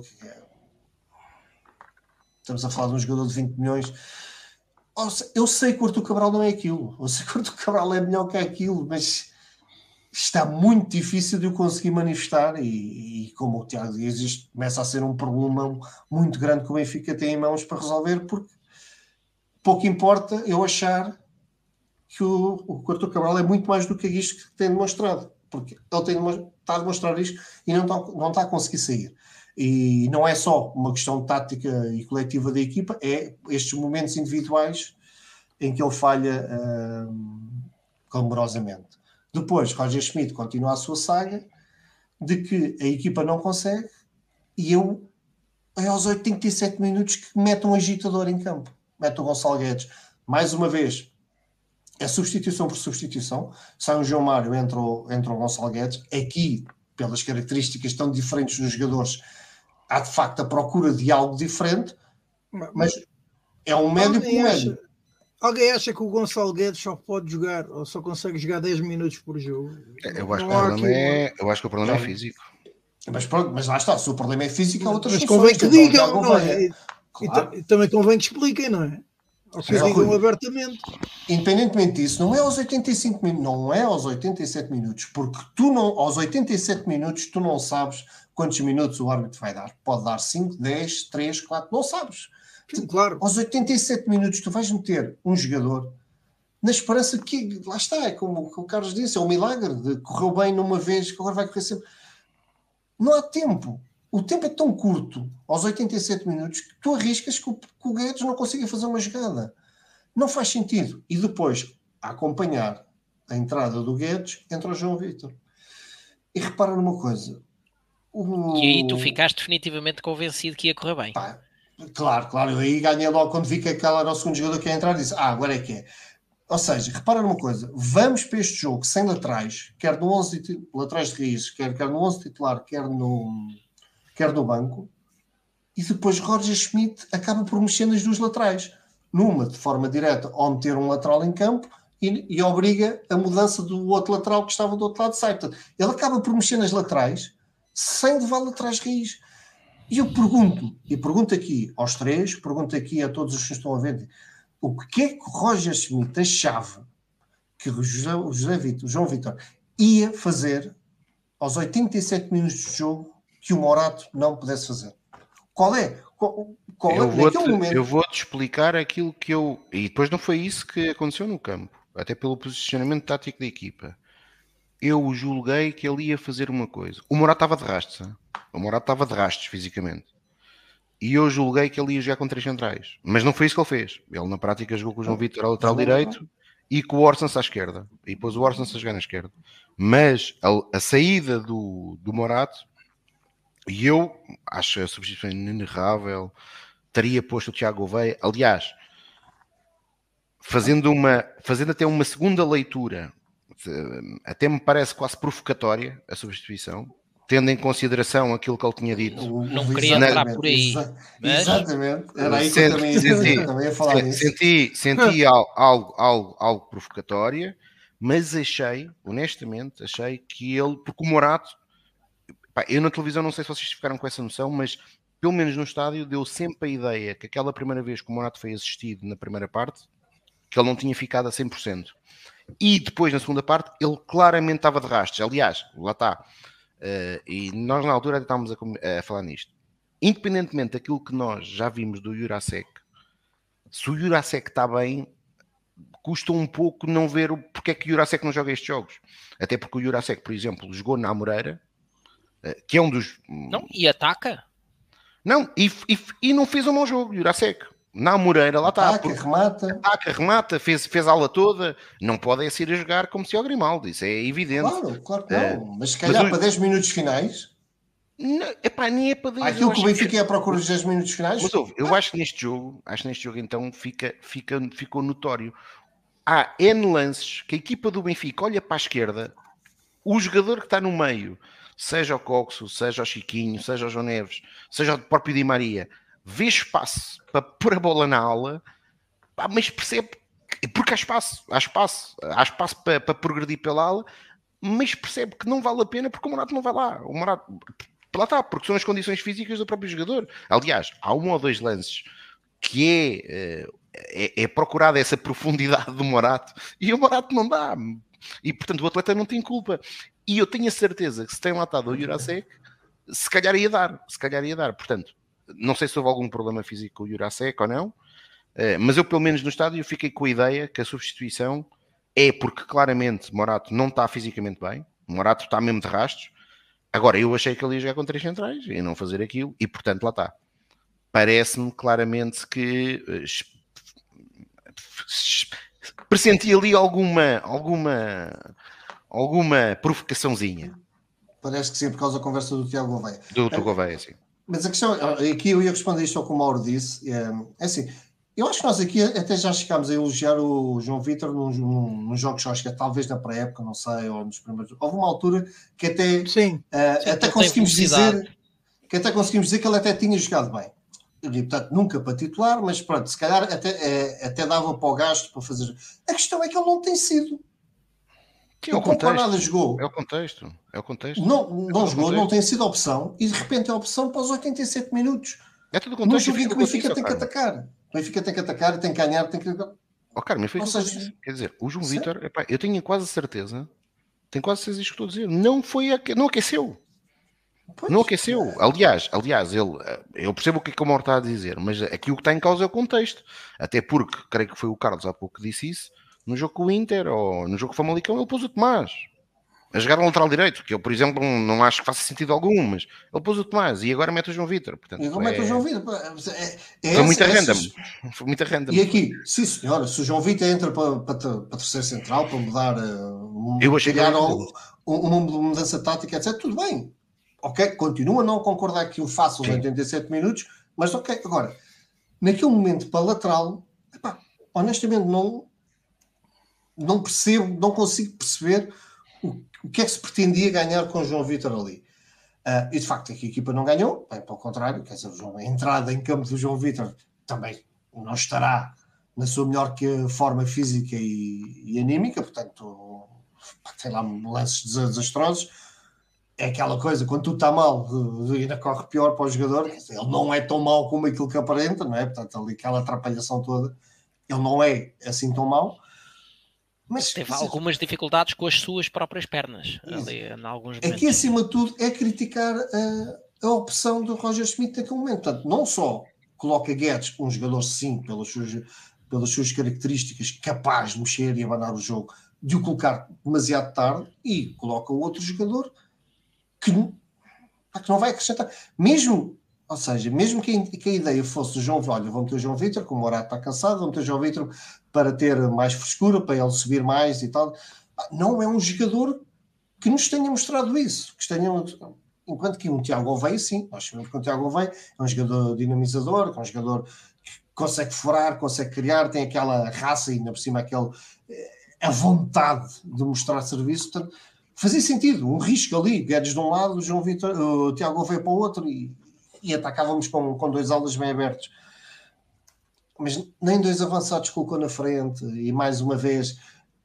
Estamos a falar de um jogador de 20 milhões. Eu sei que o Arthur Cabral não é aquilo. Eu sei que o Arthur Cabral é melhor que aquilo, mas está muito difícil de o conseguir manifestar e como o Tiago diz, isto começa a ser um problema muito grande que o Benfica tem em mãos para resolver, porque pouco importa eu achar que o Arthur Cabral é muito mais do que isto que tem demonstrado, porque ele está a demonstrar isto e não está a conseguir sair. E não é só uma questão de tática e coletiva da equipa, é estes momentos individuais em que ele falha clamorosamente. Depois, Roger Schmidt continua a sua saga de que a equipa não consegue e é aos 87 minutos que mete um agitador em campo. Mete o Gonçalo Guedes. Mais uma vez, é substituição por substituição. Sai um João Mário, entra o Gonçalo Guedes. Aqui, pelas características tão diferentes dos jogadores, há de facto a procura de algo diferente, mas é um médio por médio. Alguém acha que o Gonçalo Guedes só pode jogar ou só consegue jogar 10 minutos por jogo? Eu acho que o problema é físico. Mas pronto, mas lá está, se o problema é físico, há outras soluções. Mas convém que digam, não é? Claro. E também convém que expliquem, não é? Ou que digam abertamente. Independentemente disso, não é aos 85 minutos, não é aos 87 minutos, porque tu não, aos 87 minutos tu não sabes quantos minutos o árbitro vai dar. Pode dar 5, 10, 3, 4, não sabes. Claro. Aos 87 minutos tu vais meter um jogador na esperança que, lá está, é como o Carlos disse, é um milagre de correu bem numa vez, que agora vai correr sempre. Não há tempo. O tempo é tão curto, aos 87 minutos, que tu arriscas que o Guedes não consiga fazer uma jogada. Não faz sentido. E depois, a acompanhar a entrada do Guedes, entra o João Vítor. E repara numa coisa. E aí tu ficaste definitivamente convencido que ia correr bem. Pá, claro. Eu aí ganhei logo quando vi que aquele era o segundo jogador que ia entrar e disse, agora é que é. Ou seja, repara numa coisa. Vamos para este jogo sem laterais, quer no 11 laterais de raiz, quer no 11 titular, quer no banco. E depois Roger Schmidt acaba por mexer nas duas laterais. Numa, de forma direta, ao meter um lateral em campo e obriga a mudança do outro lateral que estava do outro lado de sair. Portanto, ele acaba por mexer nas laterais sem levar laterais raiz. E eu pergunto aqui aos três, pergunto aqui a todos os que estão a ver, o que é que o Roger Schmidt achava que o João Vítor ia fazer aos 87 minutos de jogo que o Morato não pudesse fazer? Qual é? Eu vou-te explicar aquilo que eu... E depois não foi isso que aconteceu no campo. Até pelo posicionamento tático da equipa. Eu julguei que ele ia fazer uma coisa. O Morato estava de rastos. O Morato estava de rastos fisicamente. E eu julguei que ele ia jogar com 3 centrais. Mas não foi isso que ele fez. Ele na prática jogou com o João Vítor ao lateral direito e com o Orsens à esquerda. E depois o Orsens a jogar na esquerda. Mas a saída do Morato... E eu acho a substituição inerrável. Teria posto o Tiago Gouveia. Aliás, fazendo até uma segunda leitura, até me parece quase provocatória a substituição, tendo em consideração aquilo que ele tinha dito. Não queria entrar por aí. Exatamente. Era aí que eu também ia falar nisso. Senti algo provocatória, mas honestamente, achei que ele, porque o Morato, eu na televisão não sei se vocês ficaram com essa noção, mas pelo menos no estádio deu sempre a ideia que aquela primeira vez que o Morato foi assistido na primeira parte, que ele não tinha ficado a 100%. E depois na segunda parte ele claramente estava de rastos. Aliás, lá está. E nós na altura estávamos a falar nisto. Independentemente daquilo que nós já vimos do Jurasek, se o Jurasek está bem, custa um pouco não ver porque é que o Jurasek não joga estes jogos. Até porque o Jurasek, por exemplo, jogou na Amoreira, que é um dos... Não, e ataca? Não, e não fez um mau jogo, o Jurasek. Na Moreira, lá está. Ataca, remata, fez a aula toda. Não pode ser a jogar como se ao Grimaldo, isso é evidente. Claro que não. Mas se calhar para 10 minutos finais... Não, nem é para 10. Aquilo que o Benfica é à procura dos 10 minutos finais... Mas eu acho que neste jogo então ficou notório. Há N lances que a equipa do Benfica olha para a esquerda, o jogador que está no meio, seja o Coxo, seja o Chiquinho, seja o João Neves, seja o próprio Di Maria, vê espaço para pôr a bola na ala, mas percebe, porque há espaço para progredir pela ala, mas percebe que não vale a pena porque o Morato não vai lá. O Morato, lá está, porque são as condições físicas do próprio jogador. Aliás, há 1 ou 2 lances que é procurada essa profundidade do Morato e o Morato não dá. E, portanto, o atleta não tem culpa. E eu tenho a certeza que se tem lá estado o Jurasek, se calhar ia dar. Portanto, não sei se houve algum problema físico com o Jurasek ou não, mas eu, pelo menos no estádio, fiquei com a ideia que a substituição é porque, claramente, Morato não está fisicamente bem. Morato está mesmo de rastros. Agora, eu achei que ele ia jogar com 3 centrais e não fazer aquilo. E, portanto, lá está. Parece-me claramente que pressenti ali alguma provocaçãozinha. Parece que sim, por causa da conversa do Tiago Gouveia. Do Gouveia, sim. Mas a questão, aqui eu ia responder isto ao que o Mauro disse, é assim, eu acho que nós aqui até já chegámos a elogiar o João Vítor nos jogos, acho que talvez na pré-época, não sei, ou nos primeiros... Houve uma altura que até conseguimos dizer que ele até tinha jogado bem. E, portanto, nunca para titular, mas pronto, se calhar até dava para o gasto para fazer... A questão é que ele não tem sido. Sim, nada jogou. É o contexto. Não jogou, não tem sido opção e de repente é opção para os 87 minutos. É tudo no jogo em que o Benfica tem que atacar. O Benfica tem que atacar, tem que ganhar, tem que... Carmen, foi seja... Quer dizer, o João Vitor, eu tenho quase certeza isto que estou a dizer, não aqueceu. Pois, não aqueceu. Aliás, eu percebo o que o Mauro está a dizer, mas aqui o que está em causa é o contexto. Até porque, creio que foi o Carlos há pouco que disse isso, no jogo com o Inter, ou no jogo com o Famalicão, ele pôs o Tomás a jogar no lateral direito, que eu, por exemplo, não acho que faça sentido algum, mas ele pôs o Tomás e agora mete o João Vitor. E agora mete o João Vitor. Foi muita random. Foi muita random. E aqui, sim senhora, se o João Vitor entra para terceiro central, para mudar, criar uma mudança tática, etc., tudo bem. Ok, continua a não concordar que o faça os 87 minutos, mas ok, agora, naquele momento para lateral, honestamente não percebo, não consigo perceber o que é que se pretendia ganhar com o João Vitor ali. E de facto, aqui a equipa não ganhou, bem, pelo contrário, quer dizer, a entrada em campo do João Vitor também não estará na sua melhor forma física e anímica, portanto, tem lá lances desastrosos. É aquela coisa, quando tudo está mal, ainda corre pior para o jogador. Ele não é tão mau como aquilo que aparenta, não é? Portanto, ali aquela atrapalhação toda, ele não é assim tão mau. Mas teve algumas dificuldades com as suas próprias pernas ali, em alguns momentos. Aqui, acima de tudo, é criticar a opção do Roger Schmidt naquele momento. Portanto, não só coloca Guedes, um jogador, sim, pelas suas características, capaz de mexer e abanar o jogo, de o colocar demasiado tarde, e coloca o outro jogador que não vai acrescentar. Mesmo que a ideia fosse o João Vitor, olha, vou meter o João Vitor, como o Morato está cansado, vou meter o João Vitor para ter mais frescura, para ele subir mais e tal. Não é um jogador que nos tenha mostrado isso. Enquanto que um Tiago Gouveia, sim, nós sabemos que o Tiago Gouveia é um jogador dinamizador, é um jogador que consegue furar, consegue criar, tem aquela raça e ainda por cima a vontade de mostrar serviço. Portanto, fazia sentido, um risco ali, Guedes de um lado, o Tiago Gouveia para o outro e atacávamos com dois alas bem abertos. Mas nem dois avançados colocou na frente e mais uma vez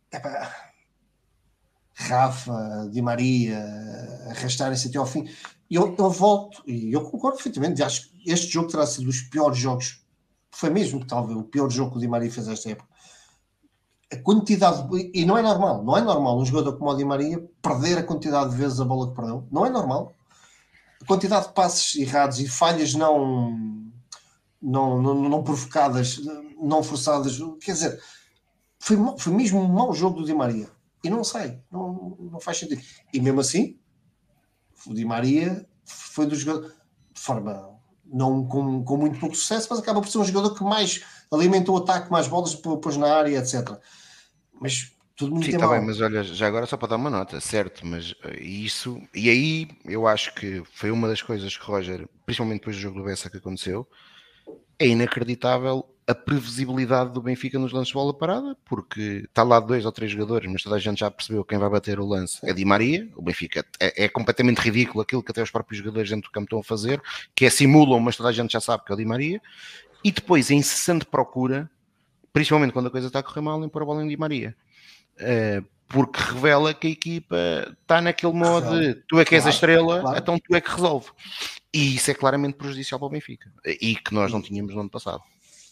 Rafa, Di Maria arrastarem-se até ao fim. Eu volto e eu concordo perfeitamente, acho que este jogo terá sido dos piores jogos, foi mesmo talvez o pior jogo que o Di Maria fez esta época. A quantidade, e não é normal um jogador como o Di Maria perder a quantidade de vezes a bola que perdeu, não é normal. A quantidade de passes errados e falhas não provocadas, não forçadas, quer dizer, foi mesmo um mau jogo do Di Maria e não não faz sentido. E mesmo assim, o Di Maria foi do jogador de forma não com muito pouco sucesso, mas acaba por ser um jogador que mais alimentou o ataque, mais bolas pôs na área, etc. Mas tudo muito mal. Bem, mas olha, já agora só para dar uma nota, certo, mas isso, e aí eu acho que foi uma das coisas que Roger, principalmente depois do jogo do Bessa que aconteceu, é inacreditável a previsibilidade do Benfica nos lances de bola parada, porque está lá 2 ou 3 jogadores, mas toda a gente já percebeu quem vai bater o lance é Di Maria. O Benfica é completamente ridículo aquilo que até os próprios jogadores dentro do campo estão a fazer, que é simulam, mas toda a gente já sabe que é o Di Maria. E depois, a incessante procura, principalmente quando a coisa está a correr mal, em pôr a bola em Di Maria. Porque revela que a equipa está naquele modo de tu é que és a estrela, então tu é que resolve. E isso é claramente prejudicial para o Benfica. E que nós não tínhamos no ano passado.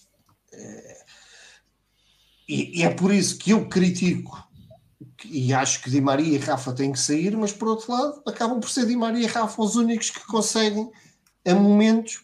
E é por isso que eu critico e acho que Di Maria e Rafa têm que sair, mas por outro lado acabam por ser Di Maria e Rafa os únicos que conseguem a momentos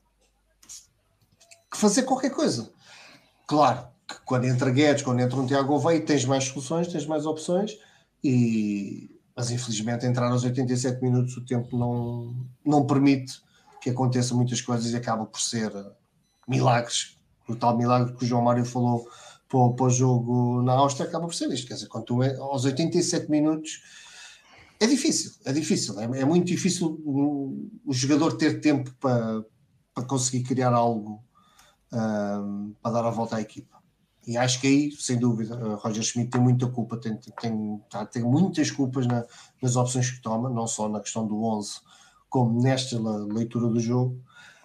fazer qualquer coisa. Claro que quando entra Guedes, quando entra um Tiago Gouveia, tens mais soluções, tens mais opções, mas infelizmente entrar aos 87 minutos o tempo não permite que aconteçam muitas coisas e acaba por ser milagres. O tal milagre que o João Mário falou para o jogo na Áustria acaba por ser isto. Quer dizer, quando tu aos 87 minutos é difícil. É muito difícil o jogador ter tempo para conseguir criar algo para dar a volta à equipa. E acho que aí, sem dúvida, Roger Schmidt tem muita culpa, tem muitas culpas nas opções que toma, não só na questão do 11, como nesta leitura do jogo.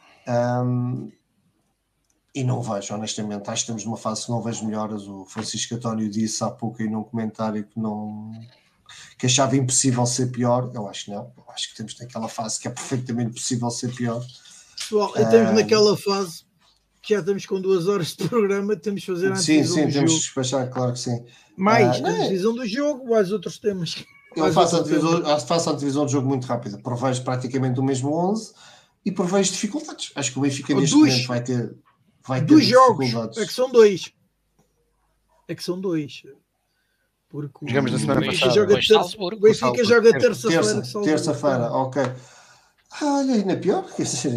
E não vejo, honestamente, acho que estamos numa fase que não vejo melhoras. O Francisco António disse há pouco aí num comentário que achava impossível ser pior. Eu acho que não, eu acho que temos naquela fase que é perfeitamente possível ser pior. Pessoal, estamos naquela fase que já estamos com 2 horas de programa, temos de fazer a antevisão sim, do temos jogo. de despachar, claro que sim. Mais a antevisão do jogo, mais outros temas. Eu faço a antevisão do jogo muito rápida. Prevejo praticamente o mesmo 11 e prevejo dificuldades. Acho que o Benfica neste momento vai ter dificuldades. É que são 2. Porque jogamos na semana passada. O Benfica joga terça-feira. Terça-feira, ok. Olha, ainda pior.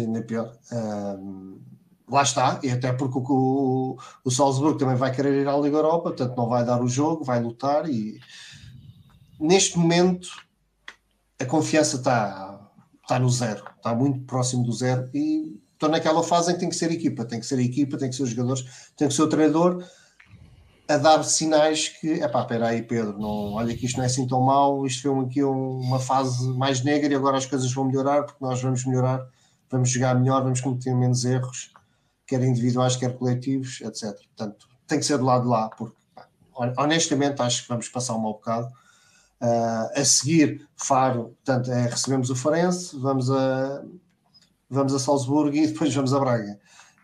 Lá está, e até porque o Salzburgo também vai querer ir à Liga Europa, portanto não vai dar o jogo, vai lutar e neste momento a confiança está no zero, está muito próximo do zero e estou naquela fase em que tem que ser equipa, tem que ser os jogadores, tem que ser o treinador a dar sinais que, espera aí Pedro, não, olha que isto não é assim tão mau, isto foi aqui uma fase mais negra e agora as coisas vão melhorar porque nós vamos melhorar, vamos jogar melhor, vamos cometer menos erros, quer individuais, quer coletivos, etc. Portanto, tem que ser do lado de lá, porque honestamente acho que vamos passar um mau bocado. A seguir, Faro, portanto, recebemos o Farense, vamos a Salzburgo e depois vamos a Braga.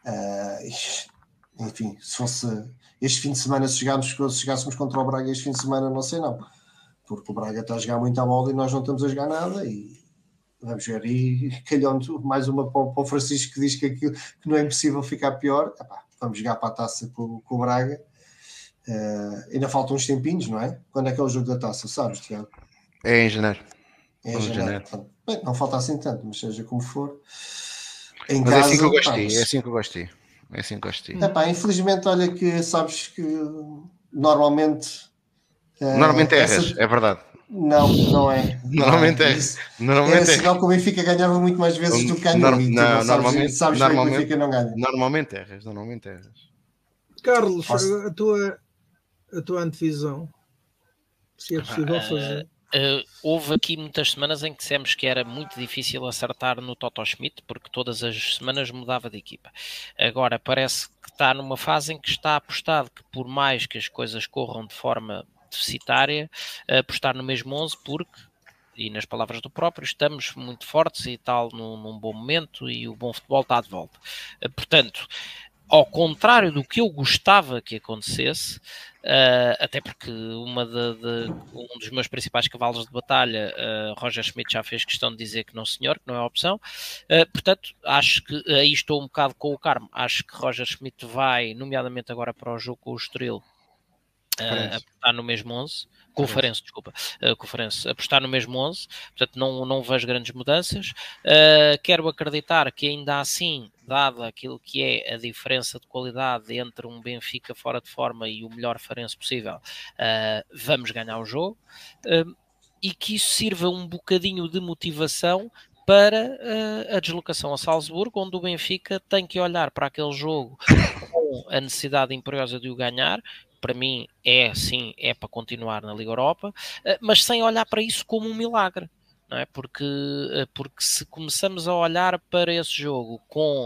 Enfim, se fosse este fim de semana, se chegássemos contra o Braga este fim de semana, não sei não, porque o Braga está a jogar muita bola e nós não estamos a jogar nada e vamos ver, e calhou mais uma para o Francisco que diz que aquilo que não é impossível ficar pior. Vamos jogar para a taça com o Braga. Ainda faltam uns tempinhos, não é? Quando é que é o jogo da taça, sabes, Tiago? É em janeiro. É em janeiro. Bem, não falta assim tanto, mas seja como for. Em mas casa, é assim que eu gostei. Infelizmente, olha que sabes que normalmente erras, é verdade. Não é. Normalmente é. Era sinal que o Benfica ganhava muito mais vezes do que ganhou. Normalmente, sabes bem que o Benfica não ganha. Normalmente erras. Carlos, a tua antevisão, se é possível fazer. Houve aqui muitas semanas em que dissemos que era muito difícil acertar no Toto Schmidt, porque todas as semanas mudava de equipa. Agora parece que está numa fase em que está apostado que, por mais que as coisas corram de forma deficitária, apostar no mesmo 11, porque, e nas palavras do próprio, estamos muito fortes e tal, num bom momento, e o bom futebol está de volta. Portanto, ao contrário do que eu gostava que acontecesse, até porque um dos meus principais cavalos de batalha, Roger Schmidt, já fez questão de dizer que não senhor, que não é opção, portanto acho que aí estou um bocado com o Carmo, acho que Roger Schmidt vai, nomeadamente agora para o jogo com o Estoril, apostar no mesmo 11, com o Farense, apostar no mesmo 11, portanto não vejo grandes mudanças. Quero acreditar que ainda assim, dada aquilo que é a diferença de qualidade entre um Benfica fora de forma e o melhor Farense possível, vamos ganhar o jogo, e que isso sirva um bocadinho de motivação para a deslocação a Salzburgo, onde o Benfica tem que olhar para aquele jogo com a necessidade imperiosa de o ganhar. Para mim é para continuar na Liga Europa, mas sem olhar para isso como um milagre, não é? Porque se começamos a olhar para esse jogo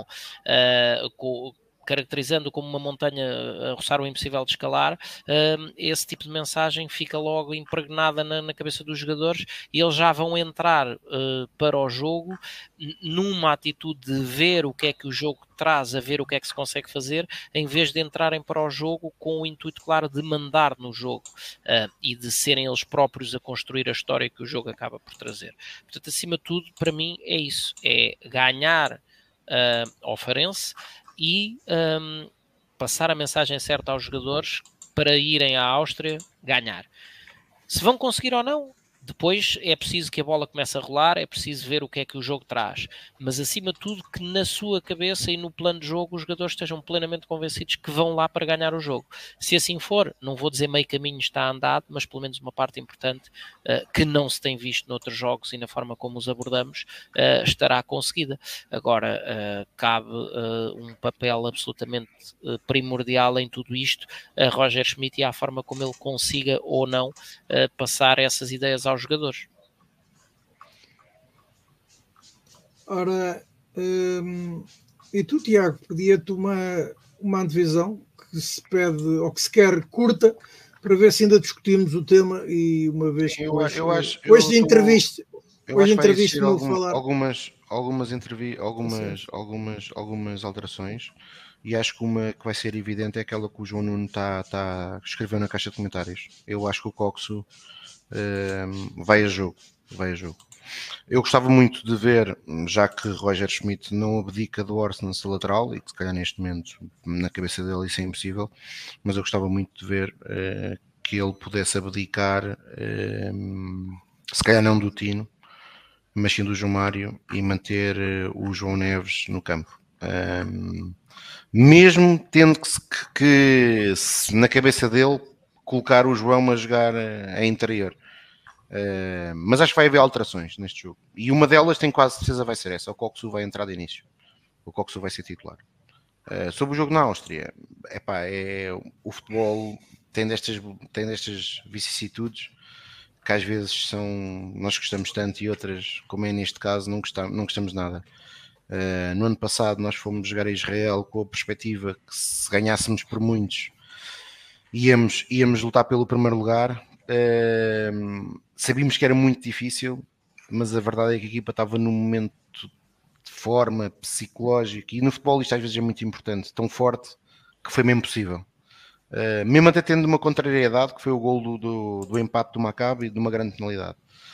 caracterizando como uma montanha a roçar o impossível de escalar, esse tipo de mensagem fica logo impregnada na cabeça dos jogadores e eles já vão entrar para o jogo numa atitude de ver o que é que o jogo traz, a ver o que é que se consegue fazer, em vez de entrarem para o jogo com o intuito claro de mandar no jogo e de serem eles próprios a construir a história que o jogo acaba por trazer. Portanto, acima de tudo, para mim é isso, é ganhar ao Farense e passar a mensagem certa aos jogadores para irem à Áustria ganhar. Se vão conseguir ou não, depois é preciso que a bola comece a rolar, é preciso ver o que é que o jogo traz. Mas, acima de tudo, que na sua cabeça e no plano de jogo os jogadores estejam plenamente convencidos que vão lá para ganhar o jogo. Se assim for, não vou dizer meio caminho está andado, mas pelo menos uma parte importante que não se tem visto noutros jogos e na forma como os abordamos, estará conseguida. Agora, cabe um papel absolutamente primordial em tudo isto a Roger Schmidt e à forma como ele consiga ou não passar essas ideias aos jogadores. Ora, e tu, Tiago, pedia-te uma antevisão que se pede ou que se quer curta para ver se ainda discutimos o tema e uma vez que hoje de entrevista Eu acho que vai existir falar. algumas alterações, e acho que uma que vai ser evidente é aquela que o João Nuno escreveu na caixa de comentários. Eu acho que o Coxo vai a jogo. Eu gostava muito de ver, já que Roger Schmidt não abdica do Orsnes lateral, e que se calhar neste momento na cabeça dele isso é impossível, mas eu gostava muito de ver que ele pudesse abdicar, se calhar não do Tino, mas sim do João Mário, e manter o João Neves no campo. Mesmo tendo que na cabeça dele colocar o João a jogar a interior. Mas acho que vai haver alterações neste jogo, e uma delas tem quase certeza vai ser essa: o Coxu vai entrar de início, o Coxu vai ser titular. Sobre o jogo na Áustria, o futebol tem destas vicissitudes que às vezes nós gostamos tanto, e outras, como é neste caso, não gostamos nada. No ano passado nós fomos jogar a Israel com a perspectiva que se ganhássemos por muitos íamos lutar pelo primeiro lugar. Sabíamos que era muito difícil, mas a verdade é que a equipa estava num momento de forma psicológica, e no futebol isto às vezes é muito importante, tão forte que foi mesmo possível. Mesmo até tendo uma contrariedade, que foi o gol do empate do Maccabi, e de uma grande penalidade.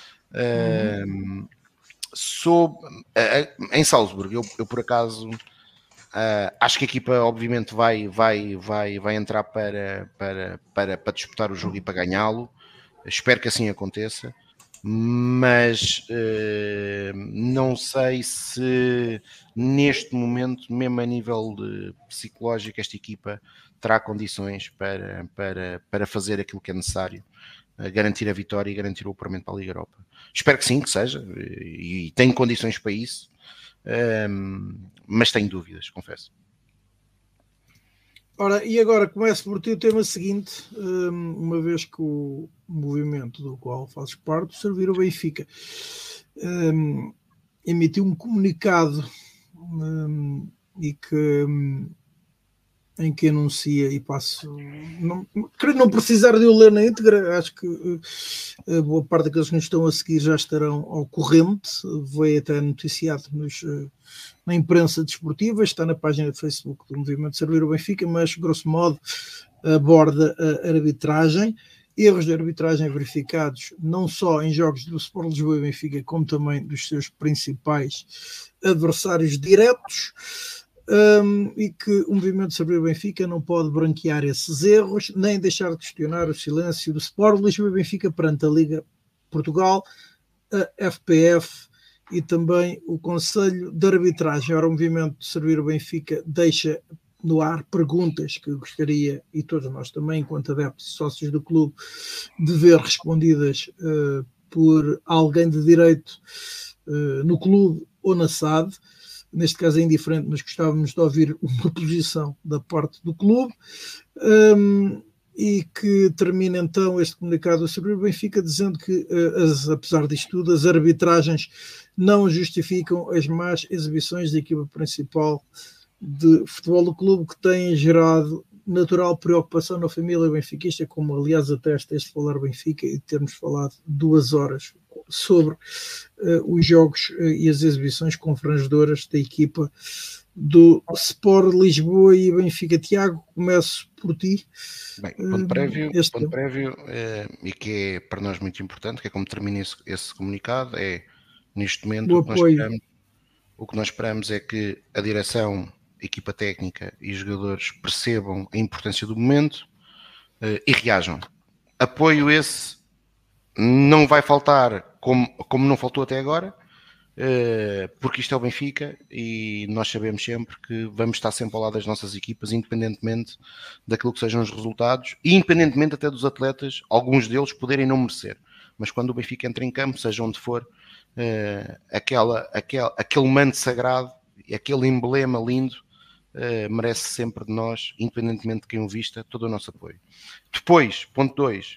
Em Salzburgo, eu por acaso acho que a equipa obviamente vai entrar para disputar o jogo e para ganhá-lo. Espero que assim aconteça, mas não sei se neste momento, mesmo a nível psicológico, esta equipa terá condições para fazer aquilo que é necessário, garantir a vitória e garantir o apuramento para a Liga Europa. Espero que sim, que seja, e tenho condições para isso, mas tenho dúvidas, confesso. Ora, e agora começo por ti o tema seguinte, uma vez que o movimento do qual fazes parte, Servir o Benfica, emitiu um comunicado em que anuncia, e passo, creio não precisar de eu ler na íntegra, acho que boa parte daqueles que nos estão a seguir já estarão ao corrente, veio até noticiado na imprensa desportiva, está na página de Facebook do Movimento Servir o Benfica, mas grosso modo aborda a arbitragem, erros de arbitragem verificados não só em jogos do Sport Lisboa e Benfica, como também dos seus principais adversários diretos, e que o Movimento Servir o Benfica não pode branquear esses erros, nem deixar de questionar o silêncio do Sport Lisboa e Benfica perante a Liga Portugal, a FPF e também o Conselho de Arbitragem. Ora, o Movimento Servir o Benfica deixa no ar perguntas que eu gostaria, e todos nós também, enquanto adeptos e sócios do clube, de ver respondidas por alguém de direito no clube ou na SAD. Neste caso é indiferente, mas gostávamos de ouvir uma posição da parte do clube, e que termina então este comunicado sobre o Benfica dizendo que, apesar disto tudo, as arbitragens não justificam as más exibições da equipa principal de futebol do clube, que tem gerado natural preocupação na família benfiquista, como aliás atesta este Falar Benfica, e termos falado 2 horas sobre os jogos e as exibições confrangedoras da equipa do Sport Lisboa e Benfica. Tiago, começo por ti. Bem, ponto prévio, e que é para nós muito importante, que é como termina esse comunicado, é neste momento o que nós esperamos é que a direção, equipa técnica e jogadores percebam a importância do momento e reajam. Apoio esse não vai faltar, como não faltou até agora, porque isto é o Benfica e nós sabemos sempre que vamos estar sempre ao lado das nossas equipas, independentemente daquilo que sejam os resultados e independentemente até dos atletas, alguns deles poderem não merecer, mas quando o Benfica entra em campo, seja onde for, aquele manto sagrado e aquele emblema lindo merece sempre de nós, independentemente de quem o vista, todo o nosso apoio. Depois, ponto 2,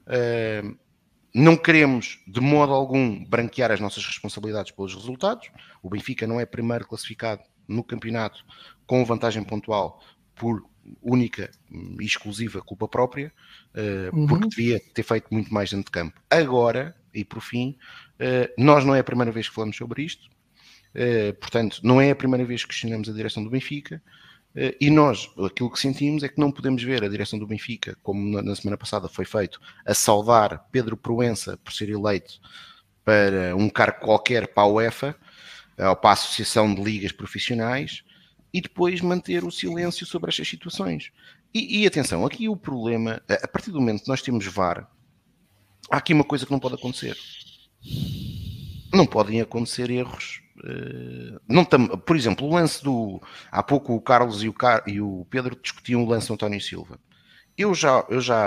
não queremos de modo algum branquear as nossas responsabilidades pelos resultados. O Benfica não é primeiro classificado no campeonato com vantagem pontual por única e exclusiva culpa própria, porque devia ter feito muito mais dentro de campo. Agora, e por fim, Nós não é a primeira vez que falamos sobre isto, portanto, não é a primeira vez que questionamos a direção do Benfica, e nós, aquilo que sentimos é que não podemos ver a direção do Benfica, como na semana passada foi feito, a saudar Pedro Proença por ser eleito para um cargo qualquer para a UEFA, ou para a Associação de Ligas Profissionais, e depois manter o silêncio sobre estas situações. E atenção, aqui o problema, a partir do momento que nós temos VAR, há aqui uma coisa que não pode acontecer. Não podem acontecer erros. Por exemplo, o lance do... Há pouco o Carlos e o Pedro discutiam o lance do António Silva. Eu já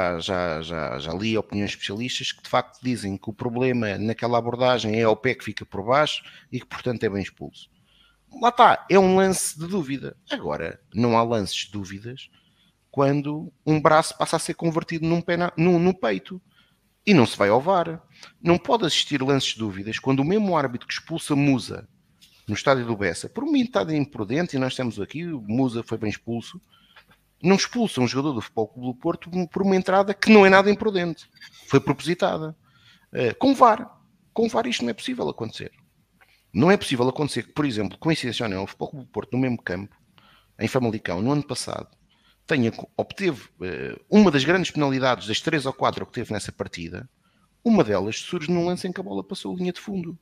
li opiniões de especialistas que de facto dizem que o problema naquela abordagem é o pé que fica por baixo e que portanto é bem expulso. Lá está, é um lance de dúvida. Agora, não há lances de dúvidas quando um braço passa a ser convertido no peito e não se vai ao VAR. Não pode assistir lances de dúvidas quando o mesmo árbitro que expulsa Musa no estádio do Bessa, por uma entrada imprudente, e nós estamos aqui, o Musa foi bem expulso, não expulsa um jogador do Futebol Clube do Porto por uma entrada que não é nada imprudente. Foi propositada. Com VAR. Com VAR isto não é possível acontecer. Não é possível acontecer que, por exemplo, coincidência ou não, o Futebol Clube do Porto, no mesmo campo, em Famalicão, no ano passado, obteve uma das grandes penalidades, das 3 ou 4 que teve nessa partida, uma delas surge num lance em que a bola passou a linha de fundo.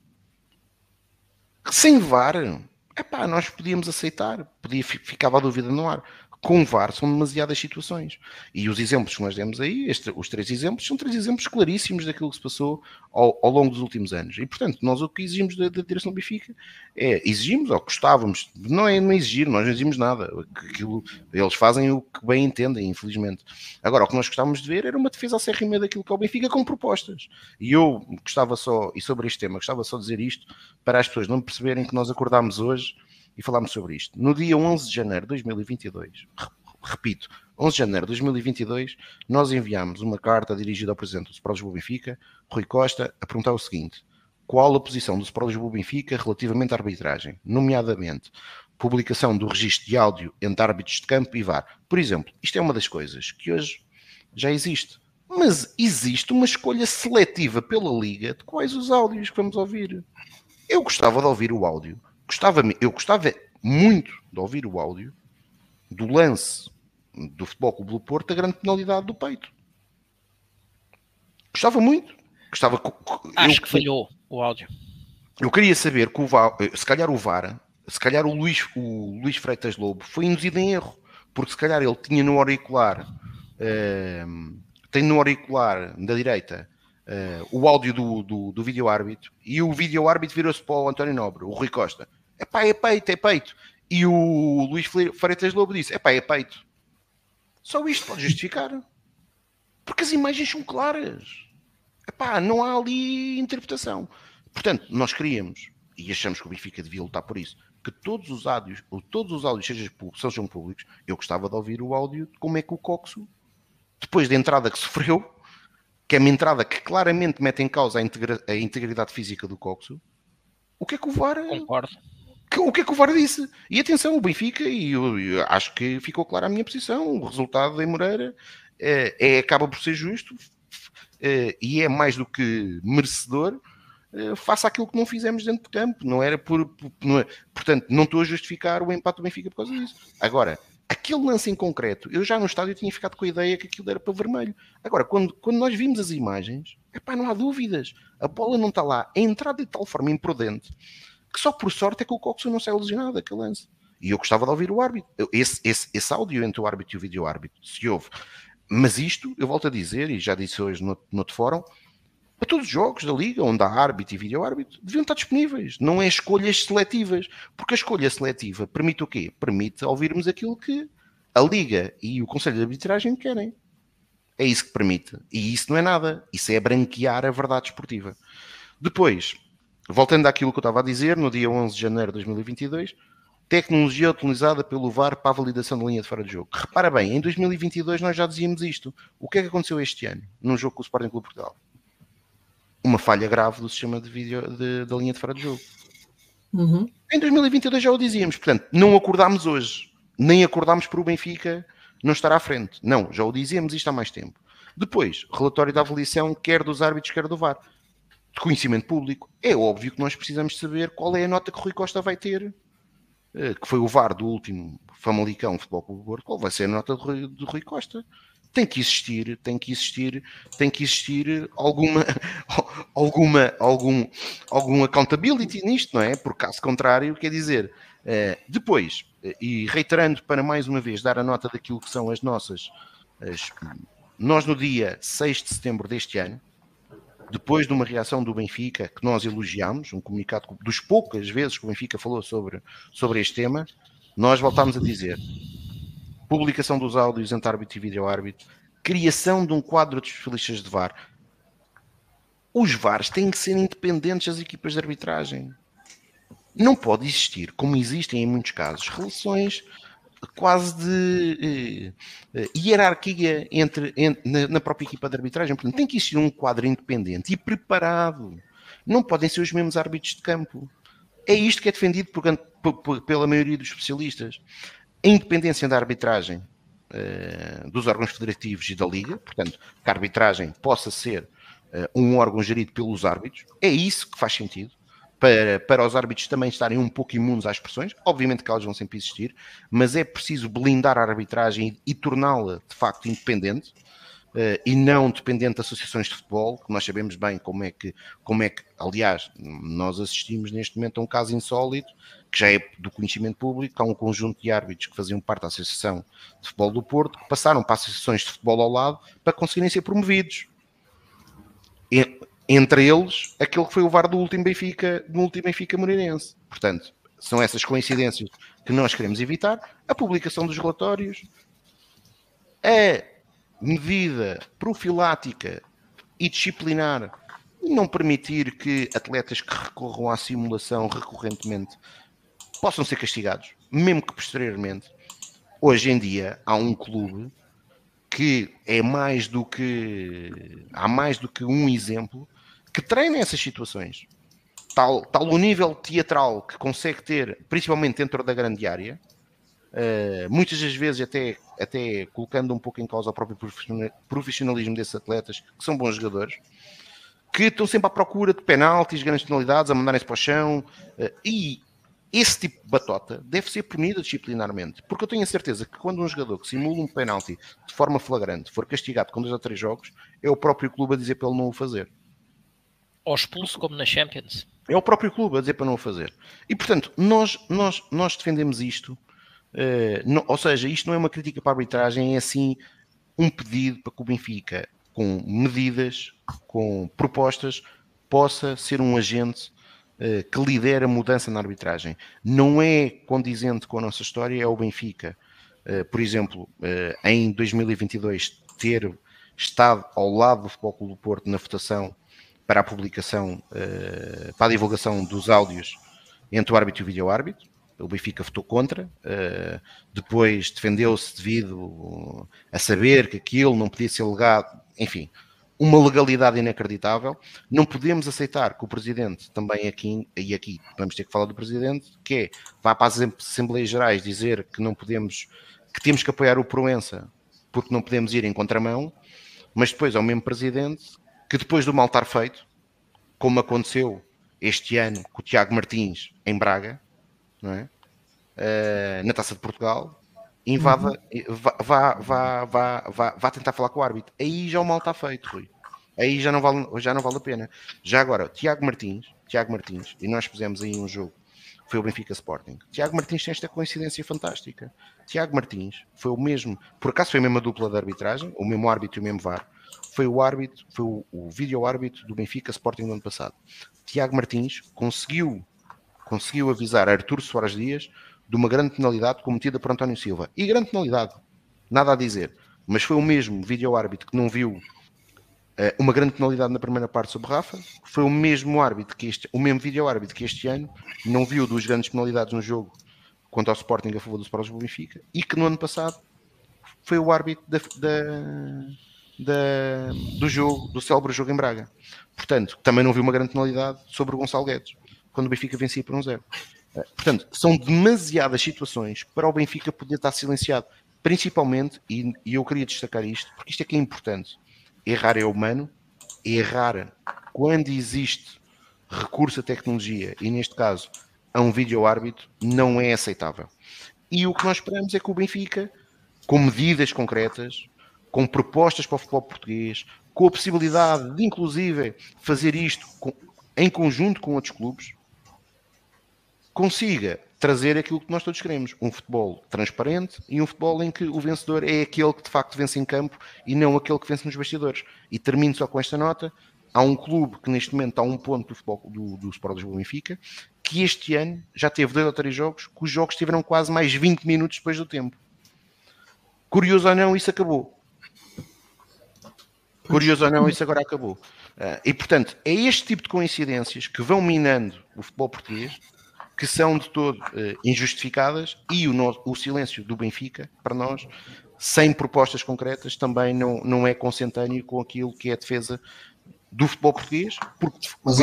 Sem VAR, nós podíamos aceitar, ficava a dúvida no ar. Com VAR são demasiadas situações. E os exemplos que nós demos aí, os 3 exemplos, são 3 exemplos claríssimos daquilo que se passou ao longo dos últimos anos. E, portanto, nós o que exigimos da direção do Benfica exigimos, ou gostávamos, não exigir, nós não exigimos nada. Eles fazem o que bem entendem, infelizmente. Agora, o que nós gostávamos de ver era uma defesa acérrima daquilo que é o Benfica com propostas. E eu gostava só, e sobre este tema, gostava só de dizer isto, para as pessoas não perceberem que nós acordámos hoje e falámos sobre isto. No dia 11 de janeiro de 2022, repito, 11 de janeiro de 2022, nós enviámos uma carta dirigida ao presidente do Sport Lisboa Benfica, Rui Costa, a perguntar o seguinte: qual a posição do Sport Lisboa Benfica relativamente à arbitragem, nomeadamente publicação do registro de áudio entre árbitros de campo e VAR. Por exemplo, isto é uma das coisas que hoje já existe, mas existe uma escolha seletiva pela Liga de quais os áudios que vamos ouvir. Eu gostava de ouvir o áudio. Eu gostava muito de ouvir o áudio do lance do Futebol Clube do Porto, a grande penalidade do peito. Gostava muito. Acho que falhou o áudio. Eu queria saber que se calhar o Luís Freitas Lobo foi induzido em erro, porque se calhar ele tinha no auricular, tem no auricular da direita o áudio do vídeo-árbitro, e o vídeo-árbitro virou-se para o António Nobre, o Rui Costa. É peito. E o Luís Freitas Lobo disse, é peito. Só isto pode justificar. Porque as imagens são claras. Não há ali interpretação. Portanto, nós queríamos, e achamos que o Benfica devia lutar por isso, que todos os áudios sejam públicos. Eu gostava de ouvir o áudio de como é que o Coxo, depois da entrada que sofreu, que é uma entrada que claramente mete em causa a integridade física do Coxo, o que é que o VAR... Concordo. O que é que o VAR disse? E atenção, o Benfica, e eu acho que ficou clara a minha posição, o resultado em Moreira acaba por ser justo e é mais do que merecedor face àquilo que não fizemos dentro de campo. Não era portanto, não estou a justificar o empate do Benfica por causa disso. Agora, aquele lance em concreto, eu já no estádio tinha ficado com a ideia que aquilo era para vermelho. Agora, quando nós vimos as imagens, não há dúvidas. A bola não está lá. É entrada de tal forma imprudente que só por sorte é que o Coxo não saiu lesionado daquele lance. E eu gostava de ouvir o árbitro. Esse áudio entre o árbitro e o vídeo-árbitro, se houve. Mas isto, eu volto a dizer, e já disse hoje no outro fórum, para todos os jogos da Liga, onde há árbitro e vídeo-árbitro, deviam estar disponíveis. Não é escolhas seletivas. Porque a escolha seletiva permite o quê? Permite ouvirmos aquilo que a Liga e o Conselho de Arbitragem querem. É isso que permite. E isso não é nada. Isso é branquear a verdade esportiva. Depois, voltando àquilo que eu estava a dizer, no dia 11 de janeiro de 2022, tecnologia utilizada pelo VAR para a validação da linha de fora de jogo. Repara bem, em 2022 nós já dizíamos isto. O que é que aconteceu este ano, num jogo com o Sporting Clube de Portugal? Uma falha grave do sistema de vídeo da linha de fora de jogo. Uhum. Em 2022 já o dizíamos. Portanto, não acordámos hoje. Nem acordámos para o Benfica não estar à frente. Não, já o dizíamos isto há mais tempo. Depois, relatório da avaliação, quer dos árbitros, quer do VAR. de conhecimento público. É óbvio que nós precisamos saber qual é a nota que o Rui Costa vai ter, que foi o VAR do último Famalicão Futebol Clube do Porto. Qual vai ser a nota do Rui Costa? Tem que existir algum accountability nisto, não é? Porque caso contrário, quer dizer, depois, e reiterando para mais uma vez dar a nota daquilo que são as nossas, nós no dia 6 de setembro deste ano, depois de uma reação do Benfica, que nós elogiámos, um comunicado dos poucas vezes que o Benfica falou sobre este tema, nós voltámos a dizer: publicação dos áudios entre árbitro e vídeo-árbitro, criação de um quadro de especialistas de VAR. Os VARs têm que ser independentes das equipas de arbitragem. Não pode existir, como existem em muitos casos, relações quase de hierarquia na própria equipa de arbitragem. Portanto, tem que existir um quadro independente e preparado. Não podem ser os mesmos árbitros de campo. É isto que é defendido pela maioria dos especialistas. A independência da arbitragem dos órgãos federativos e da Liga, portanto, que a arbitragem possa ser um órgão gerido pelos árbitros, é isso que faz sentido. Para os árbitros também estarem um pouco imunes às pressões, obviamente que elas vão sempre existir, mas é preciso blindar a arbitragem e torná-la de facto independente, e não dependente de associações de futebol, que nós sabemos bem como é que, aliás, nós assistimos neste momento a um caso insólito, que já é do conhecimento público, há um conjunto de árbitros que faziam parte da Associação de Futebol do Porto, que passaram para associações de futebol ao lado para conseguirem ser promovidos. Entre eles, aquele que foi o VAR do último Benfica Moreirense. Portanto, são essas coincidências que nós queremos evitar. A publicação dos relatórios, a medida profilática e disciplinar, e não permitir que atletas que recorram à simulação recorrentemente possam ser castigados, mesmo que posteriormente. Hoje em dia há um clube que há mais do que um exemplo que treina essas situações. Tal o nível teatral que consegue ter, principalmente dentro da grande área, muitas das vezes até colocando um pouco em causa o próprio profissionalismo desses atletas, que são bons jogadores, que estão sempre à procura de penaltis, grandes penalidades, a mandarem-se para o chão, e esse tipo de batota deve ser punida disciplinarmente, porque eu tenho a certeza que quando um jogador que simula um penalti de forma flagrante for castigado com 2 ou 3 jogos, é o próprio clube a dizer para ele não o fazer. Ou expulso, como na Champions. É o próprio clube a dizer para não o fazer. E, portanto, nós defendemos isto, ou seja, isto não é uma crítica para a arbitragem, é assim um pedido para que o Benfica, com medidas, com propostas, possa ser um agente que lidera a mudança na arbitragem. Não é condizente com a nossa história, é o Benfica, por exemplo, em 2022, ter estado ao lado do Futebol Clube do Porto na votação para a publicação, para a divulgação dos áudios entre o árbitro e o vídeo-árbitro. O Benfica votou contra, depois defendeu-se devido a saber que aquilo não podia ser legado, enfim, uma legalidade inacreditável. Não podemos aceitar que o Presidente também aqui vamos ter que falar do Presidente, que vá para as Assembleias Gerais dizer que não podemos, que temos que apoiar o Proença porque não podemos ir em contramão, mas depois é o mesmo Presidente que depois do mal estar feito, como aconteceu este ano com o Tiago Martins em Braga, não é? Na Taça de Portugal, vá tentar falar com o árbitro. Aí já o mal está feito, Rui. Aí já não vale a pena. Já agora, Tiago Martins, e nós pusemos aí um jogo, foi o Benfica Sporting. Tiago Martins tem esta coincidência fantástica. Tiago Martins foi o mesmo, por acaso foi a mesma dupla de arbitragem, o mesmo árbitro e o mesmo VAR, foi o vídeo-árbitro do Benfica Sporting do ano passado. Tiago Martins conseguiu avisar Artur Soares Dias de uma grande penalidade cometida por António Silva. E grande penalidade, nada a dizer. Mas foi o mesmo vídeo-árbitro que não viu uma grande penalidade na primeira parte sobre Rafa. Foi o mesmo vídeo-árbitro que este ano não viu 2 grandes penalidades no jogo contra o Sporting a favor do Sporting do Benfica, e que no ano passado foi o árbitro do célebre jogo em Braga. Portanto, também não viu uma grande penalidade sobre o Gonçalo Guedes, quando o Benfica vencia por 1-0. Portanto, são demasiadas situações para o Benfica poder estar silenciado. Principalmente, e eu queria destacar isto, porque isto é que é importante, errar é humano, errar quando existe recurso à tecnologia, e neste caso a um vídeo-árbitro, não é aceitável. E o que nós esperamos é que o Benfica, com medidas concretas, com propostas para o futebol português, com a possibilidade de, inclusive, fazer isto em conjunto com outros clubes, consiga trazer aquilo que nós todos queremos. Um futebol transparente e um futebol em que o vencedor é aquele que de facto vence em campo e não aquele que vence nos bastidores. E termino só com esta nota. Há um clube que neste momento está a um ponto do futebol do Sport Lisboa Benfica, que este ano já teve 2 ou 3 jogos, que os jogos tiveram quase mais 20 minutos depois do tempo. Curioso ou não, isso acabou. Curioso ou não, isso agora acabou. E portanto, é este tipo de coincidências que vão minando o futebol português, que são de todo injustificadas, e o silêncio do Benfica, para nós, sem propostas concretas, também não é consentâneo com aquilo que é a defesa do futebol português, porque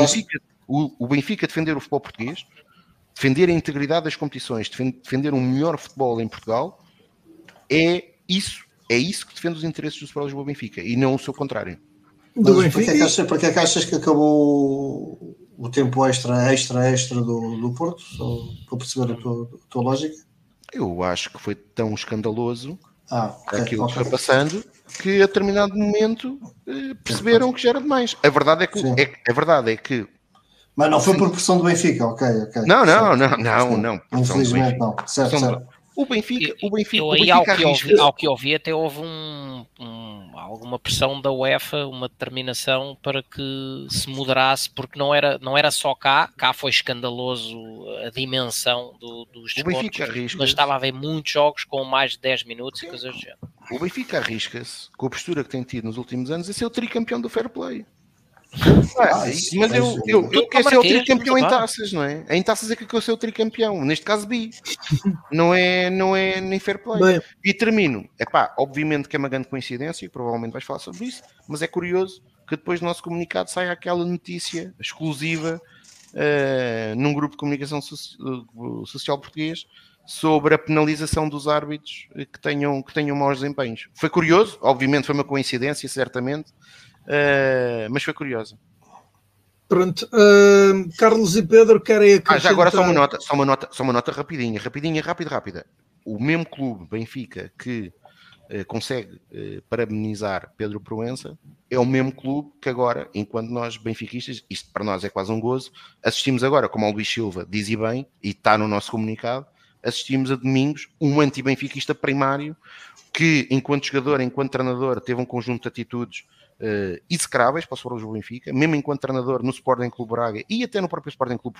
o Benfica defender o futebol português, defender a integridade das competições, defender um melhor futebol em Portugal, é isso que defende os interesses do Sport Lisboa Benfica, e não o seu contrário. Mas porque é que achas que acabou o tempo extra do Porto? Só para perceber a tua lógica. Eu acho que foi tão escandaloso aquilo que foi passando, que a determinado momento perceberam que já era demais. A verdade é que mas não foi por pressão do Benfica, ok. Não. Infelizmente não. Certo. O Benfica ao que ouvi, até houve alguma pressão da UEFA, uma determinação para que se moderasse, porque não era só cá foi escandaloso a dimensão dos descontos, mas estava a haver muitos jogos com mais de 10 minutos e coisas do género. O Benfica arrisca-se, com a postura que tem tido nos últimos anos, a ser o tricampeão do fair play. Mas eu quero ser o tricampeão em taças, não é? Em taças é que eu quero ser o tricampeão, neste caso bi. Não é nem fair play. Bem. E termino. Obviamente que é uma grande coincidência, e provavelmente vais falar sobre isso, mas é curioso que depois do nosso comunicado saia aquela notícia exclusiva num grupo de comunicação social português sobre a penalização dos árbitros que tenham maus desempenhos. Foi curioso, obviamente foi uma coincidência, certamente, mas foi curiosa. Pronto, Carlos e Pedro querem acrescentar... Já agora só uma nota rápida. O mesmo clube, Benfica, que consegue parabenizar Pedro Proença, é o mesmo clube que agora, enquanto nós benfiquistas, isto para nós é quase um gozo, assistimos agora, como o Luís Silva diz e bem, e está no nosso comunicado, assistimos a domingos um anti-benfiquista primário que, enquanto jogador, enquanto treinador, teve um conjunto de atitudes execráveis para o Sport Lisboa Benfica, mesmo enquanto treinador no Sporting Clube Braga e até no próprio Sporting Clube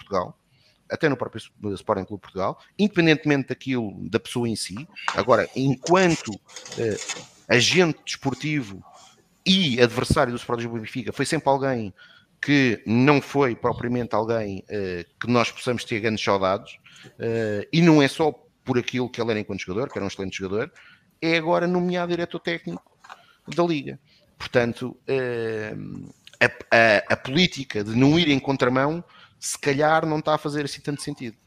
Portugal, independentemente da pessoa em si. Agora, enquanto agente desportivo e adversário do Sport Lisboa Benfica, foi sempre alguém que não foi propriamente alguém que nós possamos ter grandes saudades, e não é só por aquilo que ele era enquanto jogador, que era um excelente jogador, é agora nomeado diretor técnico da Liga. Portanto, a política de não ir em contramão, se calhar não está a fazer assim tanto sentido.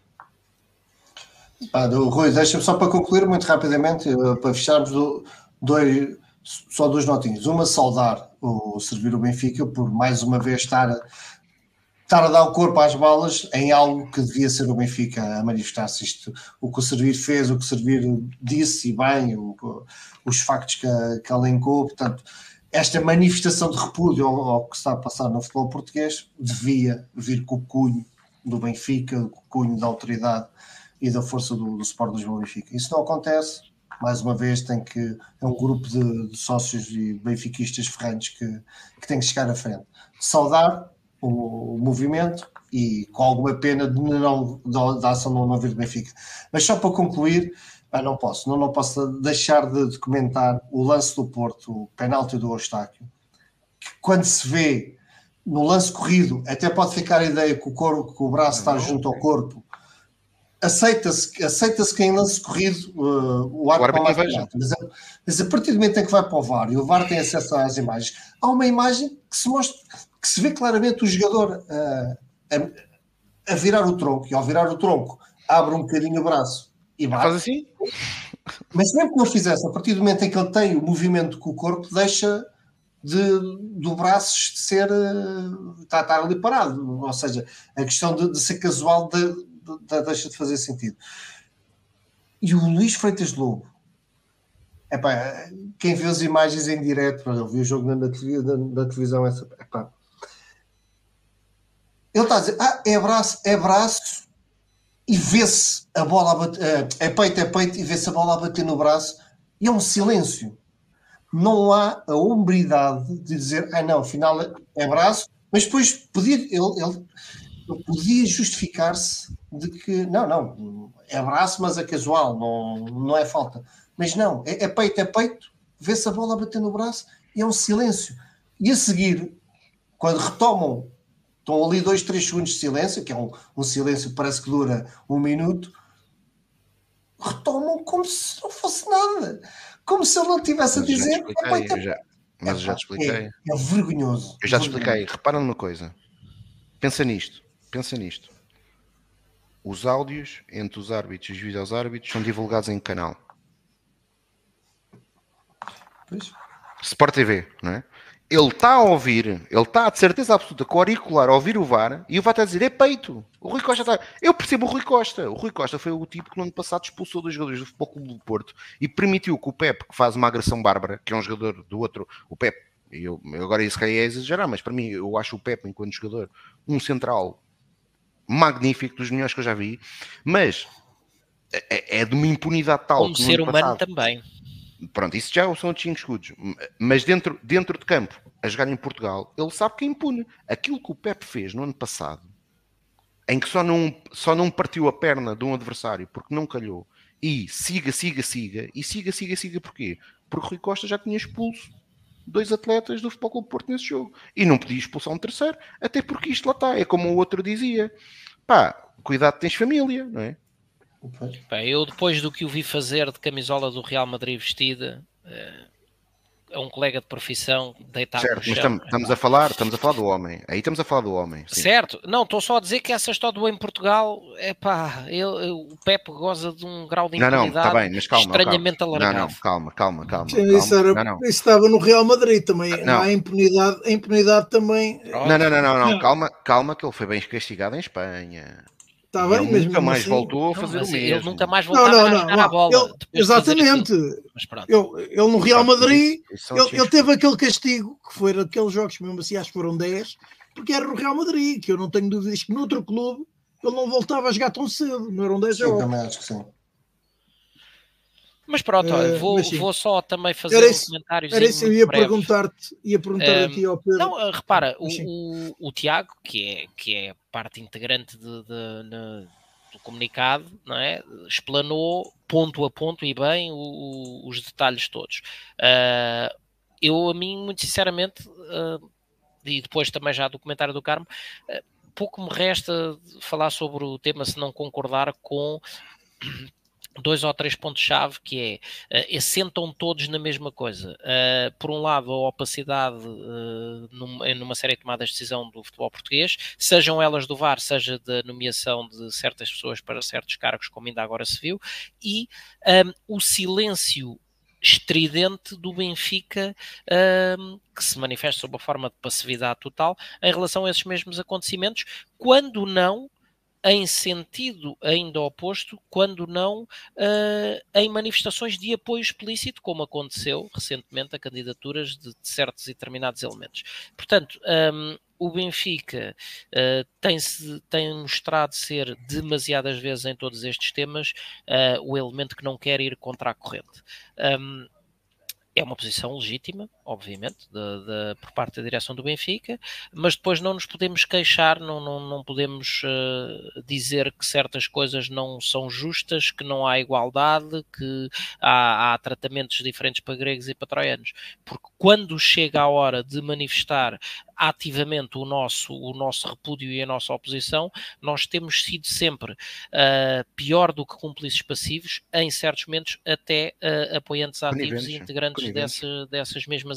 Rui, deixa-me só para concluir muito rapidamente, para fecharmos só 2 notinhas. Uma, saudar o Servir o Benfica por mais uma vez estar a dar o corpo às balas em algo que devia ser o Benfica a manifestar-se. Isto, o que o Servir fez, o que o Servir disse e bem, os factos que elencou, portanto, esta manifestação de repúdio ao que está a passar no futebol português devia vir com o cunho do Benfica, com o cunho da autoridade e da força do Sport Lisboa Benfica. Isso não acontece. Mais uma vez é um grupo de sócios e benfiquistas ferrantes que tem que chegar à frente. Saudar o movimento e com alguma pena da ação não vir do Benfica. Mas só para concluir, não posso deixar de comentar o lance do Porto, o penalti do Eustáquio, que quando se vê no lance corrido, até pode ficar a ideia que o braço está junto ao corpo. Aceita-se que em lance corrido o árbitro não vai, mas a partir do momento em que vai para o VAR e o VAR tem acesso às imagens, há uma imagem que se mostra, que se vê claramente o jogador a virar o tronco, e ao virar o tronco abre um bocadinho o braço e bate. Faz assim? Mas mesmo que não fizesse, a partir do momento em que ele tem o movimento com o corpo, deixa do braço ser estar ali parado, ou seja, a questão de ser casual deixa de fazer sentido. E o Luís Freitas Lobo, epá, quem viu as imagens em direto, eu vi o jogo na televisão, epá, ele está a dizer, é braço, e vê-se a bola a bater, é peito, e vê-se a bola a bater no braço, e é um silêncio. Não há a hombridade de dizer, não, afinal é braço, mas depois ele podia justificar-se de que, não, é braço, mas é casual, não é falta. Mas não, é peito, vê-se a bola a bater no braço, e é um silêncio. E a seguir, quando retomam, estão ali 2-3 segundos de silêncio, que é um silêncio que parece que dura 1 minuto, retomam como se não fosse nada. Como se ele não estivesse a dizer... Mas eu já te expliquei. É vergonhoso. Eu já te expliquei. Repara numa coisa. Pensa nisto. Os áudios entre os árbitros e os vídeos árbitros são divulgados em canal. Pois. Sport TV, não é? Ele está a ouvir, ele está de certeza absoluta com o auricular a ouvir o VAR e o VAR está a dizer, é peito. O Rui Costa está... Eu percebo o Rui Costa. O Rui Costa foi o tipo que no ano passado expulsou 2 jogadores do Futebol Clube do Porto e permitiu que o Pepe, que faz uma agressão bárbara, que é um jogador do outro, o Pepe, eu agora isso é exagerar, mas para mim eu acho o Pepe, enquanto jogador, um central magnífico, dos melhores que eu já vi, mas é de uma impunidade tal... Como ser humano também. Pronto, isso já são outros 5 escudos. Mas dentro de campo, a jogar em Portugal, ele sabe que é impune. Aquilo que o Pepe fez no ano passado, em que só não partiu a perna de um adversário porque não calhou, e siga porquê? Porque Rui Costa já tinha expulso 2 atletas do Futebol Clube do Porto nesse jogo. E não podia expulsar um terceiro, até porque isto lá está. É como o outro dizia. Pá, cuidado, tens família, não é? Eu depois do que o vi fazer de camisola do Real Madrid vestida, é um colega de profissão deitado certo, no chão. Mas estamos a falar do homem. Aí estamos a falar do homem. Sim. Certo, não, estou só a dizer que essa história do em Portugal, o Pepe goza de um grau de impunidade tá bem, mas calma, estranhamente alargado. Calma. Isso estava no Real Madrid também. Não há impunidade. A impunidade também. Não. Calma, que ele foi bem castigado em Espanha. Está bem, ele nunca mais voltou a fazer o mesmo. Ele nunca mais voltava a jogar a bola. Exatamente. Ele no Real Madrid, ele teve aquele castigo, que foi aqueles jogos, mesmo assim, acho que foram 10, porque era no Real Madrid, que eu não tenho dúvidas que noutro clube ele não voltava a jogar tão cedo. Não eram 10 jogos. Também acho que sim. Mas pronto, olha, vou só também fazer um comentário. Era isso, eu ia perguntar-te a ti ao Pedro. Não, repara, o Tiago, que é parte integrante do comunicado, não é? Explanou ponto a ponto e bem os detalhes todos. A mim, muito sinceramente, e depois também já do comentário do Carmo, pouco me resta falar sobre o tema se não concordar com 2 ou 3 pontos-chave, que assentam todos na mesma coisa. Por um lado, a opacidade numa série de tomadas de decisão do futebol português, sejam elas do VAR, seja da nomeação de certas pessoas para certos cargos, como ainda agora se viu, e o silêncio estridente do Benfica, que se manifesta sob a forma de passividade total em relação a esses mesmos acontecimentos, quando não em sentido ainda oposto, quando não em manifestações de apoio explícito, como aconteceu recentemente a candidaturas de certos e determinados elementos. Portanto, o Benfica tem mostrado ser demasiadas vezes em todos estes temas o elemento que não quer ir contra a corrente. É uma posição legítima, obviamente, por parte da direção do Benfica, mas depois não nos podemos queixar, não podemos dizer que certas coisas não são justas, que não há igualdade, que há tratamentos diferentes para gregos e para troianos. Porque quando chega a hora de manifestar ativamente o nosso repúdio e a nossa oposição, nós temos sido sempre pior do que cúmplices passivos, em certos momentos até apoiantes ativos e integrantes dessas mesmas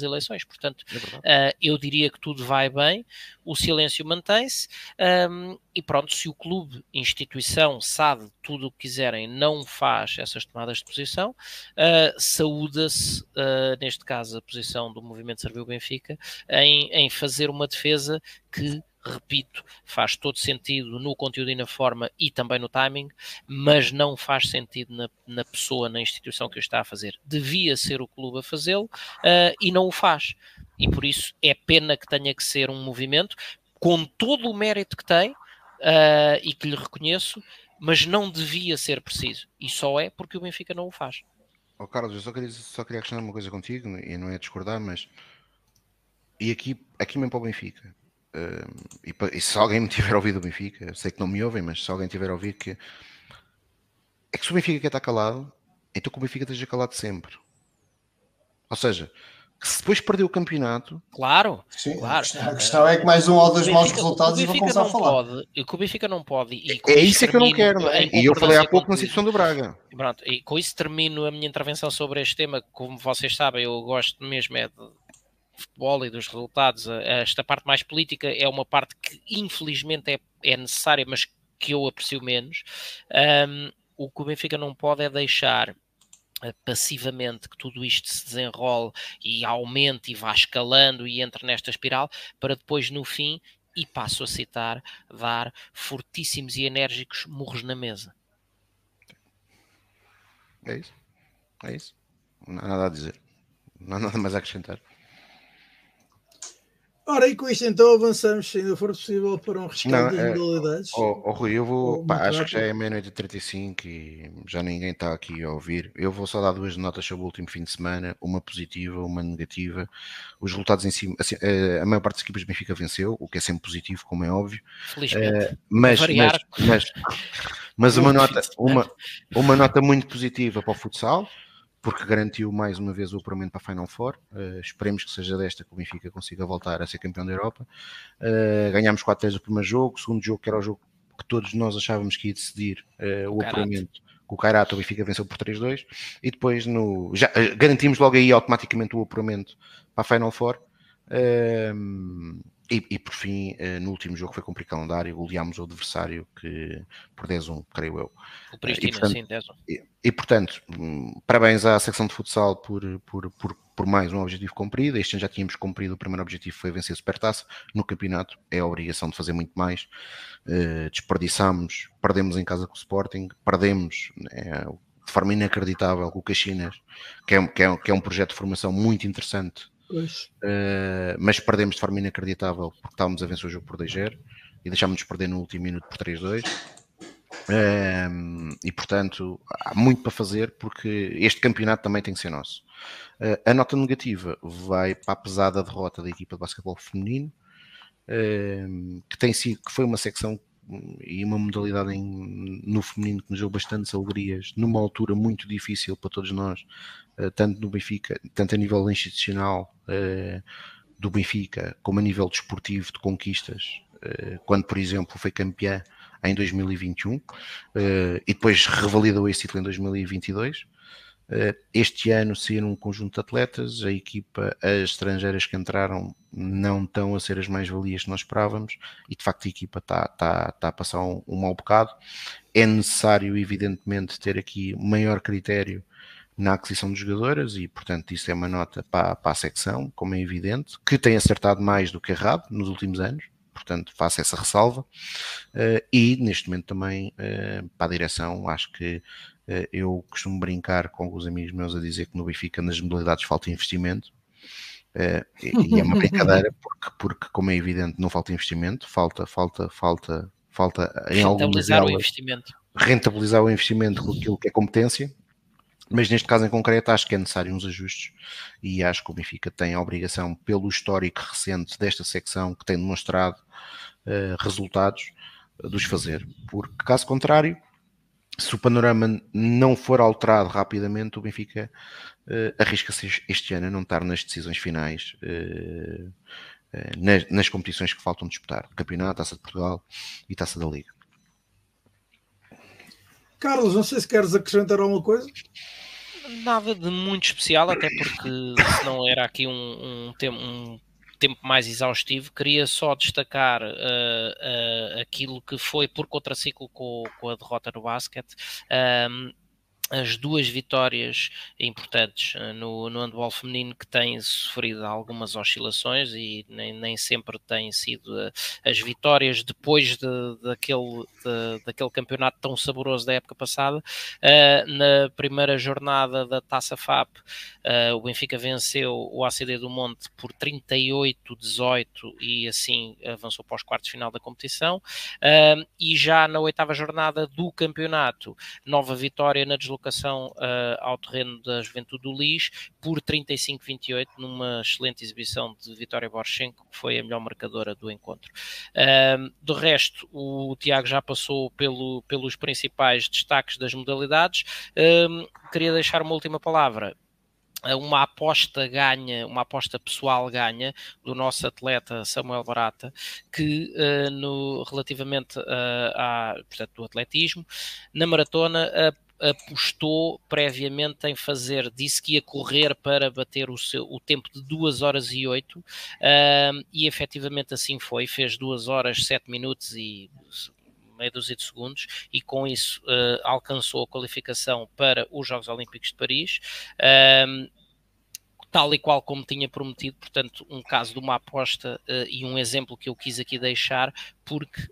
nas eleições. Portanto, eu diria que tudo vai bem, o silêncio mantém-se, e pronto, se o clube, instituição, SAD, tudo o que quiserem, não faz essas tomadas de posição, saúda-se, neste caso, a posição do Movimento Serviu Benfica, em fazer uma defesa que, repito, faz todo sentido no conteúdo e na forma e também no timing, mas não faz sentido na pessoa, na instituição que o está a fazer. Devia ser o clube a fazê-lo, e não o faz. E por isso é pena que tenha que ser um movimento, com todo o mérito que tem, e que lhe reconheço, mas não devia ser preciso. E só é porque o Benfica não o faz. Oh, Carlos, eu só queria questionar uma coisa contigo, e não é discordar, mas... E aqui mesmo para o Benfica... e se alguém me tiver ouvido o Benfica, eu sei que não me ouvem, mas se alguém tiver ouvido, que é que se o Benfica quer estar calado, então que o Benfica esteja calado sempre. Ou seja, que se depois perder o campeonato... Claro, sim, claro. A questão é que mais um ou dois maus resultados e vão começar a falar. O que o Benfica não pode... E é isso que eu não quero, não é? E eu falei há pouco na situação do Braga. Pronto, e com isso termino a minha intervenção sobre este tema. Como vocês sabem, eu gosto mesmo de futebol e dos resultados. Esta parte mais política é uma parte que infelizmente é necessária, mas que eu aprecio menos. O que o Benfica não pode é deixar passivamente que tudo isto se desenrole e aumente e vá escalando e entre nesta espiral, para depois no fim, e passo a citar, dar fortíssimos e enérgicos murros na mesa. É isso. Não há nada a dizer, não há nada mais a acrescentar. Ora, e com isto então avançamos, se ainda for possível, para um rescaldo das modalidades. Rui, eu vou, acho que já é 00:35 e já ninguém está aqui a ouvir. Eu vou só dar 2 notas sobre o último fim de semana, uma positiva, uma negativa. Os resultados em si, assim, a maior parte das equipas do Benfica venceu, o que é sempre positivo, como é óbvio. Felizmente. Mas uma nota muito positiva para o futsal, porque garantiu mais uma vez o apuramento para a Final Four. Esperemos que seja desta que o Benfica consiga voltar a ser campeão da Europa. Ganhámos 4-3 o primeiro jogo, o segundo jogo, que era o jogo que todos nós achávamos que ia decidir o apuramento, com o Kairat, o Benfica venceu por 3-2, e depois garantimos logo aí automaticamente o apuramento para a Final Four. E por fim, no último jogo foi cumprir calendário, goleámos o adversário por 10-1, creio eu. O Pristina, sim, 10-1. E portanto, parabéns à secção de futsal por mais um objetivo cumprido. Este ano já tínhamos cumprido o primeiro objetivo, foi vencer a Supertaça. No campeonato é a obrigação de fazer muito mais. Desperdiçámos, perdemos em casa com o Sporting, perdemos de forma inacreditável com o Caxinas, que é um projeto de formação muito interessante. Mas perdemos de forma inacreditável porque estávamos a vencer o jogo por 2-0 e deixámos-nos perder no último minuto por 3-2. E portanto há muito para fazer, porque este campeonato também tem que ser nosso. A nota negativa vai para a pesada derrota da equipa de basquetebol feminino, que foi uma secção e uma modalidade no feminino que nos deu bastantes alegrias numa altura muito difícil para todos nós, tanto no Benfica, tanto a nível institucional do Benfica, como a nível desportivo de conquistas, quando por exemplo foi campeã em 2021 e depois revalidou esse título em 2022. Este ano saíram um conjunto de atletas, a equipa, as estrangeiras que entraram não estão a ser as mais-valias que nós esperávamos, e de facto a equipa está a passar um mau bocado. É necessário evidentemente ter aqui maior critério na aquisição de jogadoras, e portanto isso é uma nota para a secção, como é evidente, que tem acertado mais do que errado nos últimos anos. Portanto, faço essa ressalva. E neste momento também para a direção, acho que eu costumo brincar com alguns amigos meus a dizer que no Benfica nas modalidades falta investimento, e é uma brincadeira porque como é evidente não falta investimento, falta em algumas delas rentabilizar o investimento com aquilo que é competência. Mas neste caso em concreto acho que é necessário uns ajustes, e acho que o Benfica tem a obrigação, pelo histórico recente desta secção, que tem demonstrado resultados, de os fazer, porque caso contrário, se o panorama não for alterado rapidamente, o Benfica arrisca-se este ano a não estar nas decisões finais, nas competições que faltam disputar, Campeonato, Taça de Portugal e Taça da Liga. Carlos, não sei se queres acrescentar alguma coisa. Nada de muito especial, até porque se não era aqui um tempo mais exaustivo. Queria só destacar aquilo que foi por contraciclo com a derrota no basquete. As duas vitórias importantes no handball feminino, que têm sofrido algumas oscilações e nem sempre têm sido as vitórias depois daquele campeonato tão saboroso da época passada. Na primeira jornada da Taça FAP, o Benfica venceu o ACD do Monte por 38-18 e assim avançou para os quartos de final da competição. E já na oitava jornada do campeonato, nova vitória na deslocação ao terreno da Juventude do Lis por 35-28, numa excelente exibição de Vitória Borchenko, que foi a melhor marcadora do encontro. Do resto, o Tiago já passou pelos principais destaques das modalidades. Queria deixar uma última palavra. Uma aposta pessoal ganha do nosso atleta Samuel Barata, que relativamente portanto, do atletismo, na maratona apostou previamente em disse que ia correr para bater o tempo de 2h08 e efetivamente assim foi, fez 2h07 minutos e meia dúzia de segundos, e com isso alcançou a qualificação para os Jogos Olímpicos de Paris, tal e qual como tinha prometido. Portanto, um caso de uma aposta e um exemplo que eu quis aqui deixar, porque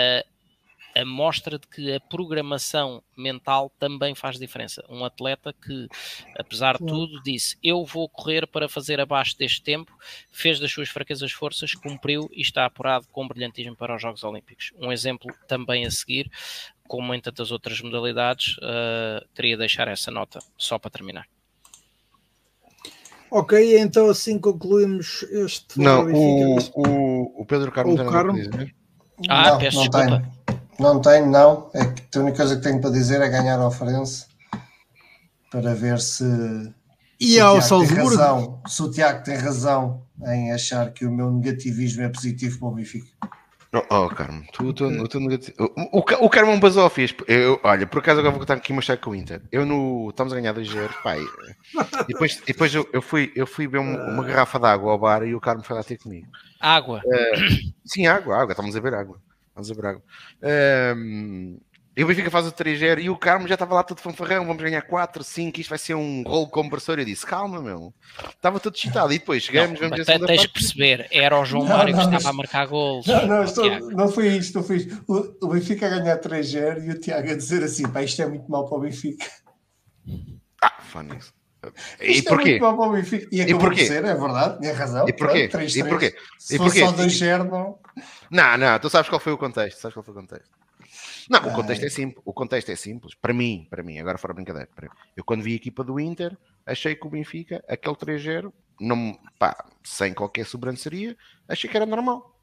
a mostra de que a programação mental também faz diferença. Um atleta que, apesar de tudo, disse: eu vou correr para fazer abaixo deste tempo, fez das suas fraquezas forças, cumpriu e está apurado com brilhantismo para os Jogos Olímpicos. Um exemplo também a seguir, como em tantas outras modalidades. Queria deixar essa nota só para terminar. Ok, então assim concluímos este... Não, o Pedro Carmo tem nada para dizer. Peço desculpa. Não tenho. É que a única coisa que tenho para dizer é ganhar ao Farense, para ver se o Tiago tem razão em achar que o meu negativismo é positivo para o Benfica. Carmo, tu negativo. O Carmo é um basófias. Olha, por acaso agora vou estar aqui mostrar com o Inter. Estamos a ganhar 2-0, pai. E depois eu fui ver uma garrafa de água ao bar e o Carmo foi lá ter comigo. Água? Sim, água. Estamos a ver água. E o Benfica faz o 3-0 e o Carmo já estava lá todo fanfarrão, vamos ganhar 4, 5, isto vai ser um rolo compressor. Eu disse, calma, meu. Estava todo excitado. E depois chegamos... Tens que perceber, era o João Mário que estava a marcar golos. Não foi isto. O Benfica a ganhar 3-0 e o Tiago a dizer assim, pá, isto é muito mau para o Benfica. Funny. E porquê? É muito mau para o Benfica. E acabou de ser, é verdade, tinha razão. E porquê? 3-3. Se fosse só 2-0, não... Não, tu sabes qual foi o contexto. Não, o contexto é simples. Para mim, agora fora brincadeira. Eu quando vi a equipa do Inter, achei que o Benfica, aquele 3-0, sem qualquer sobranceria, achei que era normal.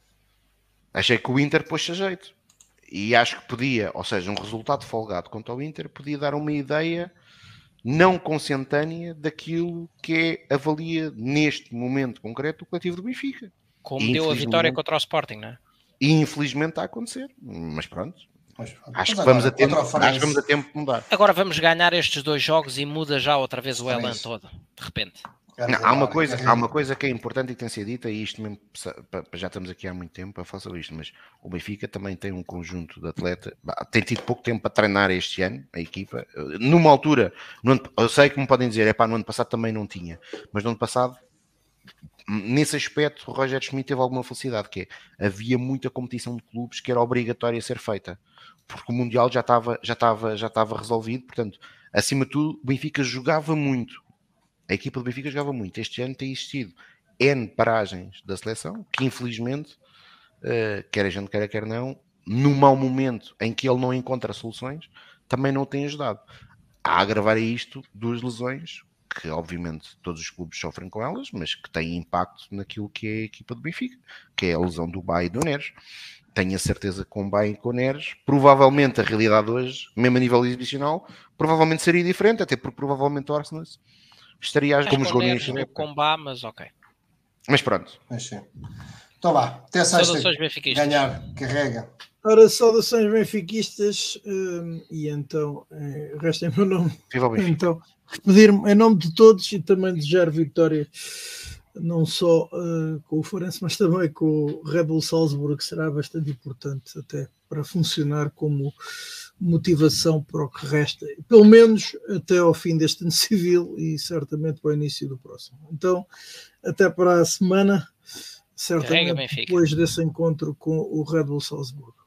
Achei que o Inter pôs-se a jeito. E acho que podia, ou seja, um resultado folgado contra o Inter, podia dar uma ideia não consentânea daquilo que avalia neste momento concreto o coletivo do Benfica. Como deu a vitória contra o Sporting, não é? E infelizmente está a acontecer. Mas pronto. Acho que vamos a tempo de mudar. Agora vamos ganhar estes 2 jogos e muda já outra vez o elan todo, de repente. Não, há uma coisa que é importante e que tem sido dita, e isto mesmo, já estamos aqui há muito tempo a falar sobre isto, mas o Benfica também tem um conjunto de atletas, tem tido pouco tempo para treinar este ano, a equipa, numa altura, eu sei que me podem dizer, no ano passado também não tinha, mas no ano passado, nesse aspecto, o Roger Schmidt teve alguma felicidade, que havia muita competição de clubes que era obrigatória a ser feita, porque o Mundial já estava resolvido, portanto, acima de tudo, o Benfica jogava muito. A equipa do Benfica jogava muito. Este ano tem existido N paragens da seleção, que infelizmente, quer a gente queira, quer não, no mau momento em que ele não encontra soluções, também não tem ajudado. A agravar a isto 2 lesões, que obviamente todos os clubes sofrem com elas, mas que têm impacto naquilo que é a equipa do Benfica, que é a lesão do Bay e do Neres. Tenho a certeza que com o Bay e com o Neres, provavelmente a realidade hoje, mesmo a nível exibicional, provavelmente seria diferente, até porque provavelmente o Arsenal estaria como jogou no combate, mas ok. Mas pronto. Então vá, até sexta. Ganhar, carrega. Ora, saudações benfiquistas, e então, resta em meu nome. Viva o Benfica. Então, despedir-me em nome de todos e também desejar vitória, não só com o Farense, mas também com o Red Bull Salzburgo, que será bastante importante até para funcionar como motivação para o que resta, pelo menos até ao fim deste ano civil e certamente para o início do próximo. Então, até para a semana, certamente depois desse encontro com o Red Bull Salzburgo.